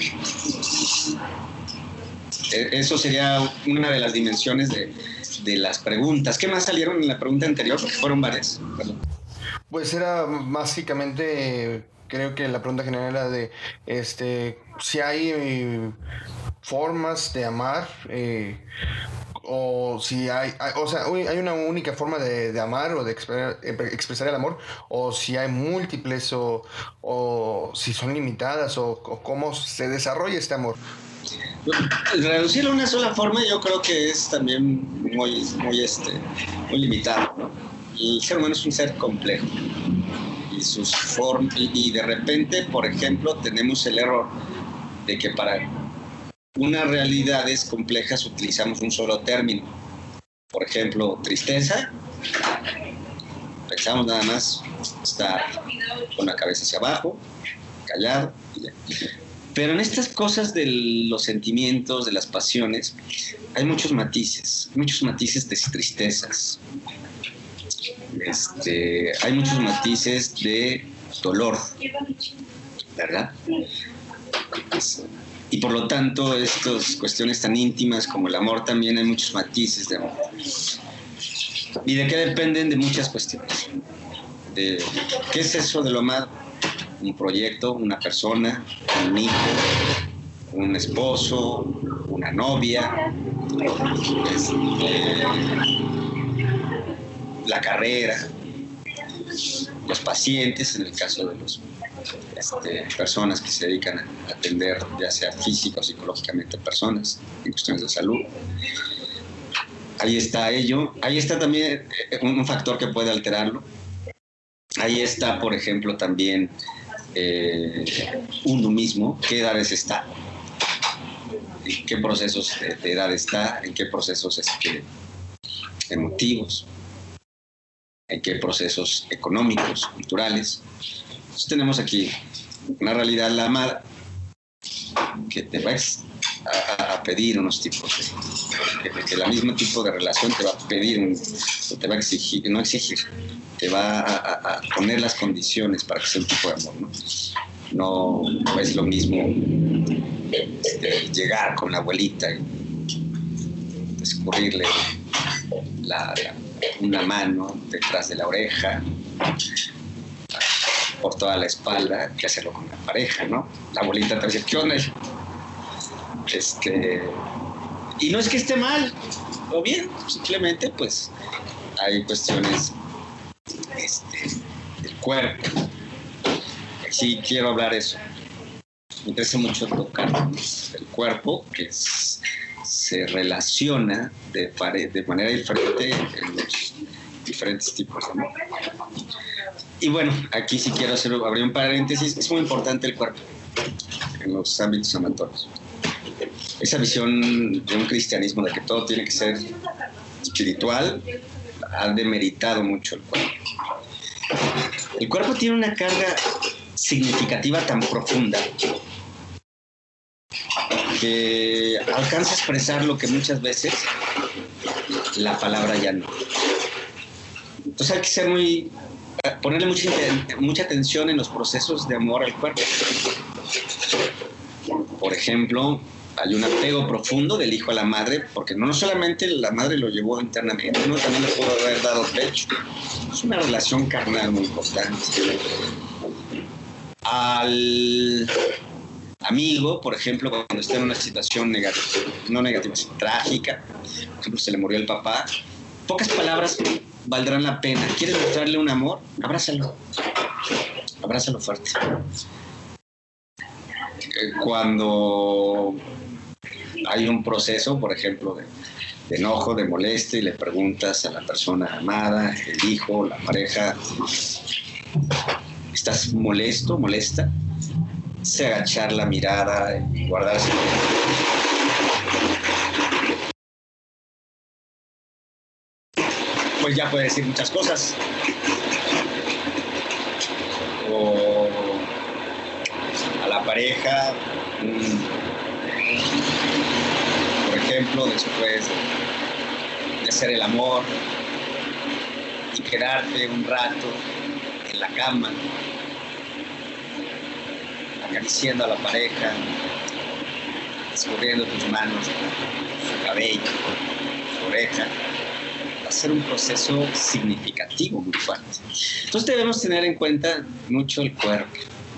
eso sería una de las dimensiones de, de las preguntas. ¿Qué más salieron en la pregunta anterior? Porque fueron varias. Perdón. Pues era básicamente, creo que la pregunta general era de este, si hay eh, formas de amar, eh, o si hay, hay, o sea, hay una única forma de, de amar o de expresar, expresar el amor, o si hay múltiples, o, o si son limitadas, o, o cómo se desarrolla este amor. Reducirlo a una sola forma yo creo que es también muy, muy, este, muy limitado, ¿no? El ser humano es un ser complejo y, sus form- y, y de repente, por ejemplo, tenemos el error de que para unas realidades complejas utilizamos un solo término. Por ejemplo, tristeza, pensamos nada más estar con la cabeza hacia abajo, callado y ya. Pero en estas cosas de los sentimientos, de las pasiones, hay muchos matices, muchos matices de tristezas. Este, hay muchos matices de dolor, ¿verdad? Y por lo tanto, estas cuestiones tan íntimas como el amor, también hay muchos matices de amor. ¿Y de qué dependen? De muchas cuestiones. De, ¿qué es eso de lo amado? Un proyecto, una persona, un hijo, un esposo, una novia, este, la carrera, los pacientes, en el caso de las este, personas que se dedican a atender, ya sea física o psicológicamente personas en cuestiones de salud. Ahí está ello. Ahí está también un factor que puede alterarlo. Ahí está, por ejemplo, también eh, uno mismo, qué edades está, en qué procesos de, de edad está, en qué procesos este, emotivos, en qué procesos económicos, culturales. Entonces tenemos aquí una realidad, la amada, que te va a, a pedir unos tipos de, que, que el mismo tipo de relación te va a pedir, un, te va a exigir, no exigir, te va a, a, a poner las condiciones para que sea un tipo de amor, ¿no? No, no es lo mismo este, llegar con la abuelita y escurrirle la, la, una mano detrás de la oreja, por toda la espalda, que hacerlo con la pareja, ¿no? La abuelita te dice, ¿qué onda? Este, y no es que esté mal, o bien, simplemente pues hay cuestiones este, del cuerpo. Sí quiero hablar eso. Me interesa mucho tocar el cuerpo, que es, se relaciona de, de manera diferente en los diferentes tipos de amor. Y bueno, aquí sí quiero hacer, abrir un paréntesis. Es muy importante el cuerpo en los ámbitos amatorios. Esa visión de un cristianismo de que todo tiene que ser espiritual ha demeritado mucho el cuerpo. El cuerpo tiene una carga significativa tan profunda que alcanza a expresar lo que muchas veces la palabra ya no. Entonces hay que ser muy, ponerle mucha, mucha atención en los procesos de amor al cuerpo. Por ejemplo, hay un apego profundo del hijo a la madre, porque no solamente la madre lo llevó internamente, uno también le pudo haber dado pecho. Es una relación carnal muy importante. Al amigo, por ejemplo, cuando está en una situación negativa, no negativa, sino trágica, por ejemplo, se le murió el papá, pocas palabras valdrán la pena. ¿Quieres mostrarle un amor? Abrázalo. Abrázalo fuerte. Cuando hay un proceso, por ejemplo, de, de enojo, de molestia, y le preguntas a la persona amada, el hijo, la pareja, ¿estás molesto, molesta? Se agachar la mirada y guardarse. Pues ya puede decir muchas cosas. O a la pareja, um, por ejemplo, después de, de hacer el amor y quedarte un rato en la cama, acariciando a la pareja, escurriendo tus manos, su cabello, su oreja, va a ser un proceso significativo muy fuerte. Entonces debemos tener en cuenta mucho el cuerpo.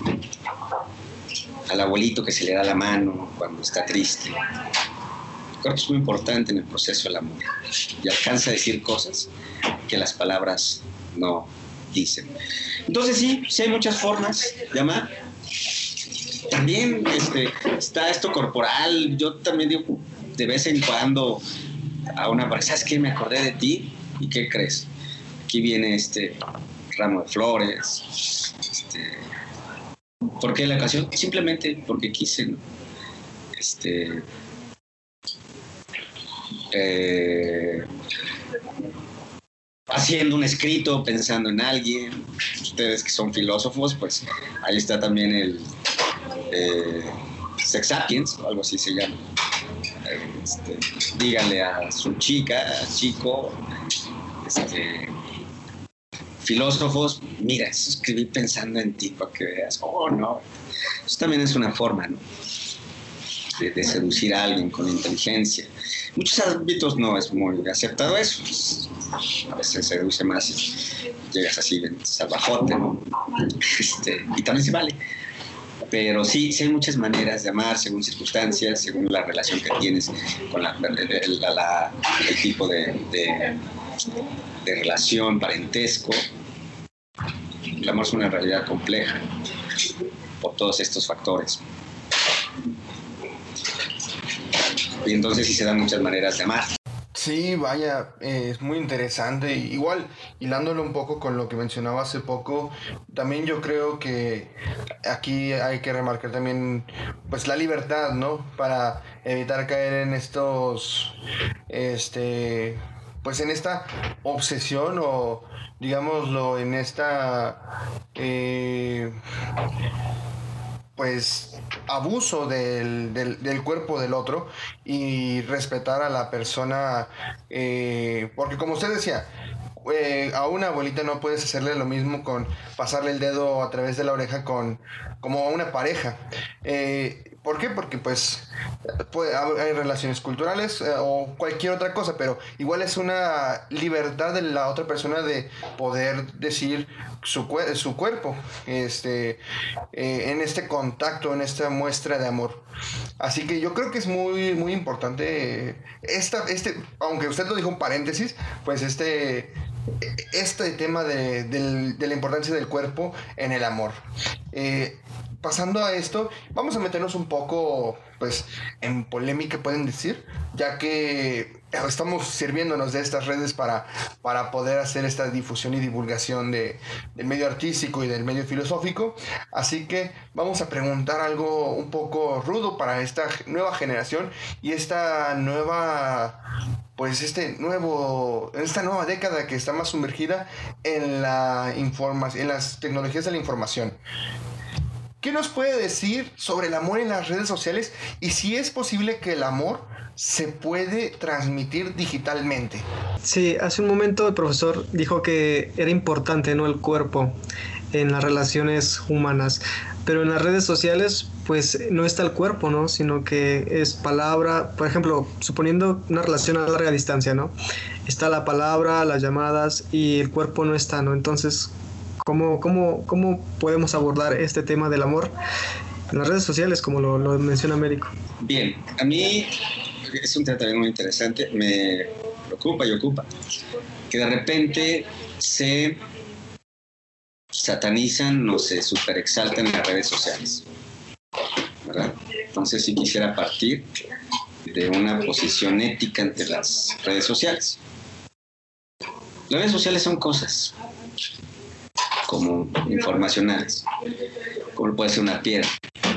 Al abuelito que se le da la mano cuando está triste. El cuerpo es muy importante en el proceso del amor y alcanza a decir cosas que las palabras no dicen. Entonces sí, sí hay muchas formas de amar. También este, está esto corporal. Yo también digo de vez en cuando a una pareja, ¿sabes qué? Me acordé de ti. ¿Y qué crees? Aquí viene este ramo de flores. Este, ¿Por qué la ocasión? Simplemente porque quise, ¿no? Este, eh, haciendo un escrito, pensando en alguien. Ustedes que son filósofos, pues ahí está también el eh, Sex Sapiens, o algo así se llama. Este, díganle a su chica, chico, este, filósofos, mira, eso escribí pensando en ti para que veas. Oh, no. Eso también es una forma, ¿no? de, de seducir a alguien con inteligencia. En muchos ámbitos no es muy aceptado eso. A veces se seduce más y llegas así salvajote, ¿no? Este, y también se vale. Pero sí, sí hay muchas maneras de amar según circunstancias, según la relación que tienes con la, la, la, el tipo de, de, de relación, parentesco. El amor es una realidad compleja por todos estos factores. Y entonces sí se dan muchas maneras de amar. Sí, vaya, eh, es muy interesante. Igual, hilándolo un poco con lo que mencionaba hace poco, también yo creo que aquí hay que remarcar también pues la libertad, ¿no? Para evitar caer en estos, este, pues en esta obsesión o digámoslo en esta, eh, pues abuso del, del, del cuerpo del otro y respetar a la persona, eh, porque como usted decía, eh, a una abuelita no puedes hacerle lo mismo con pasarle el dedo a través de la oreja con, como a una pareja. Eh, ¿Por qué? Porque pues puede, hay relaciones culturales eh, o cualquier otra cosa, pero igual es una libertad de la otra persona de poder decir su, su cuerpo este, eh, en este contacto, en esta muestra de amor. Así que yo creo que es muy, muy importante esta, este, aunque usted lo dijo en paréntesis, pues este, este tema de, de, de la importancia del cuerpo en el amor. Eh, Pasando a esto, vamos a meternos un poco, pues, en polémica, pueden decir, ya que estamos sirviéndonos de estas redes para, para poder hacer esta difusión y divulgación de, del medio artístico y del medio filosófico. Así que vamos a preguntar algo un poco rudo para esta nueva generación y esta nueva... pues este nuevo, esta nueva década que está más sumergida en la informa- en las tecnologías de la información. ¿Qué nos puede decir sobre el amor en las redes sociales y si es posible que el amor se puede transmitir digitalmente? Sí, hace un momento el profesor dijo que era importante, ¿no?, el cuerpo en las relaciones humanas, pero en las redes sociales pues no está el cuerpo, ¿no?, sino que es palabra. Por ejemplo, suponiendo una relación a larga distancia, ¿no?, está la palabra, las llamadas y el cuerpo no está, ¿no? Entonces, ¿Cómo, cómo, ¿Cómo podemos abordar este tema del amor en las redes sociales, como lo, lo menciona Américo? Bien, a mí es un tema también muy interesante, me preocupa y ocupa, que de repente se satanizan o se superexaltan en las redes sociales, ¿verdad? Entonces sí quisiera partir de una posición ética ante las redes sociales. Las redes sociales son cosas como informacionales, como puede ser una piedra.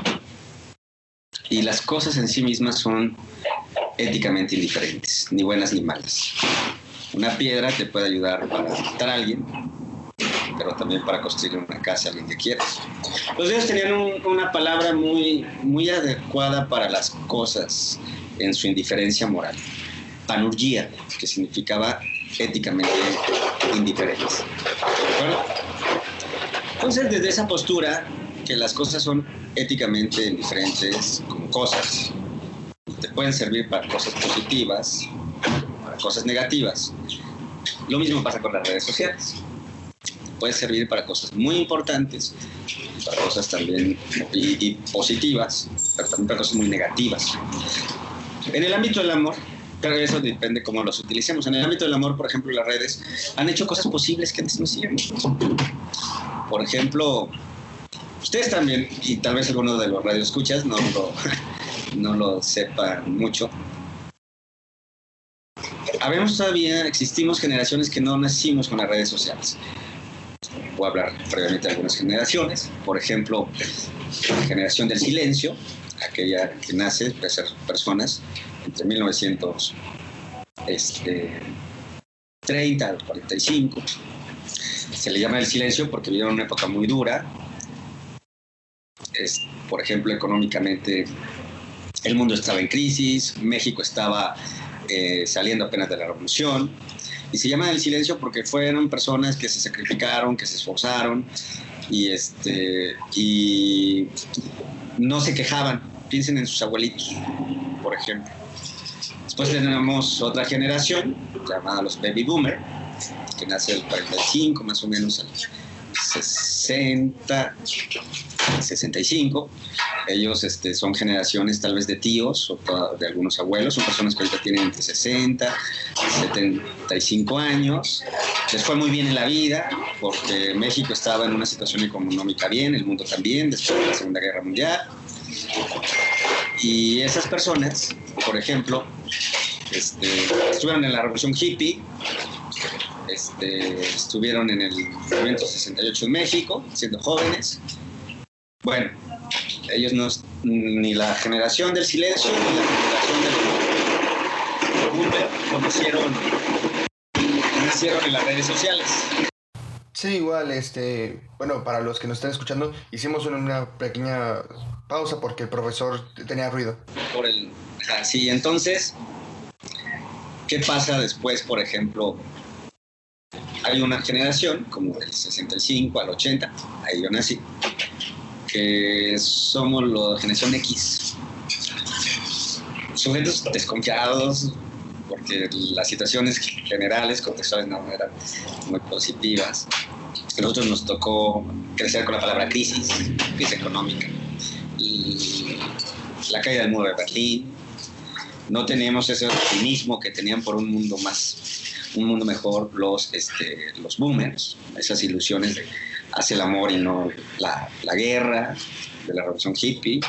Y las cosas en sí mismas son éticamente indiferentes, ni buenas ni malas. Una piedra te puede ayudar para matar a alguien, pero también para construir una casa a alguien que quieres. Los griegos tenían un, una palabra muy, muy adecuada para las cosas en su indiferencia moral. Panurgia, que significaba éticamente indiferentes. ¿De acuerdo? Entonces, desde esa postura, que las cosas son éticamente indiferentes como cosas, te pueden servir para cosas positivas, para cosas negativas. Lo mismo pasa con las redes sociales. Puede servir para cosas muy importantes, para cosas también y, y positivas, pero también para cosas muy negativas. En el ámbito del amor, claro, eso depende cómo los utilicemos. En el ámbito del amor, por ejemplo, las redes han hecho cosas posibles que antes no hacían. Por ejemplo, ustedes también, y tal vez alguno de los radioescuchas no lo, no lo sepan mucho, habemos todavía, existimos generaciones que no nacimos con las redes sociales. Voy a hablar previamente de algunas generaciones, por ejemplo, la generación del silencio, aquella que nace, puede ser personas entre mil novecientos treinta al cuarenta y cinco. Se le llama el silencio porque vivieron una época muy dura. Es, por ejemplo, económicamente el mundo estaba en crisis, México estaba eh, saliendo apenas de la revolución. Y se llama el silencio porque fueron personas que se sacrificaron, que se esforzaron y, este, y no se quejaban. Piensen en sus abuelitos, por ejemplo. Después tenemos otra generación llamada los baby boomer, que nace del cuarenta y cinco más o menos al sesenta, sesenta y cinco. Ellos este, son generaciones tal vez de tíos o de algunos abuelos, son personas que ahorita tienen entre sesenta y setenta y cinco años. Les fue muy bien en la vida porque México estaba en una situación económica bien, el mundo también, después de la Segunda Guerra Mundial. Y esas personas, por ejemplo, este, estuvieron en la revolución hippie, este, estuvieron en el movimiento sesenta y ocho en México, siendo jóvenes. Bueno, ellos no, ni la generación del silencio, ni la generación del boomer, no nacieron, no nacieron en las redes sociales. Sí, igual, este, bueno, para los que nos están escuchando, hicimos una, una pequeña pausa porque el profesor tenía ruido. Por el, ajá, sí, entonces, ¿qué pasa después, por ejemplo? Hay una generación, como del sesenta y cinco al ochenta, ahí yo nací, que somos la generación X. Sujetos desconfiados, porque las situaciones generales, contextuales, no eran muy positivas. A nosotros nos tocó crecer con la palabra crisis, crisis económica, y la caída del muro de Berlín. No teníamos ese optimismo que tenían por un mundo más, un mundo mejor los, este, los boomers, esas ilusiones de hacia el amor y no la, la guerra, de la revolución hippie.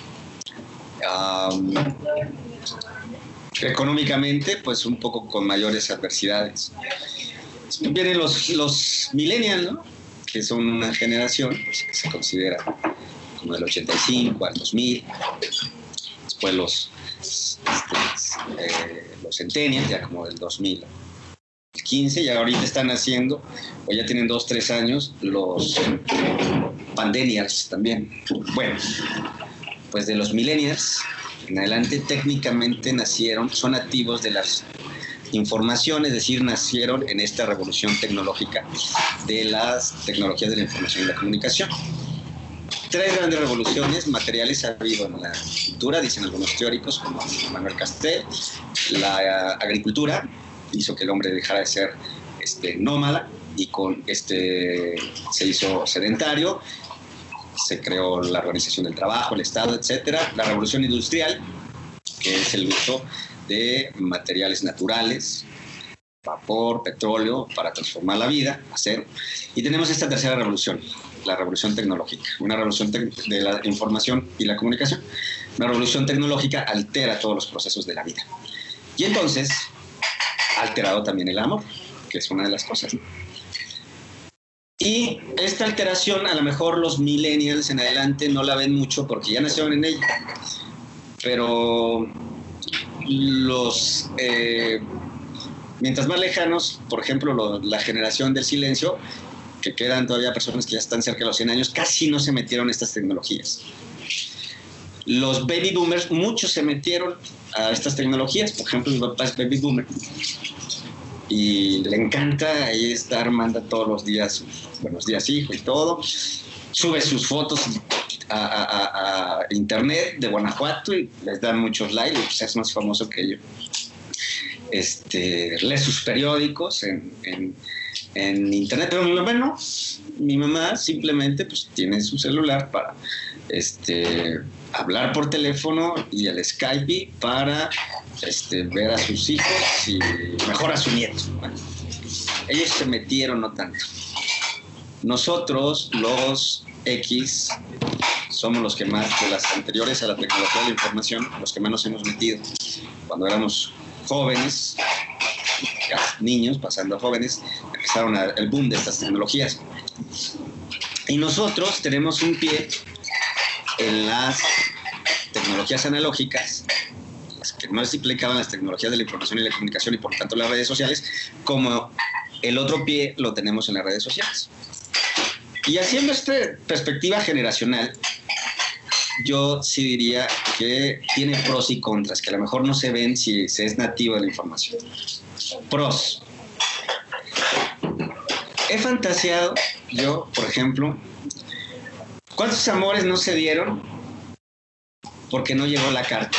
Um, económicamente, pues un poco con mayores adversidades. Vienen los, los millennials, ¿no? Que son una generación pues, que se considera como del ochenta y cinco al dos mil. Después los, este, eh, los centennials, ya como del dos mil quince, y ahorita están haciendo, o ya tienen dos, tres años, los pandemials también. Bueno, pues de los millennials en adelante técnicamente nacieron, son nativos de las información, es decir, nacieron en esta revolución tecnológica de las tecnologías de la información y la comunicación. Tres grandes revoluciones materiales ha habido en la cultura, dicen algunos teóricos como Manuel Castel. La agricultura hizo que el hombre dejara de ser este, nómada y con este, se hizo sedentario. Se creó la organización del trabajo, el Estado, etcétera. La revolución industrial, que es el uso de materiales naturales, vapor, petróleo, para transformar la vida, acero. Y tenemos esta tercera revolución, la revolución tecnológica, una revolución te- de la información y la comunicación. Una revolución tecnológica altera todos los procesos de la vida. Y entonces ha alterado también el amor, que es una de las cosas, ¿no? Y esta alteración, a lo mejor los millennials en adelante no la ven mucho porque ya nacieron en ella. Pero los, eh, mientras más lejanos, por ejemplo, lo, la generación del silencio, que quedan todavía personas que ya están cerca de los cien años, casi no se metieron a estas tecnologías. Los baby boomers, muchos se metieron a estas tecnologías. Por ejemplo, mi papá es baby boomer y le encanta ahí estar, manda todos los días sus buenos días, hijo, y todo. Sube sus fotos a, a, a, a internet de Guanajuato y les dan muchos likes, pues es más famoso que yo. Este, lee sus periódicos en, en, en internet, pero mi mamá no. Mi mamá simplemente pues tiene su celular para este, hablar por teléfono y el Skype para este, ver a sus hijos y mejor a su nieto. Bueno, ellos se metieron no tanto. Nosotros, los X, somos los que más, de las anteriores a la tecnología de la información, los que más nos hemos metido. Cuando éramos jóvenes, niños, pasando a jóvenes, empezaron a, el boom de estas tecnologías. Y nosotros tenemos un pie en las tecnologías analógicas, las que no se implicaban las tecnologías de la información y la comunicación y por tanto las redes sociales, como el otro pie lo tenemos en las redes sociales. Y haciendo esta perspectiva generacional, yo sí diría que tiene pros y contras, que a lo mejor no se ven si se es nativo de la información. Pros. He fantaseado, yo, por ejemplo, ¿cuántos amores no se dieron porque no llegó la carta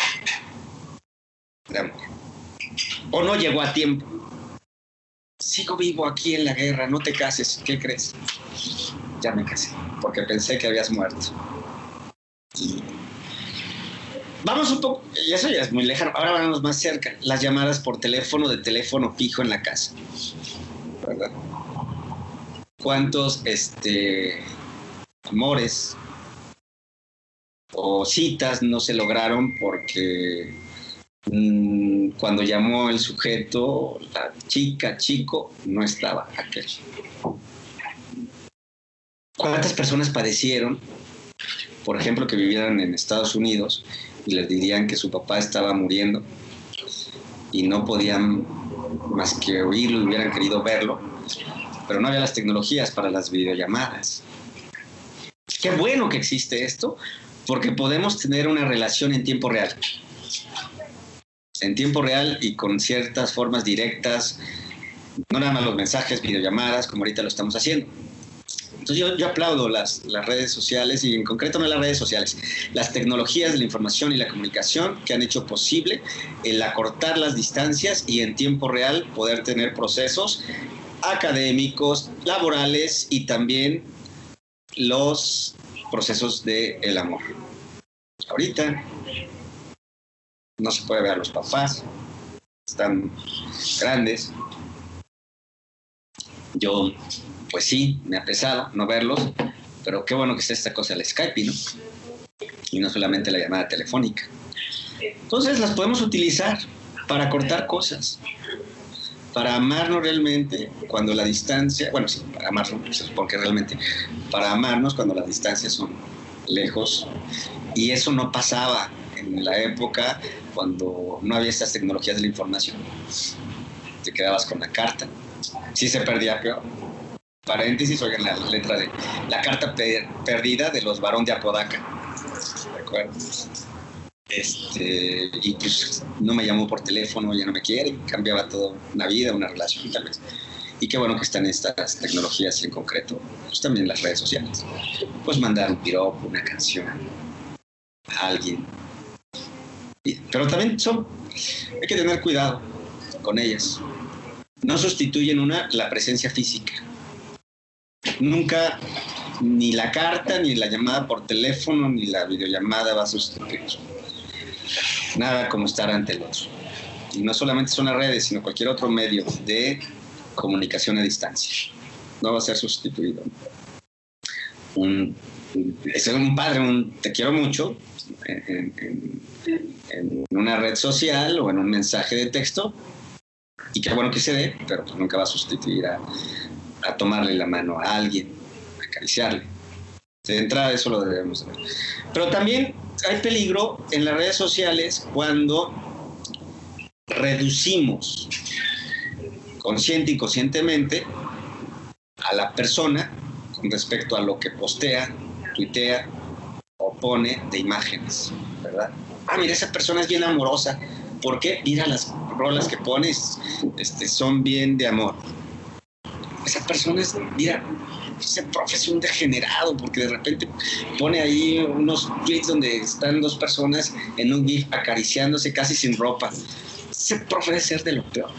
de amor? O no llegó a tiempo. Sigo vivo aquí en la guerra, no te cases. ¿Qué crees? Ya me casé, porque pensé que habías muerto. Y vamos un poco, y eso ya es muy lejano, ahora vamos más cerca, las llamadas por teléfono, de teléfono fijo en la casa, ¿verdad? ¿Cuántos este, amores o citas no se lograron porque mmm, cuando llamó el sujeto, la chica, chico, no estaba aquel? ¿Cuántas personas padecieron, por ejemplo, que vivieran en Estados Unidos y les dirían que su papá estaba muriendo y no podían más que oírlo, hubieran querido verlo, pero no había las tecnologías para las videollamadas? Qué bueno que existe esto, porque podemos tener una relación en tiempo real. En tiempo real y con ciertas formas directas, no nada más los mensajes, videollamadas, como ahorita lo estamos haciendo. Entonces yo, yo aplaudo las, las redes sociales, y en concreto no las redes sociales, las tecnologías de la información y la comunicación que han hecho posible el acortar las distancias y en tiempo real poder tener procesos académicos, laborales y también los procesos del amor. Ahorita no se puede ver a los papás, están grandes. Yo, pues sí, me ha pesado no verlos, pero qué bueno que está esta cosa del Skype, ¿no? Y no solamente la llamada telefónica. Entonces las podemos utilizar para cortar cosas, para amarnos realmente cuando la distancia, bueno, sí, para amarnos, se supone que realmente, para amarnos cuando las distancias son lejos, y eso no pasaba en la época cuando no había estas tecnologías de la información. Te quedabas con la carta. Sí se perdía, peor. Paréntesis, oigan la letra de la carta per- perdida de los Barón de Apodaca. ¿Recuerdan? Este, y pues no me llamó por teléfono, ya no me quiere, cambiaba toda una vida, una relación tal vez. Y qué bueno que están estas tecnologías y en concreto, pues también las redes sociales. Pues mandar un piropo, una canción a alguien. Y, pero también son, hay que tener cuidado con ellas. No sustituyen una la presencia física. Nunca, ni la carta, ni la llamada por teléfono, ni la videollamada va a sustituir. Nada como estar ante el otro. Y no solamente son las redes, sino cualquier otro medio de comunicación a distancia. No va a ser sustituido. Un, es un padre, un te quiero mucho, en, en, en una red social o en un mensaje de texto, y qué bueno que se dé, pero pues nunca va a sustituir a, a tomarle la mano a alguien, a acariciarle. De entrada eso lo debemos ver. Pero también hay peligro en las redes sociales cuando reducimos consciente y conscientemente a la persona con respecto a lo que postea, tuitea o pone de imágenes, ¿verdad? Ah, mira, esa persona es bien amorosa. ¿Por qué? Mira, las rolas que pones este, son bien de amor. Esa persona es, mira, ese profe es un degenerado porque de repente pone ahí unos tweets donde están dos personas en un GIF acariciándose casi sin ropa. Ese profe debe ser de lo peor.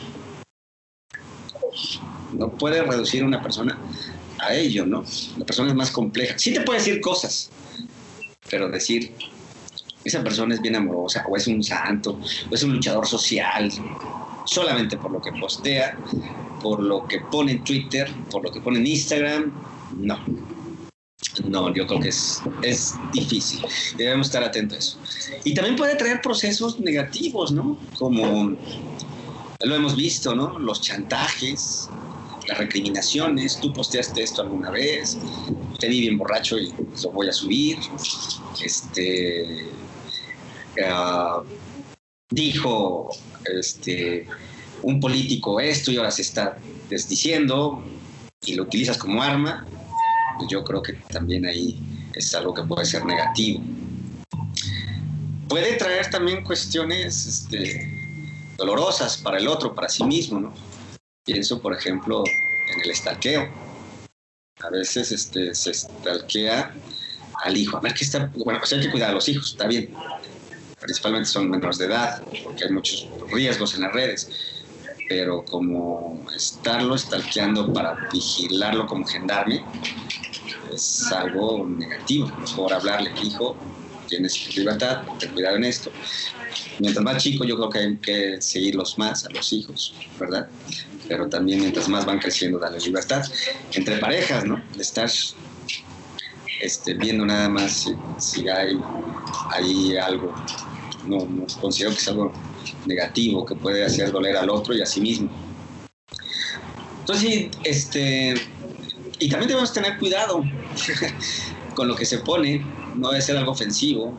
No puede reducir a una persona a ello, ¿no? La persona es más compleja. Sí te puede decir cosas, pero decir, esa persona es bien amorosa, o es un santo, o es un luchador social, solamente por lo que postea, por lo que pone en Twitter, por lo que pone en Instagram, no. No, yo creo que es, es difícil. Debemos estar atentos a eso. Y también puede traer procesos negativos, ¿no? Como lo hemos visto, ¿no? Los chantajes, las recriminaciones. Tú posteaste esto alguna vez, te vi bien borracho y lo voy a subir. Este... Uh, dijo este, un político esto y ahora se está desdiciendo y lo utilizas como arma, pues yo creo que también ahí es algo que puede ser negativo. Puede traer también cuestiones este, dolorosas para el otro, para sí mismo, ¿no? Pienso, por ejemplo, en el stalkeo. A veces este, se stalkea al hijo. A ver qué está... Bueno, pues hay que cuidar a los hijos, está bien. Principalmente son menores de edad, porque hay muchos riesgos en las redes, pero como estarlo stalkeando para vigilarlo como gendarme es algo negativo. Mejor hablarle, hijo, tienes libertad, ten cuidado en esto. Mientras más chico, yo creo que hay que seguirlos más a los hijos, ¿verdad? Pero también mientras más van creciendo, darle libertad. Entre parejas, ¿no? De estar este, viendo nada más si, si hay, hay algo. No, no considero que es algo negativo que puede hacer doler al otro y a sí mismo. Entonces, este, y también debemos tener cuidado con lo que se pone, no debe ser algo ofensivo,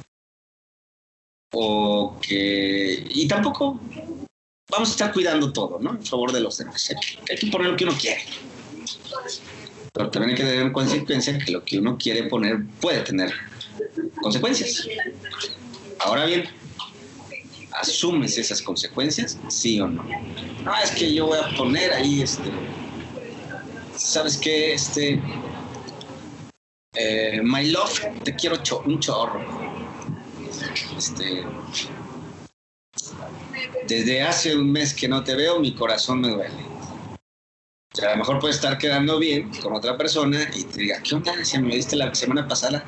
o que, y tampoco vamos a estar cuidando todo, ¿no? En favor de los demás. Hay que poner lo que uno quiere. Pero también hay que tener en consecuencia que lo que uno quiere poner puede tener consecuencias. Ahora bien, ¿asumes esas consecuencias? ¿Sí o no? No, es que yo voy a poner ahí, este, ¿sabes qué? Este, eh, my love, te quiero cho- un chorro. Este, desde hace un mes que no te veo, mi corazón me duele. O sea, a lo mejor puedes estar quedando bien con otra persona y te diga, ¿qué onda? Si me diste la semana pasada.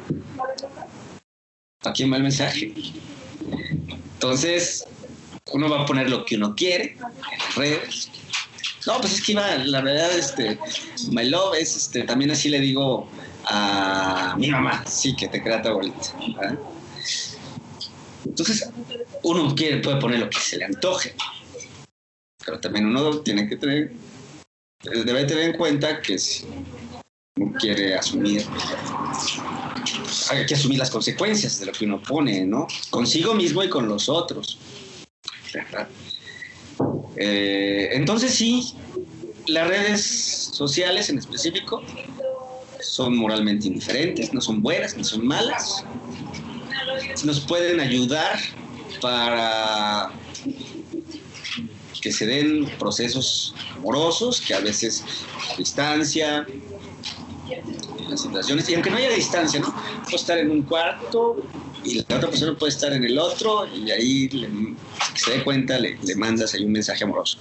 ¿A quién va el mensaje? Entonces, uno va a poner lo que uno quiere en las redes. No, pues es que iba, la verdad, este, my love es, este, también así le digo a mi mamá, sí, que te crea tu abuelita, ¿verdad? Entonces, uno quiere, puede poner lo que se le antoje, pero también uno tiene que tener, debe tener en cuenta que si uno quiere asumir, hay que asumir las consecuencias de lo que uno pone, ¿no? Consigo mismo y con los otros, ¿verdad? Eh, entonces sí, las redes sociales en específico son moralmente indiferentes, no son buenas ni son malas. Nos pueden ayudar para que se den procesos amorosos, que a veces a distancia, en las situaciones, y aunque no haya distancia, ¿no? Puedo estar en un cuarto y la otra persona puede estar en el otro y ahí, le, que se dé cuenta, le, le mandas ahí un mensaje amoroso.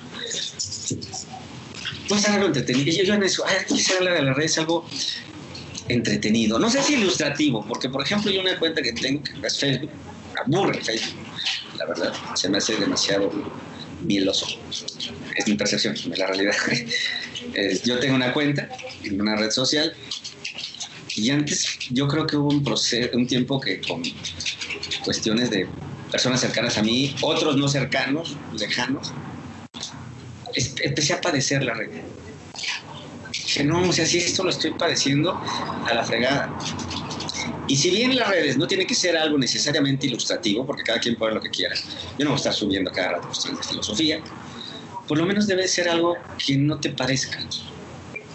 Puede ser algo entretenido. Yo, yo en eso, ay, quisiera hablar de las redes, algo entretenido. No sé si ilustrativo, porque por ejemplo yo una cuenta que tengo, que es Facebook, me aburre Facebook, la verdad, se me hace demasiado mieloso. Es mi percepción, es la realidad. Yo tengo una cuenta en una red social y antes yo creo que hubo un proceso, un tiempo que con cuestiones de personas cercanas a mí, otros no cercanos, lejanos, empecé a padecer la red. Dije, no, o sea, si esto lo estoy padeciendo a la fregada. Y si bien las redes no tiene que ser algo necesariamente ilustrativo, porque cada quien puede lo que quiera, yo no voy a estar subiendo cada rato cuestiones de filosofía, por lo menos debe ser algo que no te parezca.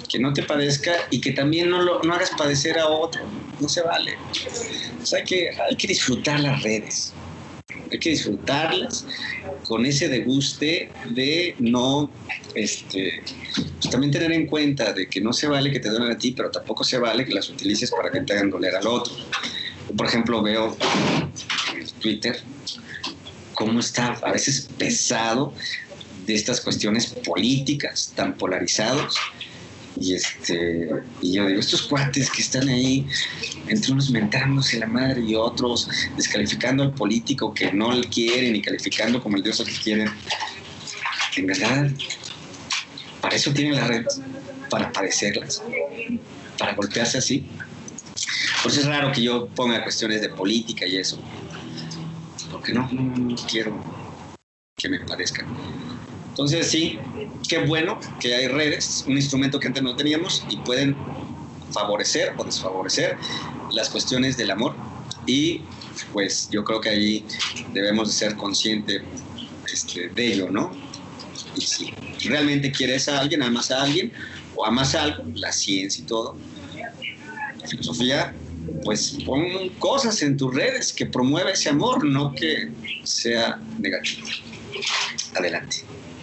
que no te padezca y que también no, lo, no hagas padecer a otro. No se vale. O sea, hay que, hay que disfrutar las redes. Hay que disfrutarlas con ese deguste de no, este, pues también tener en cuenta de que no se vale que te duelen a ti, pero tampoco se vale que las utilices para que te hagan doler al otro. Yo, por ejemplo, veo en Twitter cómo está a veces pesado de estas cuestiones políticas tan polarizados. Y, este, y yo digo, estos cuates que están ahí, entre unos mentándose la madre y otros descalificando al político que no le quieren y calificando como el dios que quieren, en verdad, para eso tienen las redes, para padecerlas, para golpearse así. Por eso es raro que yo ponga cuestiones de política y eso, porque no, no, no quiero que me padezcan. Entonces sí, qué bueno que hay redes, un instrumento que antes no teníamos y pueden favorecer o desfavorecer las cuestiones del amor, y pues yo creo que ahí debemos de ser conscientes este, de ello, ¿no? Y si realmente quieres a alguien, amas a alguien o amas algo, la ciencia y todo, la filosofía, pues pon cosas en tus redes que promueva ese amor, no que sea negativo. Adelante.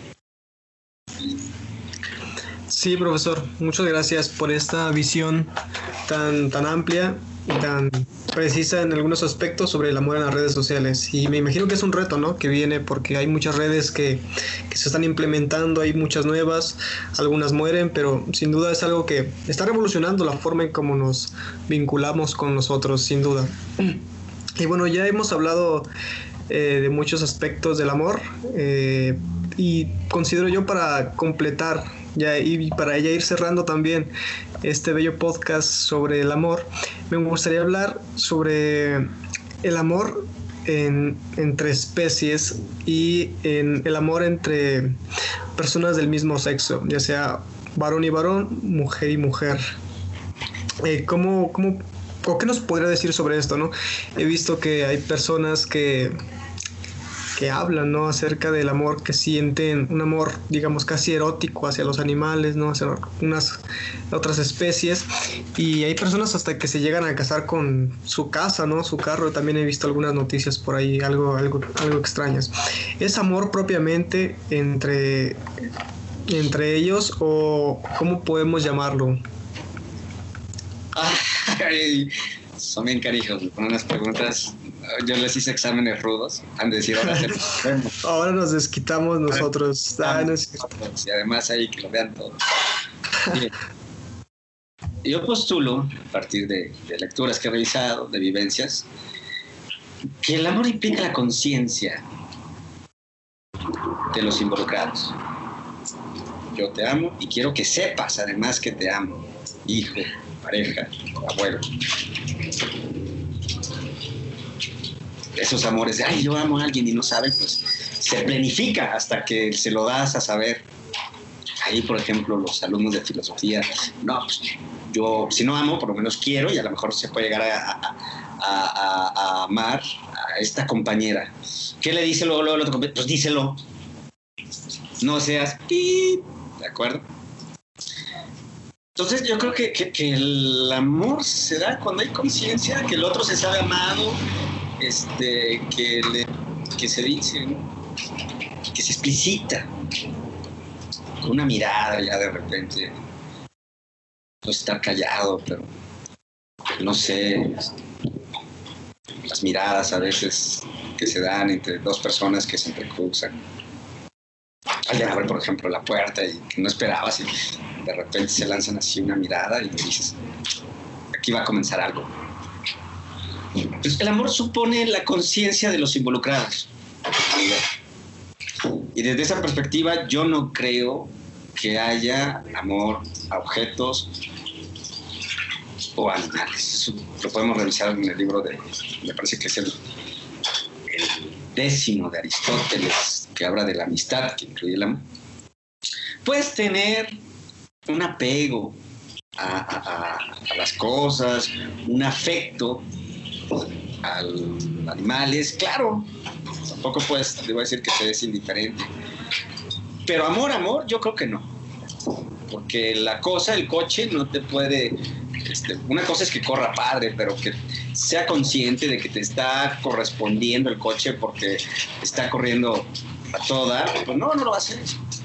Sí, profesor, muchas gracias por esta visión tan, tan amplia y tan precisa en algunos aspectos sobre el amor en las redes sociales. Y me imagino que es un reto, ¿no?, que viene porque hay muchas redes que, que se están implementando, hay muchas nuevas, algunas mueren, pero sin duda es algo que está revolucionando la forma en cómo nos vinculamos con nosotros, sin duda. Y bueno, ya hemos hablado eh, de muchos aspectos del amor, eh, y considero yo, para completar ya y para ya ir cerrando también este bello podcast sobre el amor, me gustaría hablar sobre el amor en, entre especies y en el amor entre personas del mismo sexo, ya sea varón y varón, mujer y mujer. Eh, ¿cómo, cómo, o qué nos podría decir sobre esto, no? He visto que hay personas que que hablan, ¿no?, acerca del amor, que sienten un amor, digamos, casi erótico hacia los animales, ¿no?, hacia unas otras especies, y hay personas hasta que se llegan a casar con su casa, ¿no?, su carro. También he visto algunas noticias por ahí, algo, algo, algo extrañas. ¿Es amor propiamente entre, entre ellos, o cómo podemos llamarlo? Ay, son bien carijos, me ponen unas preguntas. Yo les hice exámenes rudos, han de decir, ahora, ahora nos desquitamos nosotros. Ah, no es... Y además ahí que lo vean todo. Bien. Yo postulo, a partir de, de lecturas que he revisado, de vivencias, que el amor implica la conciencia de los involucrados. Yo te amo y quiero que sepas además que te amo, hijo, pareja, abuelo. Esos amores de, ay, yo amo a alguien y no sabe, pues se planifica hasta que se lo das a saber. Ahí, por ejemplo, los alumnos de filosofía, no, pues yo, si no amo, por lo menos quiero, y a lo mejor se puede llegar a, a, a, a amar a esta compañera. ¿Qué le dice luego, luego al otro compañero? Pues díselo. No seas pip, ¿de acuerdo? Entonces yo creo que, que, que el amor se da cuando hay conciencia, que el otro se sabe amado, este, que, le, que se dice, ¿no?, que se explicita con una mirada, ya de repente, no estar callado, pero no sé, las miradas a veces que se dan entre dos personas que se entrecruzan. Alguien abre, por ejemplo, la puerta y que no esperabas, y de repente se lanzan así una mirada y dices, aquí va a comenzar algo. Pues el amor supone la conciencia de los involucrados. Y desde esa perspectiva yo no creo que haya amor a objetos o a animales. Eso lo podemos revisar en el libro de, me parece que es el, el décimo de Aristóteles, que habla de la amistad, que incluye el amor. Puedes tener un apego a, a, a las cosas, un afecto a animales, claro, tampoco puedes, debo decir que se es indiferente, pero amor, amor, yo creo que no. porque la cosa, el coche no te puede, este, una cosa es que corra padre, pero que sea consciente de que te está correspondiendo el coche porque está corriendo a toda, pues no, no lo va a hacer.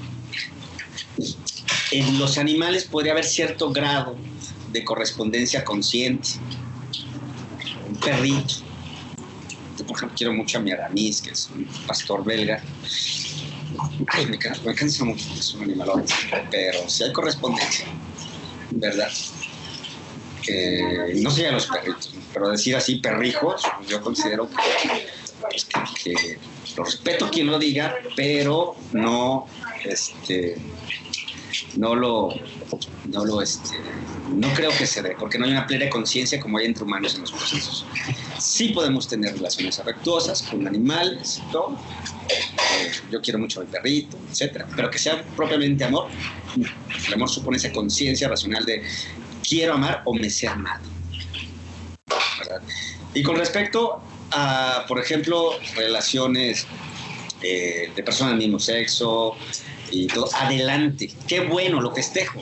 En los animales podría haber cierto grado de correspondencia consciente. Un perrito. Yo, por ejemplo, quiero mucho a mi Aramis, que es un pastor belga. Ay, me cansa, me cansa mucho, es un animal, pero si hay correspondencia, ¿verdad? Eh, no sé a los perritos, pero decir así perrijos, yo considero que, que, que lo respeto quien lo diga, pero no, este, no lo, no lo, este, no creo que se dé, porque no hay una plena conciencia como hay entre humanos en los procesos. Sí podemos tener relaciones afectuosas con animales y todo. Eh, yo quiero mucho a mi perrito, etcétera, pero que sea propiamente amor. El amor supone esa conciencia racional de quiero amar o me sé amado, ¿verdad? Y con respecto a, por ejemplo, relaciones eh, de personas del mismo sexo y todo, adelante, qué bueno, lo festejo.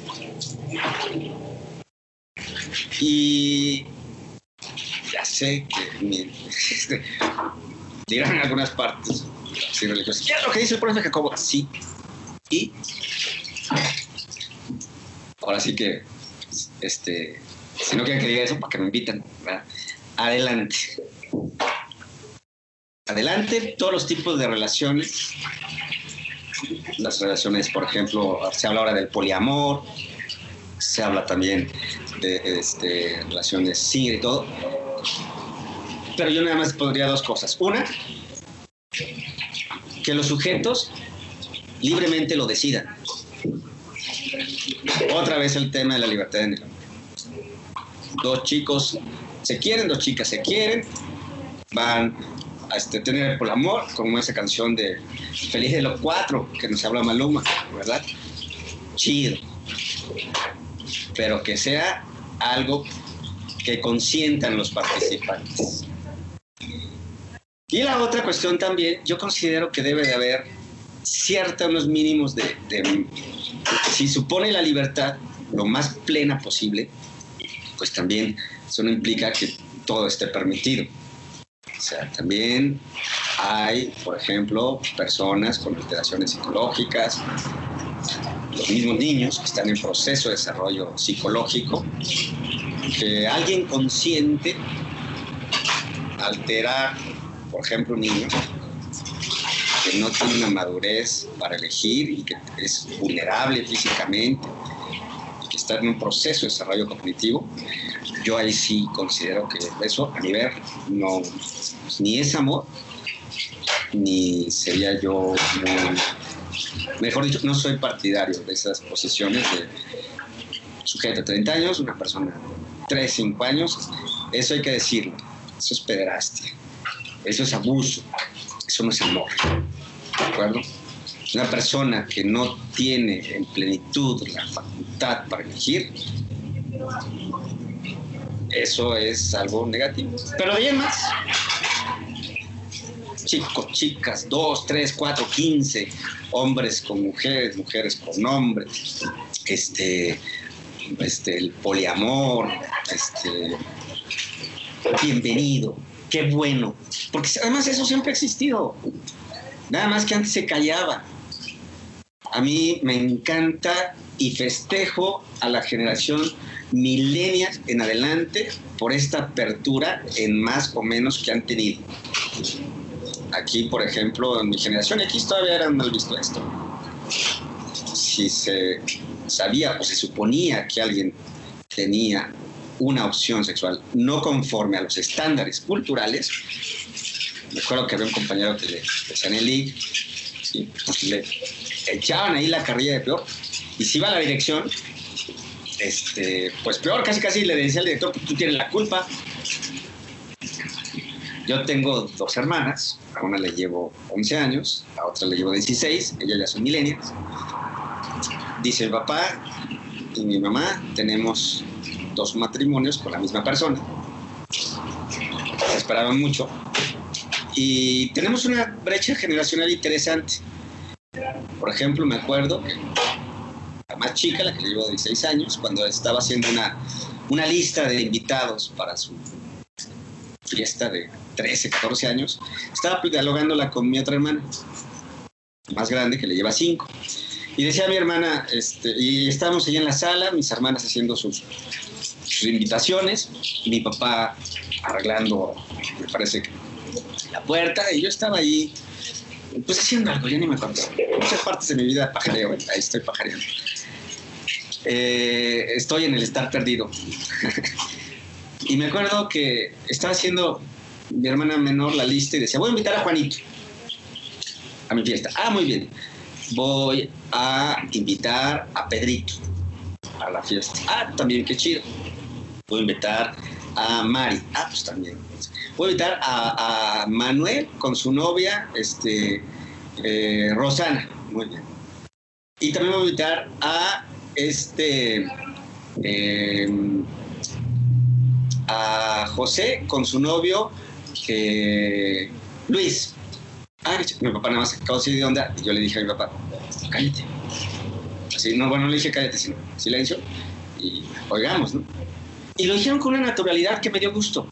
Y ya sé que mi, este, dirán en algunas partes sí, religiosas, ¿qué es lo que dice el profeta Jacobo? Sí. Y ahora sí que este, si no quieren que diga eso, para que me inviten, ¿verdad? Adelante. Adelante, todos los tipos de relaciones. Las relaciones, por ejemplo, se habla ahora del poliamor, se habla también de este, relaciones single y todo. Pero yo nada más podría dos cosas. Una, que los sujetos libremente lo decidan. Otra vez el tema de la libertad en el amor. Dos chicos se quieren, dos chicas se quieren, van a este, tener el amor, como esa canción de Feliz de los Cuatro, que nos habla Maluma, ¿verdad? Chido. Pero que sea algo que consientan los participantes. Y la otra cuestión también, yo considero que debe de haber ciertos mínimos de, de... Si supone la libertad lo más plena posible, pues también eso no implica que todo esté permitido. O sea, también hay, por ejemplo, personas con alteraciones psicológicas, los mismos niños que están en proceso de desarrollo psicológico, que alguien consciente alterar, por ejemplo, un niño que no tiene una madurez para elegir y que es vulnerable físicamente y que está en un proceso de desarrollo cognitivo, yo ahí sí considero que eso a nivel no, ni es amor, ni sería yo muy, mejor dicho, no soy partidario de esas posiciones de sujeto de treinta años, una persona de tres, cinco años, eso hay que decirlo, eso es pederastia, eso es abuso, eso no es amor, ¿de acuerdo? Una persona que no tiene en plenitud la facultad para elegir, eso es algo negativo. Pero de ahí en más, chicos, chicas, dos, tres, cuatro, quince, hombres con mujeres, mujeres con hombres, este, este, el poliamor, este, bienvenido, qué bueno, porque además eso siempre ha existido, nada más que antes se callaba. A mí me encanta y festejo a la generación millennials en adelante por esta apertura en más o menos que han tenido. Aquí, por ejemplo, en mi generación X todavía era mal visto esto. Si se sabía o se suponía que alguien tenía una opción sexual no conforme a los estándares culturales, me acuerdo que había un compañero que le decían el I, y pues le echaban ahí la carrilla de peor, y si iba a la dirección, este, pues peor, casi casi le decía al director, tú tienes la culpa. Yo tengo dos hermanas, a una le llevo once años, a otra le llevo dieciséis, ellas ya son millennials. Dice el papá y mi mamá, tenemos dos matrimonios con la misma persona, se esperaban mucho, y tenemos una brecha generacional interesante. Por ejemplo, me acuerdo que la más chica, la que le llevo dieciséis años, cuando estaba haciendo una, una lista de invitados para su fiesta de trece, catorce años, estaba dialogándola con mi otra hermana, más grande, que le lleva cinco. Y decía mi hermana, este, y estábamos ahí en la sala, mis hermanas haciendo sus, sus invitaciones, mi papá arreglando, me parece que la puerta, y yo estaba ahí, pues haciendo algo, ya ni me acuerdo. Muchas partes de mi vida pajareo, ahí estoy pajareando. Eh, estoy en el estar perdido. Y me acuerdo que estaba haciendo mi hermana menor la lista y decía, voy a invitar a Juanito a mi fiesta. Ah, muy bien. Voy a invitar a Pedrito a la fiesta. Ah, también, qué chido. Voy a invitar a Mari. Ah, pues también. Voy a invitar a, a Manuel con su novia, este, eh, Rosana. Muy bien. Y también voy a invitar a este eh, a José con su novio eh, Luis. Ah, mi papá nada más se acabó de onda y yo le dije a mi papá, cállate. Así, no, bueno, no le dije cállate, sino silencio y oigamos, ¿no? Y lo dijeron con una naturalidad que me dio gusto.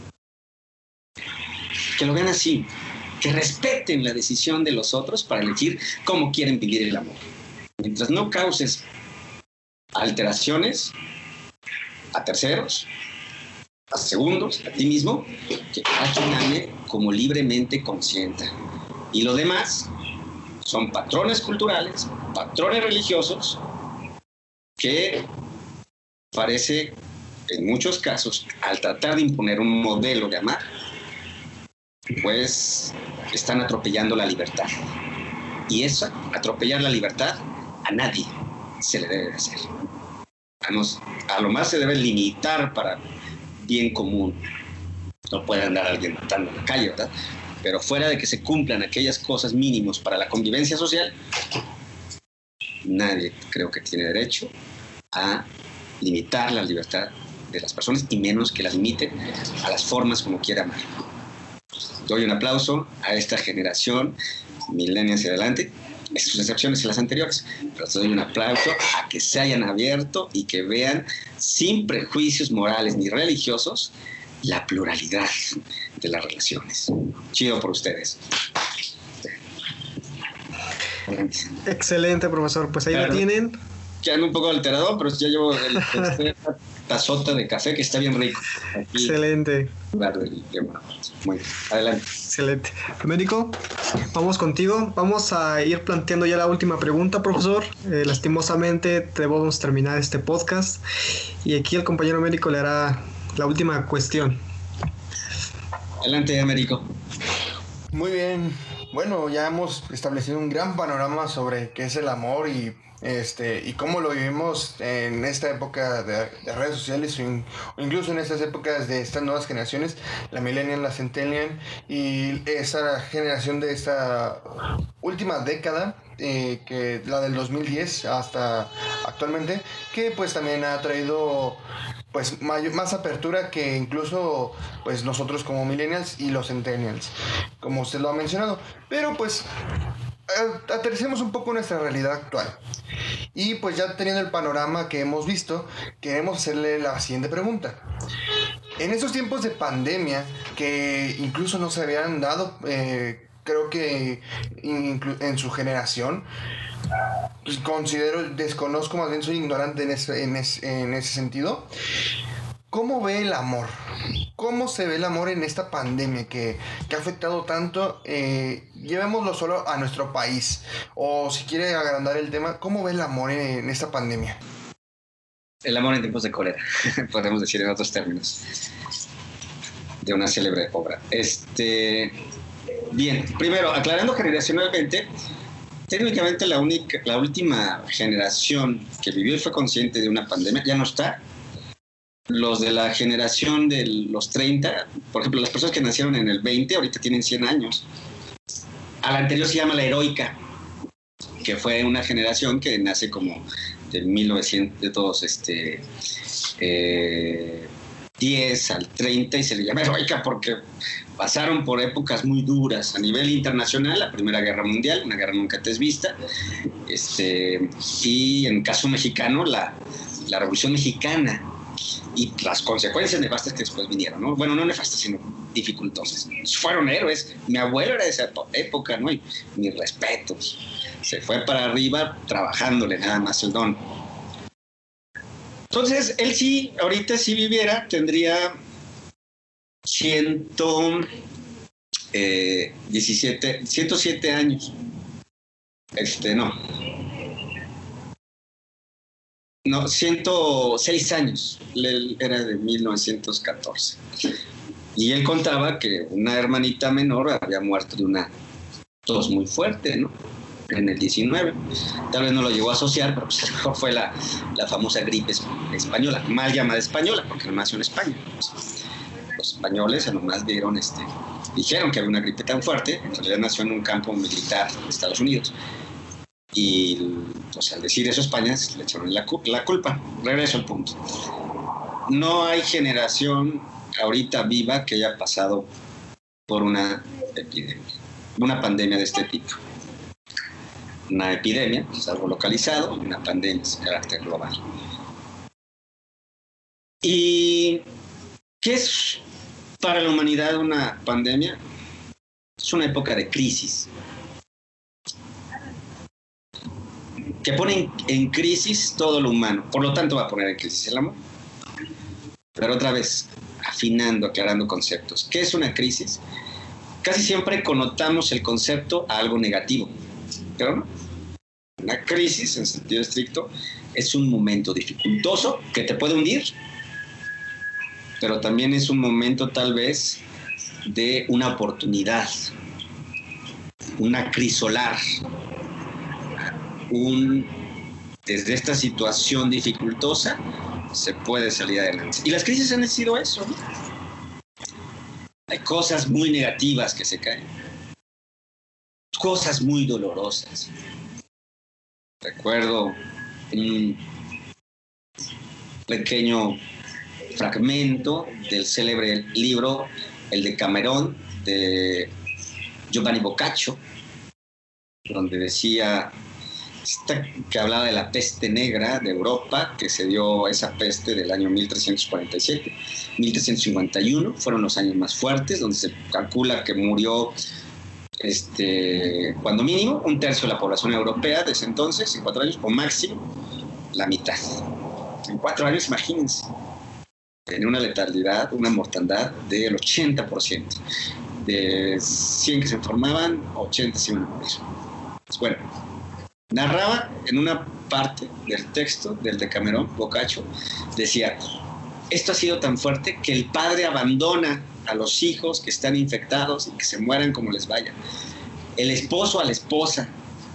Que lo vean así, que respeten la decisión de los otros para elegir cómo quieren vivir el amor. Mientras no causes alteraciones a terceros, a segundos, a ti mismo, que cada quien ame como libremente consienta. Y lo demás son patrones culturales, patrones religiosos, que parece, en muchos casos, al tratar de imponer un modelo de amar, pues están atropellando la libertad. Y eso, atropellar la libertad, a nadie se le debe hacer. A, nos, a lo más se debe limitar para bien común. No puede andar alguien matando en la calle, ¿verdad? Pero fuera de que se cumplan aquellas cosas mínimos para la convivencia social, nadie creo que tiene derecho a limitar la libertad de las personas y menos que la limiten a las formas como quiera amar. Doy un aplauso a esta generación, millennials y adelante, sus excepciones en las anteriores, pero doy un aplauso a que se hayan abierto y que vean sin prejuicios morales ni religiosos la pluralidad de las relaciones. Chido por ustedes. Excelente, profesor. Pues ahí claro, lo tienen. Ya ando un poco alterado, pero ya llevo el, este, tazota de café que está bien rico. Aquí, excelente. Muy bien. Adelante. Excelente. Médico, vamos contigo. Vamos a ir planteando ya la última pregunta, profesor. Eh, lastimosamente debemos terminar este podcast y aquí el compañero médico le hará la última cuestión. Adelante, Américo. Muy bien. Bueno, ya hemos establecido un gran panorama sobre qué es el amor y este y cómo lo vivimos en esta época de, de redes sociales o, in, o incluso en estas épocas de estas nuevas generaciones, la millennial, la centennial y esa generación de esta última década, eh, que la del dos mil diez hasta actualmente, que pues también ha traído pues mayor, más apertura que incluso pues nosotros como millennials y los centennials, como usted lo ha mencionado. Pero pues aterricemos un poco nuestra realidad actual. Y pues ya teniendo el panorama que hemos visto, queremos hacerle la siguiente pregunta. En estos tiempos de pandemia, que incluso no se habían dado, eh, creo que inclu- en su generación, pues considero, desconozco, más bien soy ignorante en ese, en ese, en ese sentido. ¿Cómo ve el amor? ¿Cómo se ve el amor en esta pandemia que, que ha afectado tanto? Eh, llevémoslo solo a nuestro país. O si quiere agrandar el tema, ¿cómo ve el amor en, en esta pandemia? El amor en tiempos de cólera, podemos decir en otros términos, de una célebre obra. Este, bien, primero, aclarando generacionalmente, técnicamente la, única, la última generación que vivió y fue consciente de una pandemia ya no está. Los de la generación de los treinta, por ejemplo, las personas que nacieron en el veinte, ahorita tienen cien años. A la anterior se llama la heroica, que fue una generación que nace como de mil novecientos, de todos, este, eh, diez, al treinta, y se le llama heroica porque pasaron por épocas muy duras a nivel internacional, la Primera Guerra Mundial, una guerra nunca antes vista, este, y en caso mexicano, la, la Revolución Mexicana y las consecuencias nefastas que después vinieron, ¿no? Bueno, no nefastas, sino dificultosas. Fueron héroes. Mi abuelo era de esa época, ¿no? Y mis respetos. Se fue para arriba trabajándole nada más el don. Entonces, él sí, ahorita si viviera, tendría ciento diecisiete, ciento siete años. Este, no. No, ciento seis años. Él era de mil novecientos catorce. Y él contaba que una hermanita menor había muerto de una tos muy fuerte, ¿no? En el diecinueve. Tal vez no lo llegó a asociar, pero pues a lo mejor fue la, la famosa gripe española, mal llamada española, porque no nació en España. Los españoles nomás vieron, este, dijeron que había una gripe tan fuerte, en realidad nació en un campo militar de Estados Unidos. Y pues, al decir eso España le echaron la, la culpa. Regreso al punto. No hay generación ahorita viva que haya pasado por una epidemia, una pandemia de este tipo. Una epidemia es algo localizado, una pandemia es de carácter global. ¿Y qué es para la humanidad una pandemia? Es una época de crisis, que pone en, en crisis todo lo humano, por lo tanto va a poner en crisis el amor. Pero otra vez, afinando, aclarando conceptos. ¿Qué es una crisis? Casi siempre connotamos el concepto a algo negativo, pero no. Una crisis, en sentido estricto, es un momento dificultoso que te puede hundir, pero también es un momento tal vez de una oportunidad, una crisolar, un, desde esta situación dificultosa se puede salir adelante. Y las crisis han sido eso, ¿no? Hay cosas muy negativas que se caen, cosas muy dolorosas. Recuerdo un pequeño fragmento del célebre libro El Decamerón de Giovanni Boccaccio, donde decía que hablaba de la peste negra de Europa, que se dio esa peste del año mil trescientos cuarenta y siete, mil trescientos cincuenta y uno, fueron los años más fuertes, donde se calcula que murió este, cuando mínimo un tercio de la población europea de ese entonces, en cuatro años, o máximo la mitad. En cuatro años, imagínense, tenía una letalidad, una mortandad del ochenta por ciento. De cien que se enfermaban, ochenta se iban a morir. Pues bueno, narraba en una parte del texto del Decamerón, Boccaccio, decía: esto ha sido tan fuerte que el padre abandona a los hijos que están infectados y que se mueran como les vaya. El esposo a la esposa.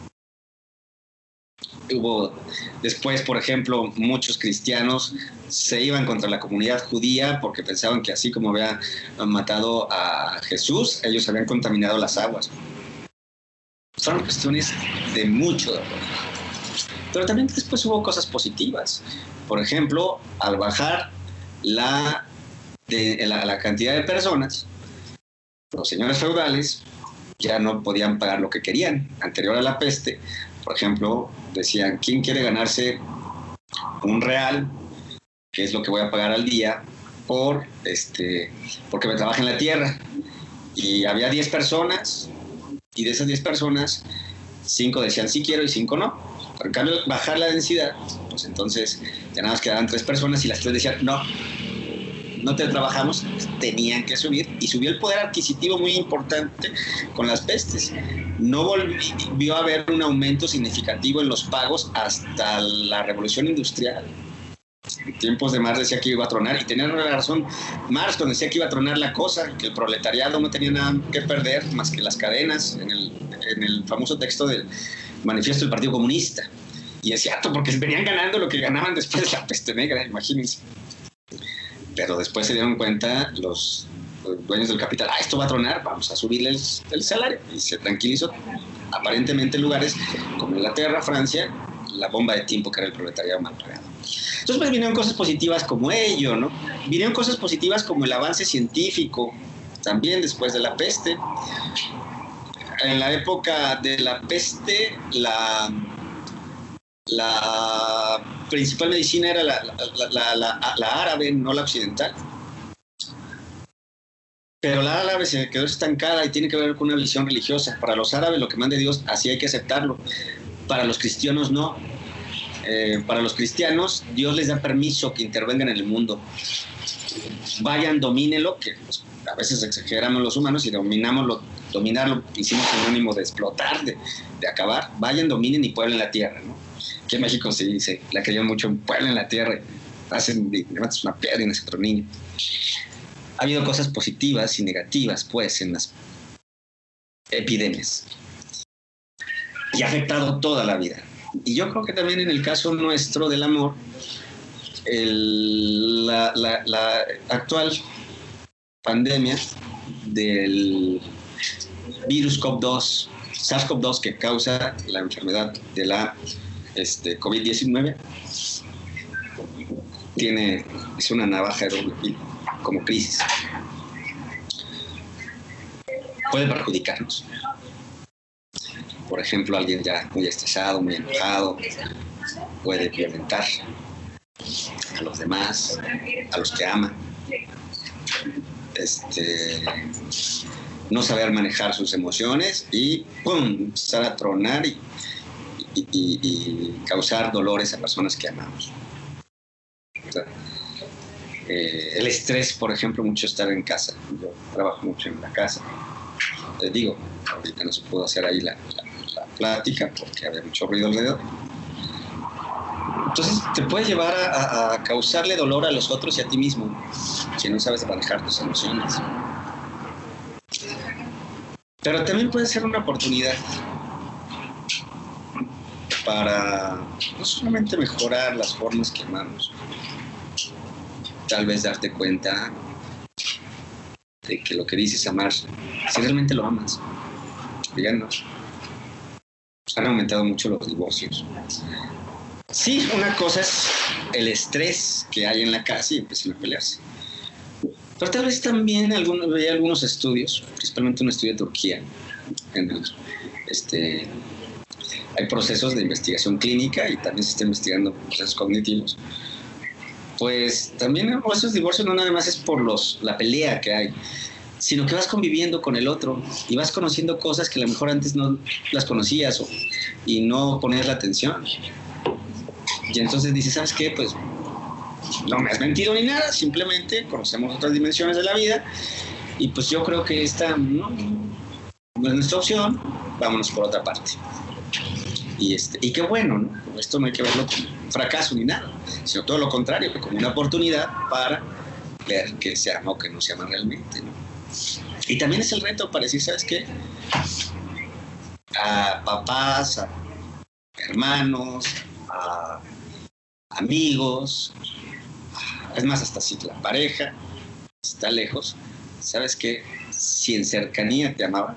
Hubo después, por ejemplo, muchos cristianos se iban contra la comunidad judía porque pensaban que así como habían matado a Jesús, ellos habían contaminado las aguas. Fueron cuestiones de mucho dolor. Pero también después hubo cosas positivas. Por ejemplo, al bajar la, de, la, la cantidad de personas, los señores feudales ya no podían pagar lo que querían. Anterior a la peste, por ejemplo, decían: ¿quién quiere ganarse un real, que es lo que voy a pagar al día, por este, porque me trabaja en la tierra? Y había diez personas, y de esas diez personas, cinco decían sí quiero y cinco no. Pero en cambio, bajar la densidad, pues entonces ya nada más quedaban tres personas y las tres decían no, no te trabajamos, tenían que subir, y subió el poder adquisitivo muy importante con las pestes. No volvió a haber un aumento significativo en los pagos hasta la Revolución Industrial. En tiempos de Marx decía que iba a tronar, y tenía razón Marx cuando decía que iba a tronar la cosa, que el proletariado no tenía nada que perder más que las cadenas, en el, en el famoso texto del Manifiesto del Partido Comunista. Y es cierto, porque venían ganando lo que ganaban después de la peste negra, imagínense. Pero después se dieron cuenta los, los dueños del capital: ah, esto va a tronar, vamos a subirle el, el salario. Y se tranquilizó. Aparentemente en lugares como Inglaterra, Francia, la bomba de tiempo que era el proletariado mal pagado. Entonces pues vinieron cosas positivas como ello, ¿no? Vinieron cosas positivas como el avance científico, también después de la peste. En la época de la peste, la, la principal medicina era la, la, la, la, la árabe, no la occidental. Pero la árabe se quedó estancada y tiene que ver con una visión religiosa. Para los árabes lo que mande Dios, así hay que aceptarlo. Para los cristianos no. Eh, para los cristianos, Dios les da permiso que intervengan en el mundo. Vayan, domínenlo, que pues, a veces exageramos los humanos y dominamoslo, dominarlo, hicimos sinónimo de explotar, de, de acabar. Vayan, dominen y pueblen la tierra, ¿no? Aquí en México se dice, la creen mucho en pueblen la tierra, hacen, levantas una piedra y nace otro niño. Ha habido cosas positivas y negativas, pues, en las epidemias. Y ha afectado toda la vida. Y yo creo que también en el caso nuestro del amor, el, la, la, la actual pandemia del virus COV dos, SARS-CoV dos, que causa la enfermedad de la este, COVID diecinueve, tiene, es una navaja de doble filo, como crisis. Puede perjudicarnos. Por ejemplo, alguien ya muy estresado, muy enojado, puede violentar a los demás, a los que ama. Este, no saber manejar sus emociones y ¡pum!, empezar a tronar y, y, y, y causar dolores a personas que amamos. O sea, eh, el estrés, por ejemplo, mucho estar en casa. Yo trabajo mucho en la casa. Les digo, ahorita no se pudo hacer ahí la, la plática porque había mucho ruido alrededor. Entonces te puede llevar a, a, a causarle dolor a los otros y a ti mismo si no sabes manejar tus emociones. Pero también puede ser una oportunidad para no solamente mejorar las formas que amamos, tal vez darte cuenta de que lo que dices amar, si realmente lo amas, díganos. Han aumentado mucho los divorcios. Sí, una cosa es el estrés que hay en la casa y empiezan a pelearse. Pero tal vez también algunos, veía algunos estudios, principalmente un estudio de Turquía, en el, este, hay procesos de investigación clínica y también se está investigando procesos cognitivos. Pues también esos divorcios no nada más es por los, la pelea que hay, sino que vas conviviendo con el otro y vas conociendo cosas que a lo mejor antes no las conocías o, y no ponías la atención. Y entonces dices, ¿sabes qué? Pues no me has mentido ni nada, simplemente conocemos otras dimensiones de la vida y pues yo creo que esta no, no es nuestra opción, vámonos por otra parte. Y, este, y qué bueno, ¿no? Esto no hay que verlo como un fracaso ni nada, sino todo lo contrario, como una oportunidad para ver que se ama o que no se ama realmente, ¿no? Y también es el reto para decir, ¿sabes qué? A papás, a hermanos, a amigos, es más, hasta si la pareja está lejos, ¿sabes qué? Si en cercanía te amaba,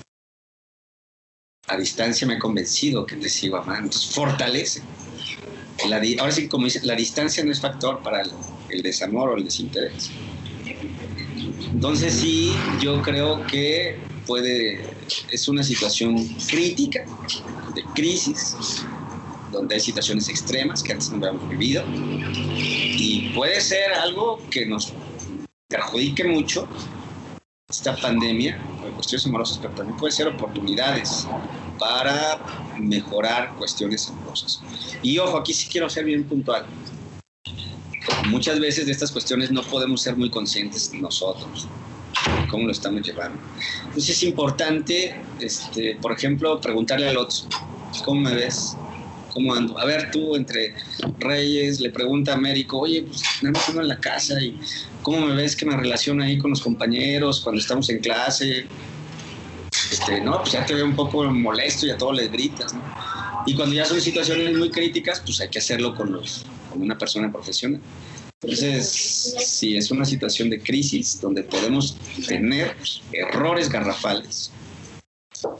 a distancia me he convencido que te sigo amando. Entonces fortalece. La, ahora sí, como dice, la distancia no es factor para el, el desamor o el desinterés. Entonces sí, yo creo que puede, es una situación crítica, de crisis, donde hay situaciones extremas que antes no habíamos vivido y puede ser algo que nos perjudique mucho esta pandemia por cuestiones amorosas, pero también puede ser oportunidades para mejorar cuestiones amorosas. Y ojo, aquí sí quiero ser bien puntual. Muchas veces de estas cuestiones no podemos ser muy conscientes nosotros cómo lo estamos llevando. Entonces es importante, este, por ejemplo, preguntarle al otro, ¿cómo me ves? ¿Cómo ando? A ver, tú entre reyes, le pregunta a Américo, oye, pues nada más ando en la casa y ¿cómo me ves que me relaciono ahí con los compañeros cuando estamos en clase? Este, no, pues ya te veo un poco molesto y a todos les gritas, ¿no? Y cuando ya son situaciones muy críticas, pues hay que hacerlo con, los, con una persona profesional. Entonces, si es una situación de crisis donde podemos tener errores garrafales,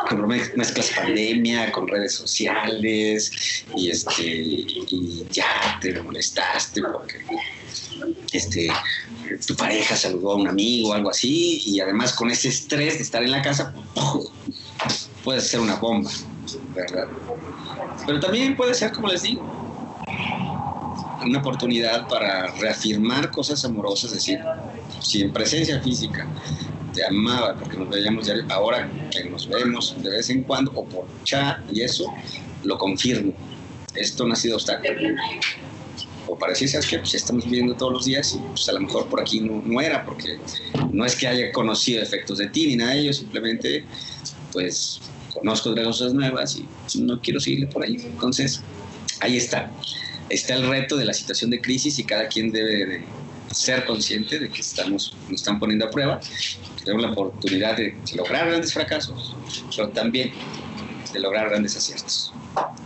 con mezclas pandemia, con redes sociales, y este y ya te molestaste porque este tu pareja saludó a un amigo o algo así, y además con ese estrés de estar en la casa, puede ser una bomba, ¿verdad? Pero también puede ser, como les digo, una oportunidad para reafirmar cosas amorosas, es decir, si en presencia física te amaba porque nos veíamos diario, ahora que nos vemos de vez en cuando o por chat y eso, lo confirmo, esto no ha sido obstáculo. O pareciese que pues estamos viviendo todos los días y pues a lo mejor por aquí no, no era, porque no es que haya conocido efectos de ti ni nada de ello, simplemente pues conozco otras cosas nuevas y no quiero seguirle por ahí. Entonces ahí está, está el reto de la situación de crisis, y cada quien debe de ser consciente de que estamos, nos están poniendo a prueba. Tenemos la oportunidad de lograr grandes fracasos, pero también de lograr grandes aciertos.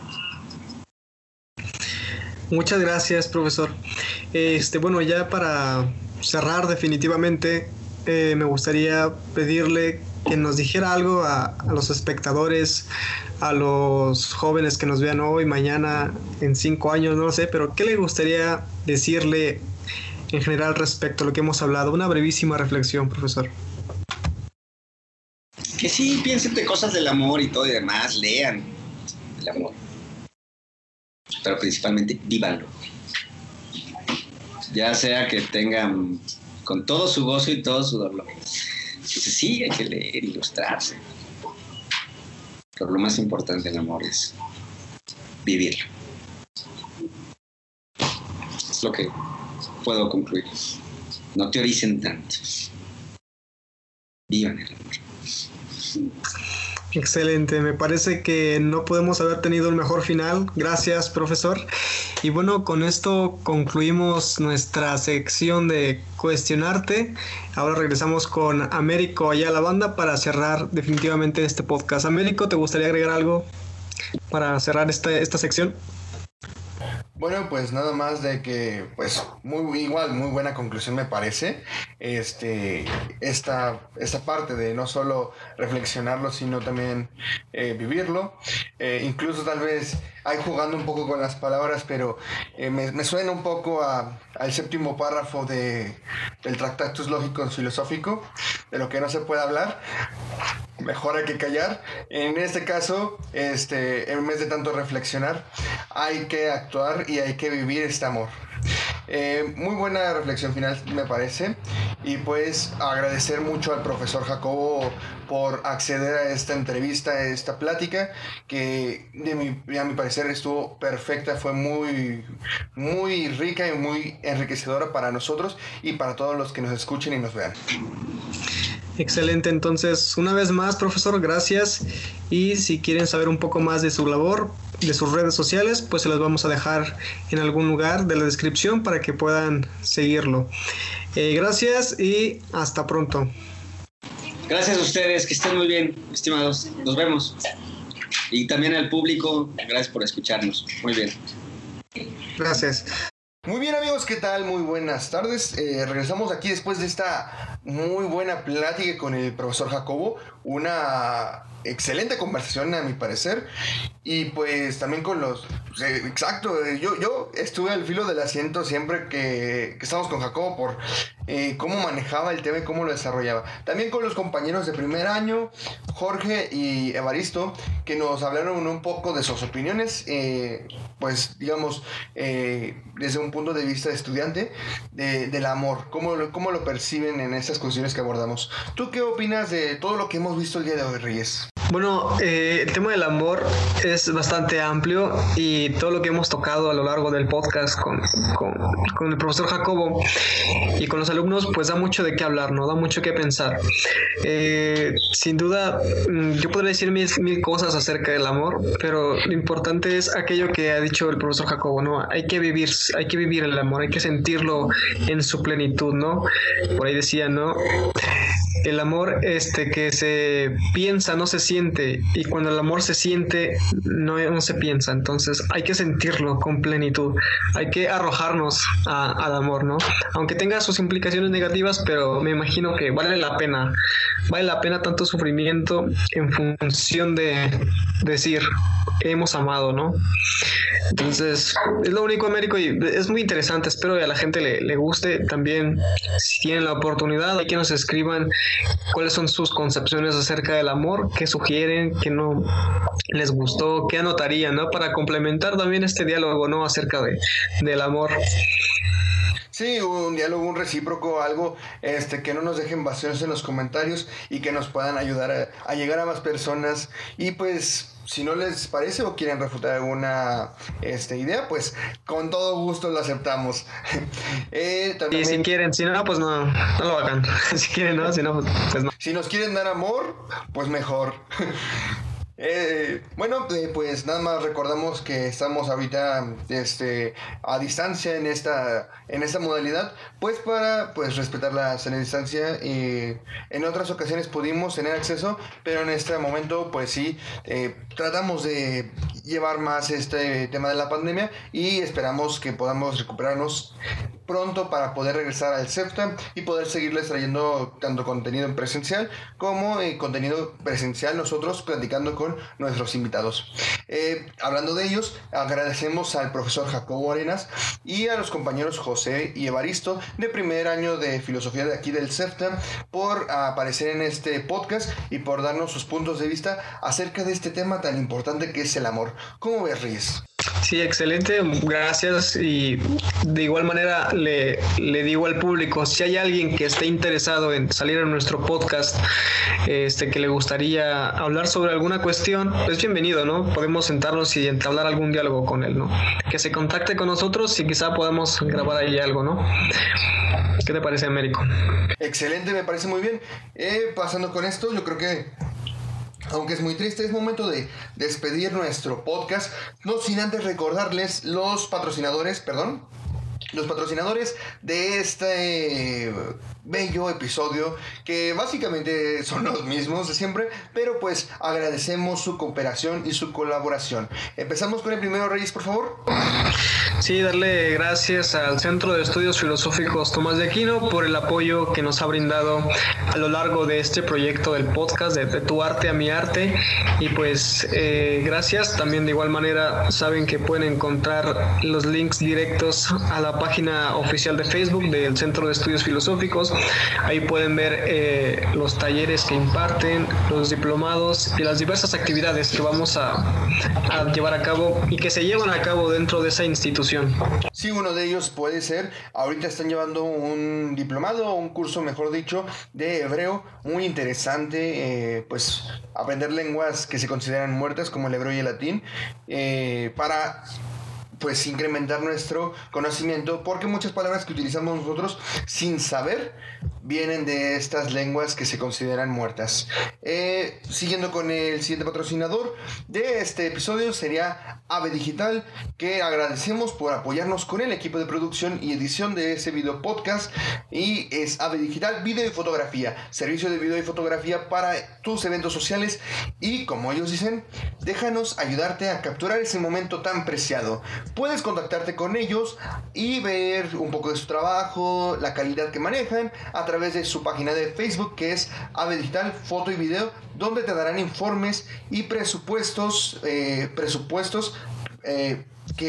Muchas gracias, profesor. Este, bueno, ya para cerrar definitivamente, eh, me gustaría pedirle que nos dijera algo a, a los espectadores, a los jóvenes que nos vean hoy, mañana, en cinco años, no lo sé, pero ¿qué le gustaría decirle en general respecto a lo que hemos hablado? Una brevísima reflexión, profesor. Que sí, piensen de cosas del amor y todo y demás, lean el amor, pero principalmente vívanlo. Ya sea que tengan con todo su gozo y todo su dolor. Entonces sí, hay que leer, ilustrarse. Pero lo más importante del amor es vivirlo. Es lo que puedo concluir. No teoricen tanto. Vivan el amor. Excelente, me parece que no podemos haber tenido un mejor final. Gracias, profesor. Y bueno, con esto concluimos nuestra sección de Cuestionarte. Ahora regresamos con Américo allá a la banda para cerrar definitivamente este podcast. Américo, ¿te gustaría agregar algo para cerrar esta, esta sección? Bueno, pues nada más de que, pues, muy igual, muy buena conclusión me parece. Este, esta, esta parte de no solo reflexionarlo, sino también eh, vivirlo. Eh, incluso tal vez, ahí jugando un poco con las palabras, pero eh, me, me suena un poco a, al séptimo párrafo de, del Tractatus Lógico Filosófico, de lo que no se puede hablar. Mejor hay que callar. En este caso, este, en vez de tanto reflexionar, hay que actuar y hay que vivir este amor. Eh, muy buena reflexión final me parece, y pues agradecer mucho al profesor Jacobo por acceder a esta entrevista, a esta plática, que de mi, a mi parecer estuvo perfecta, fue muy, muy rica y muy enriquecedora para nosotros y para todos los que nos escuchen y nos vean. Excelente, entonces una vez más, profesor, gracias, y si quieren saber un poco más de su labor, de sus redes sociales, pues se las vamos a dejar en algún lugar de la descripción para que puedan seguirlo. Eh, gracias y hasta pronto. Gracias a ustedes, que estén muy bien, estimados, nos vemos. Y también al público, gracias por escucharnos, muy bien. Gracias. Muy bien, amigos, ¿qué tal? Muy buenas tardes. Eh, regresamos aquí después de esta muy buena plática con el profesor Jacobo. Una excelente conversación, a mi parecer. Y pues también con los... Eh, exacto, eh, yo, yo estuve al filo del asiento siempre que, que estábamos con Jacobo por eh, cómo manejaba el tema y cómo lo desarrollaba. También con los compañeros de primer año, Jorge y Evaristo, que nos hablaron un poco de sus opiniones, eh, pues digamos, eh, desde un punto de vista de estudiante, de, del amor, cómo lo, cómo lo perciben en estas cuestiones que abordamos. ¿Tú qué opinas de todo lo que hemos visto el día de hoy, Reyes? Bueno, eh, el tema del amor es bastante amplio, y todo lo que hemos tocado a lo largo del podcast con, con, con el profesor Jacobo y con los alumnos, pues da mucho de qué hablar, ¿no? Da mucho que pensar. Eh, sin duda, yo podría decir mil, mil cosas acerca del amor, pero lo importante es aquello que ha dicho el profesor Jacobo, ¿no? Hay que vivir, hay que vivir el amor, hay que sentirlo en su plenitud, ¿no? Por ahí decía, ¿no? el amor este que se piensa no se siente, y cuando el amor se siente no, no se piensa. Entonces hay que sentirlo con plenitud, hay que arrojarnos a, al amor, ¿no? Aunque tenga sus implicaciones negativas, pero me imagino que vale la pena, vale la pena tanto sufrimiento en función de decir hemos amado, ¿no? Entonces es lo único, Américo, y es muy interesante. Espero que a la gente le, le guste. También, si tienen la oportunidad, hay que nos escriban cuáles son sus concepciones acerca del amor, qué sugieren, qué no les gustó, qué anotarían, ¿no? Para complementar también este diálogo, ¿no? Acerca de, del amor. Sí, un diálogo, un recíproco, algo este, que no nos dejen vacíos en los comentarios y que nos puedan ayudar a, a llegar a más personas. Y pues, si no les parece o quieren refutar alguna este, idea, pues con todo gusto lo aceptamos. eh, también, y si quieren, si no, pues no, no lo hagan. Si quieren, no, si no, pues no. Si nos quieren dar amor, pues mejor. Eh, bueno, eh, pues nada más recordamos que estamos ahorita este, a distancia en esta, en esta modalidad, pues para pues respetar la sana distancia. Eh, en otras ocasiones pudimos tener acceso, pero en este momento pues sí, eh, tratamos de llevar más este tema de la pandemia y esperamos que podamos recuperarnos pronto para poder regresar al CEFTA y poder seguirles trayendo tanto contenido en presencial como eh, contenido presencial, nosotros platicando con nuestros invitados. Eh, hablando de ellos, agradecemos al profesor Jacobo Arenas y a los compañeros José y Evaristo de primer año de filosofía de aquí del CEFTA por aparecer en este podcast y por darnos sus puntos de vista acerca de este tema tan importante que es el amor. ¿Cómo ves, Reyes? Sí, excelente, gracias. Y de igual manera le, le digo al público, si hay alguien que esté interesado en salir en nuestro podcast, este, que le gustaría hablar sobre alguna cuestión, pues bienvenido, ¿no? Podemos sentarnos y entablar algún diálogo con él, ¿no? Que se contacte con nosotros y quizá podamos grabar ahí algo, ¿no? ¿Qué te parece, Américo? Excelente, me parece muy bien. Eh, pasando con esto, yo creo que aunque es muy triste, es momento de despedir nuestro podcast, no sin antes recordarles los patrocinadores, perdón, los patrocinadores de este bello episodio, que básicamente son los mismos de siempre, pero pues agradecemos su cooperación y su colaboración. Empezamos con el primero, Reyes, por favor. Sí, darle gracias al Centro de Estudios Filosóficos Tomás de Aquino por el apoyo que nos ha brindado a lo largo de este proyecto del podcast de, de Tu Arte a Mi Arte. Y pues eh, gracias. También de igual manera saben que pueden encontrar los links directos a la página oficial de Facebook del Centro de Estudios Filosóficos. Ahí pueden ver eh, los talleres que imparten, los diplomados y las diversas actividades que vamos a, a llevar a cabo y que se llevan a cabo dentro de esa institución. Sí, uno de ellos puede ser, ahorita están llevando un diplomado, un curso mejor dicho, de hebreo, muy interesante, eh, pues aprender lenguas que se consideran muertas como el hebreo y el latín, eh, para pues incrementar nuestro conocimiento, porque muchas palabras que utilizamos nosotros sin saber vienen de estas lenguas que se consideran muertas. Eh, siguiendo con el siguiente patrocinador de este episodio sería Ave Digital, que agradecemos por apoyarnos con el equipo de producción y edición de ese video podcast. Y es Ave Digital, video y fotografía, servicio de video y fotografía para tus eventos sociales. Y como ellos dicen, déjanos ayudarte a capturar ese momento tan preciado. Puedes contactarte con ellos y ver un poco de su trabajo, la calidad que manejan a través de su página de Facebook, que es Ave Digital Foto y Video, donde te darán informes y presupuestos eh, presupuestos eh,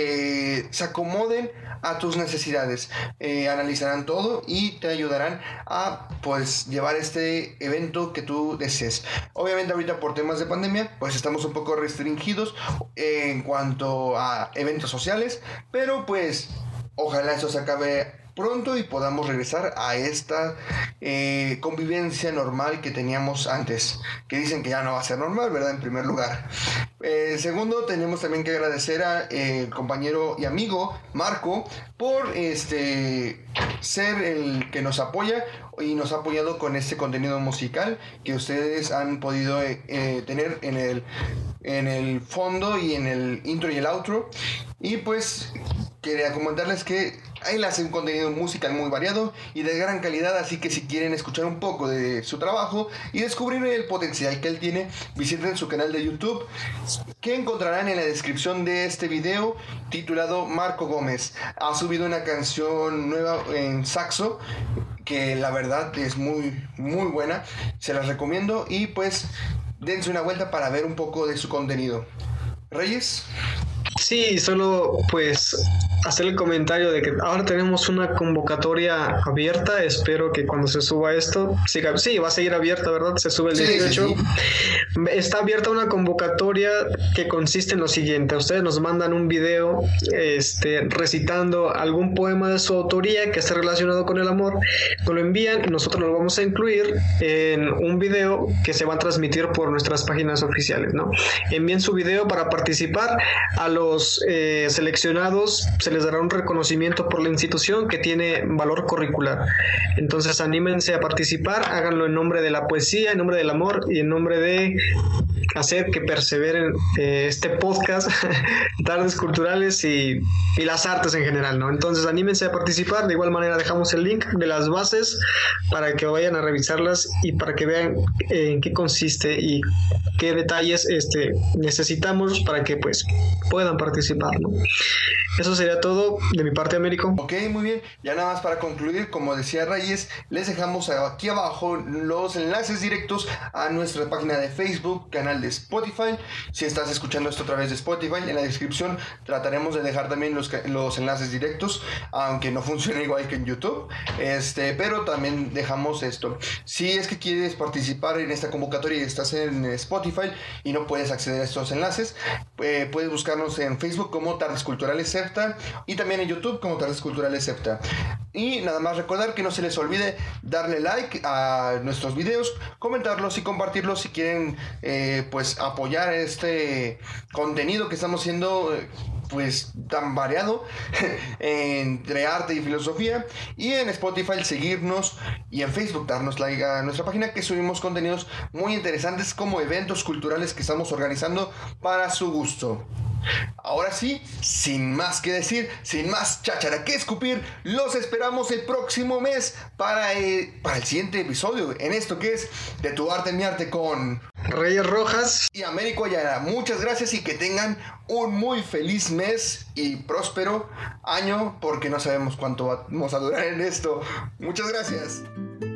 que se acomoden a tus necesidades. Eh, analizarán todo y te ayudarán a pues llevar este evento que tú desees. Obviamente ahorita por temas de pandemia pues estamos un poco restringidos en cuanto a eventos sociales, pero pues ojalá eso se acabe pronto y podamos regresar a esta eh, convivencia normal que teníamos antes, que dicen que ya no va a ser normal, ¿verdad? En primer lugar. Eh, segundo, tenemos también que agradecer a eh, el compañero y amigo Marco por este ser el que nos apoya y nos ha apoyado con este contenido musical que ustedes han podido eh, eh, tener en el, en el fondo y en el intro y el outro. Y pues quería comentarles que Él hace un contenido musical muy variado y de gran calidad, así que si quieren escuchar un poco de su trabajo y descubrir el potencial que él tiene, visiten su canal de YouTube, que encontrarán en la descripción de este video, titulado Marco Gómez. Ha subido una canción nueva en saxo, que la verdad es muy, muy buena, se las recomiendo y pues dense una vuelta para ver un poco de su contenido. Reyes. Sí, solo pues hacer el comentario de que ahora tenemos una convocatoria abierta. Espero que cuando se suba esto siga, sí, va a seguir abierta, ¿verdad? Se sube el Sí, dieciocho. sí, sí. Está abierta una convocatoria que consiste en lo siguiente: ustedes nos mandan un video este, recitando algún poema de su autoría que esté relacionado con el amor, nos lo envían y nosotros lo vamos a incluir en un video que se va a transmitir por nuestras páginas oficiales, ¿no? Envíen su video para participar. A los eh, seleccionados se les dará un reconocimiento por la institución que tiene valor curricular. Entonces anímense a participar, háganlo en nombre de la poesía, en nombre del amor y en nombre de hacer que perseveren eh, este podcast, Tardes Culturales y, y las artes en general, ¿no? Entonces anímense a participar. De igual manera dejamos el link de las bases para que vayan a revisarlas y para que vean eh, en qué consiste y qué detalles este, necesitamos para que pues puedan participar, ¿no? Eso sería todo de mi parte, Américo. Ok, muy bien. Ya nada más para concluir, como decía Reyes, les dejamos aquí abajo los enlaces directos a nuestra página de Facebook, canal de Spotify. Si estás escuchando esto a través de Spotify, en la descripción trataremos de dejar también los, los enlaces directos, aunque no funciona igual que en YouTube, este, pero también dejamos esto. Si es que quieres participar en esta convocatoria y estás en Spotify y no puedes acceder a estos enlaces, eh, puedes buscarnos en Facebook como Tardes Culturales Septa y también en YouTube como Tardes Culturales Septa. Y nada más recordar que no se les olvide darle like a nuestros videos, comentarlos y compartirlos si quieren eh, pues apoyar este contenido que estamos haciendo pues tan variado entre arte y filosofía, y en Spotify seguirnos y en Facebook darnos like a nuestra página, que subimos contenidos muy interesantes como eventos culturales que estamos organizando para su gusto. Ahora sí, sin más que decir, sin más cháchara que escupir, los esperamos el próximo mes para el, para el siguiente episodio en esto que es De tu arte en mi arte con Reyes Rojas y Américo Ayala. Muchas gracias y que tengan un muy feliz mes y próspero año, porque no sabemos cuánto vamos a durar en esto. Muchas gracias.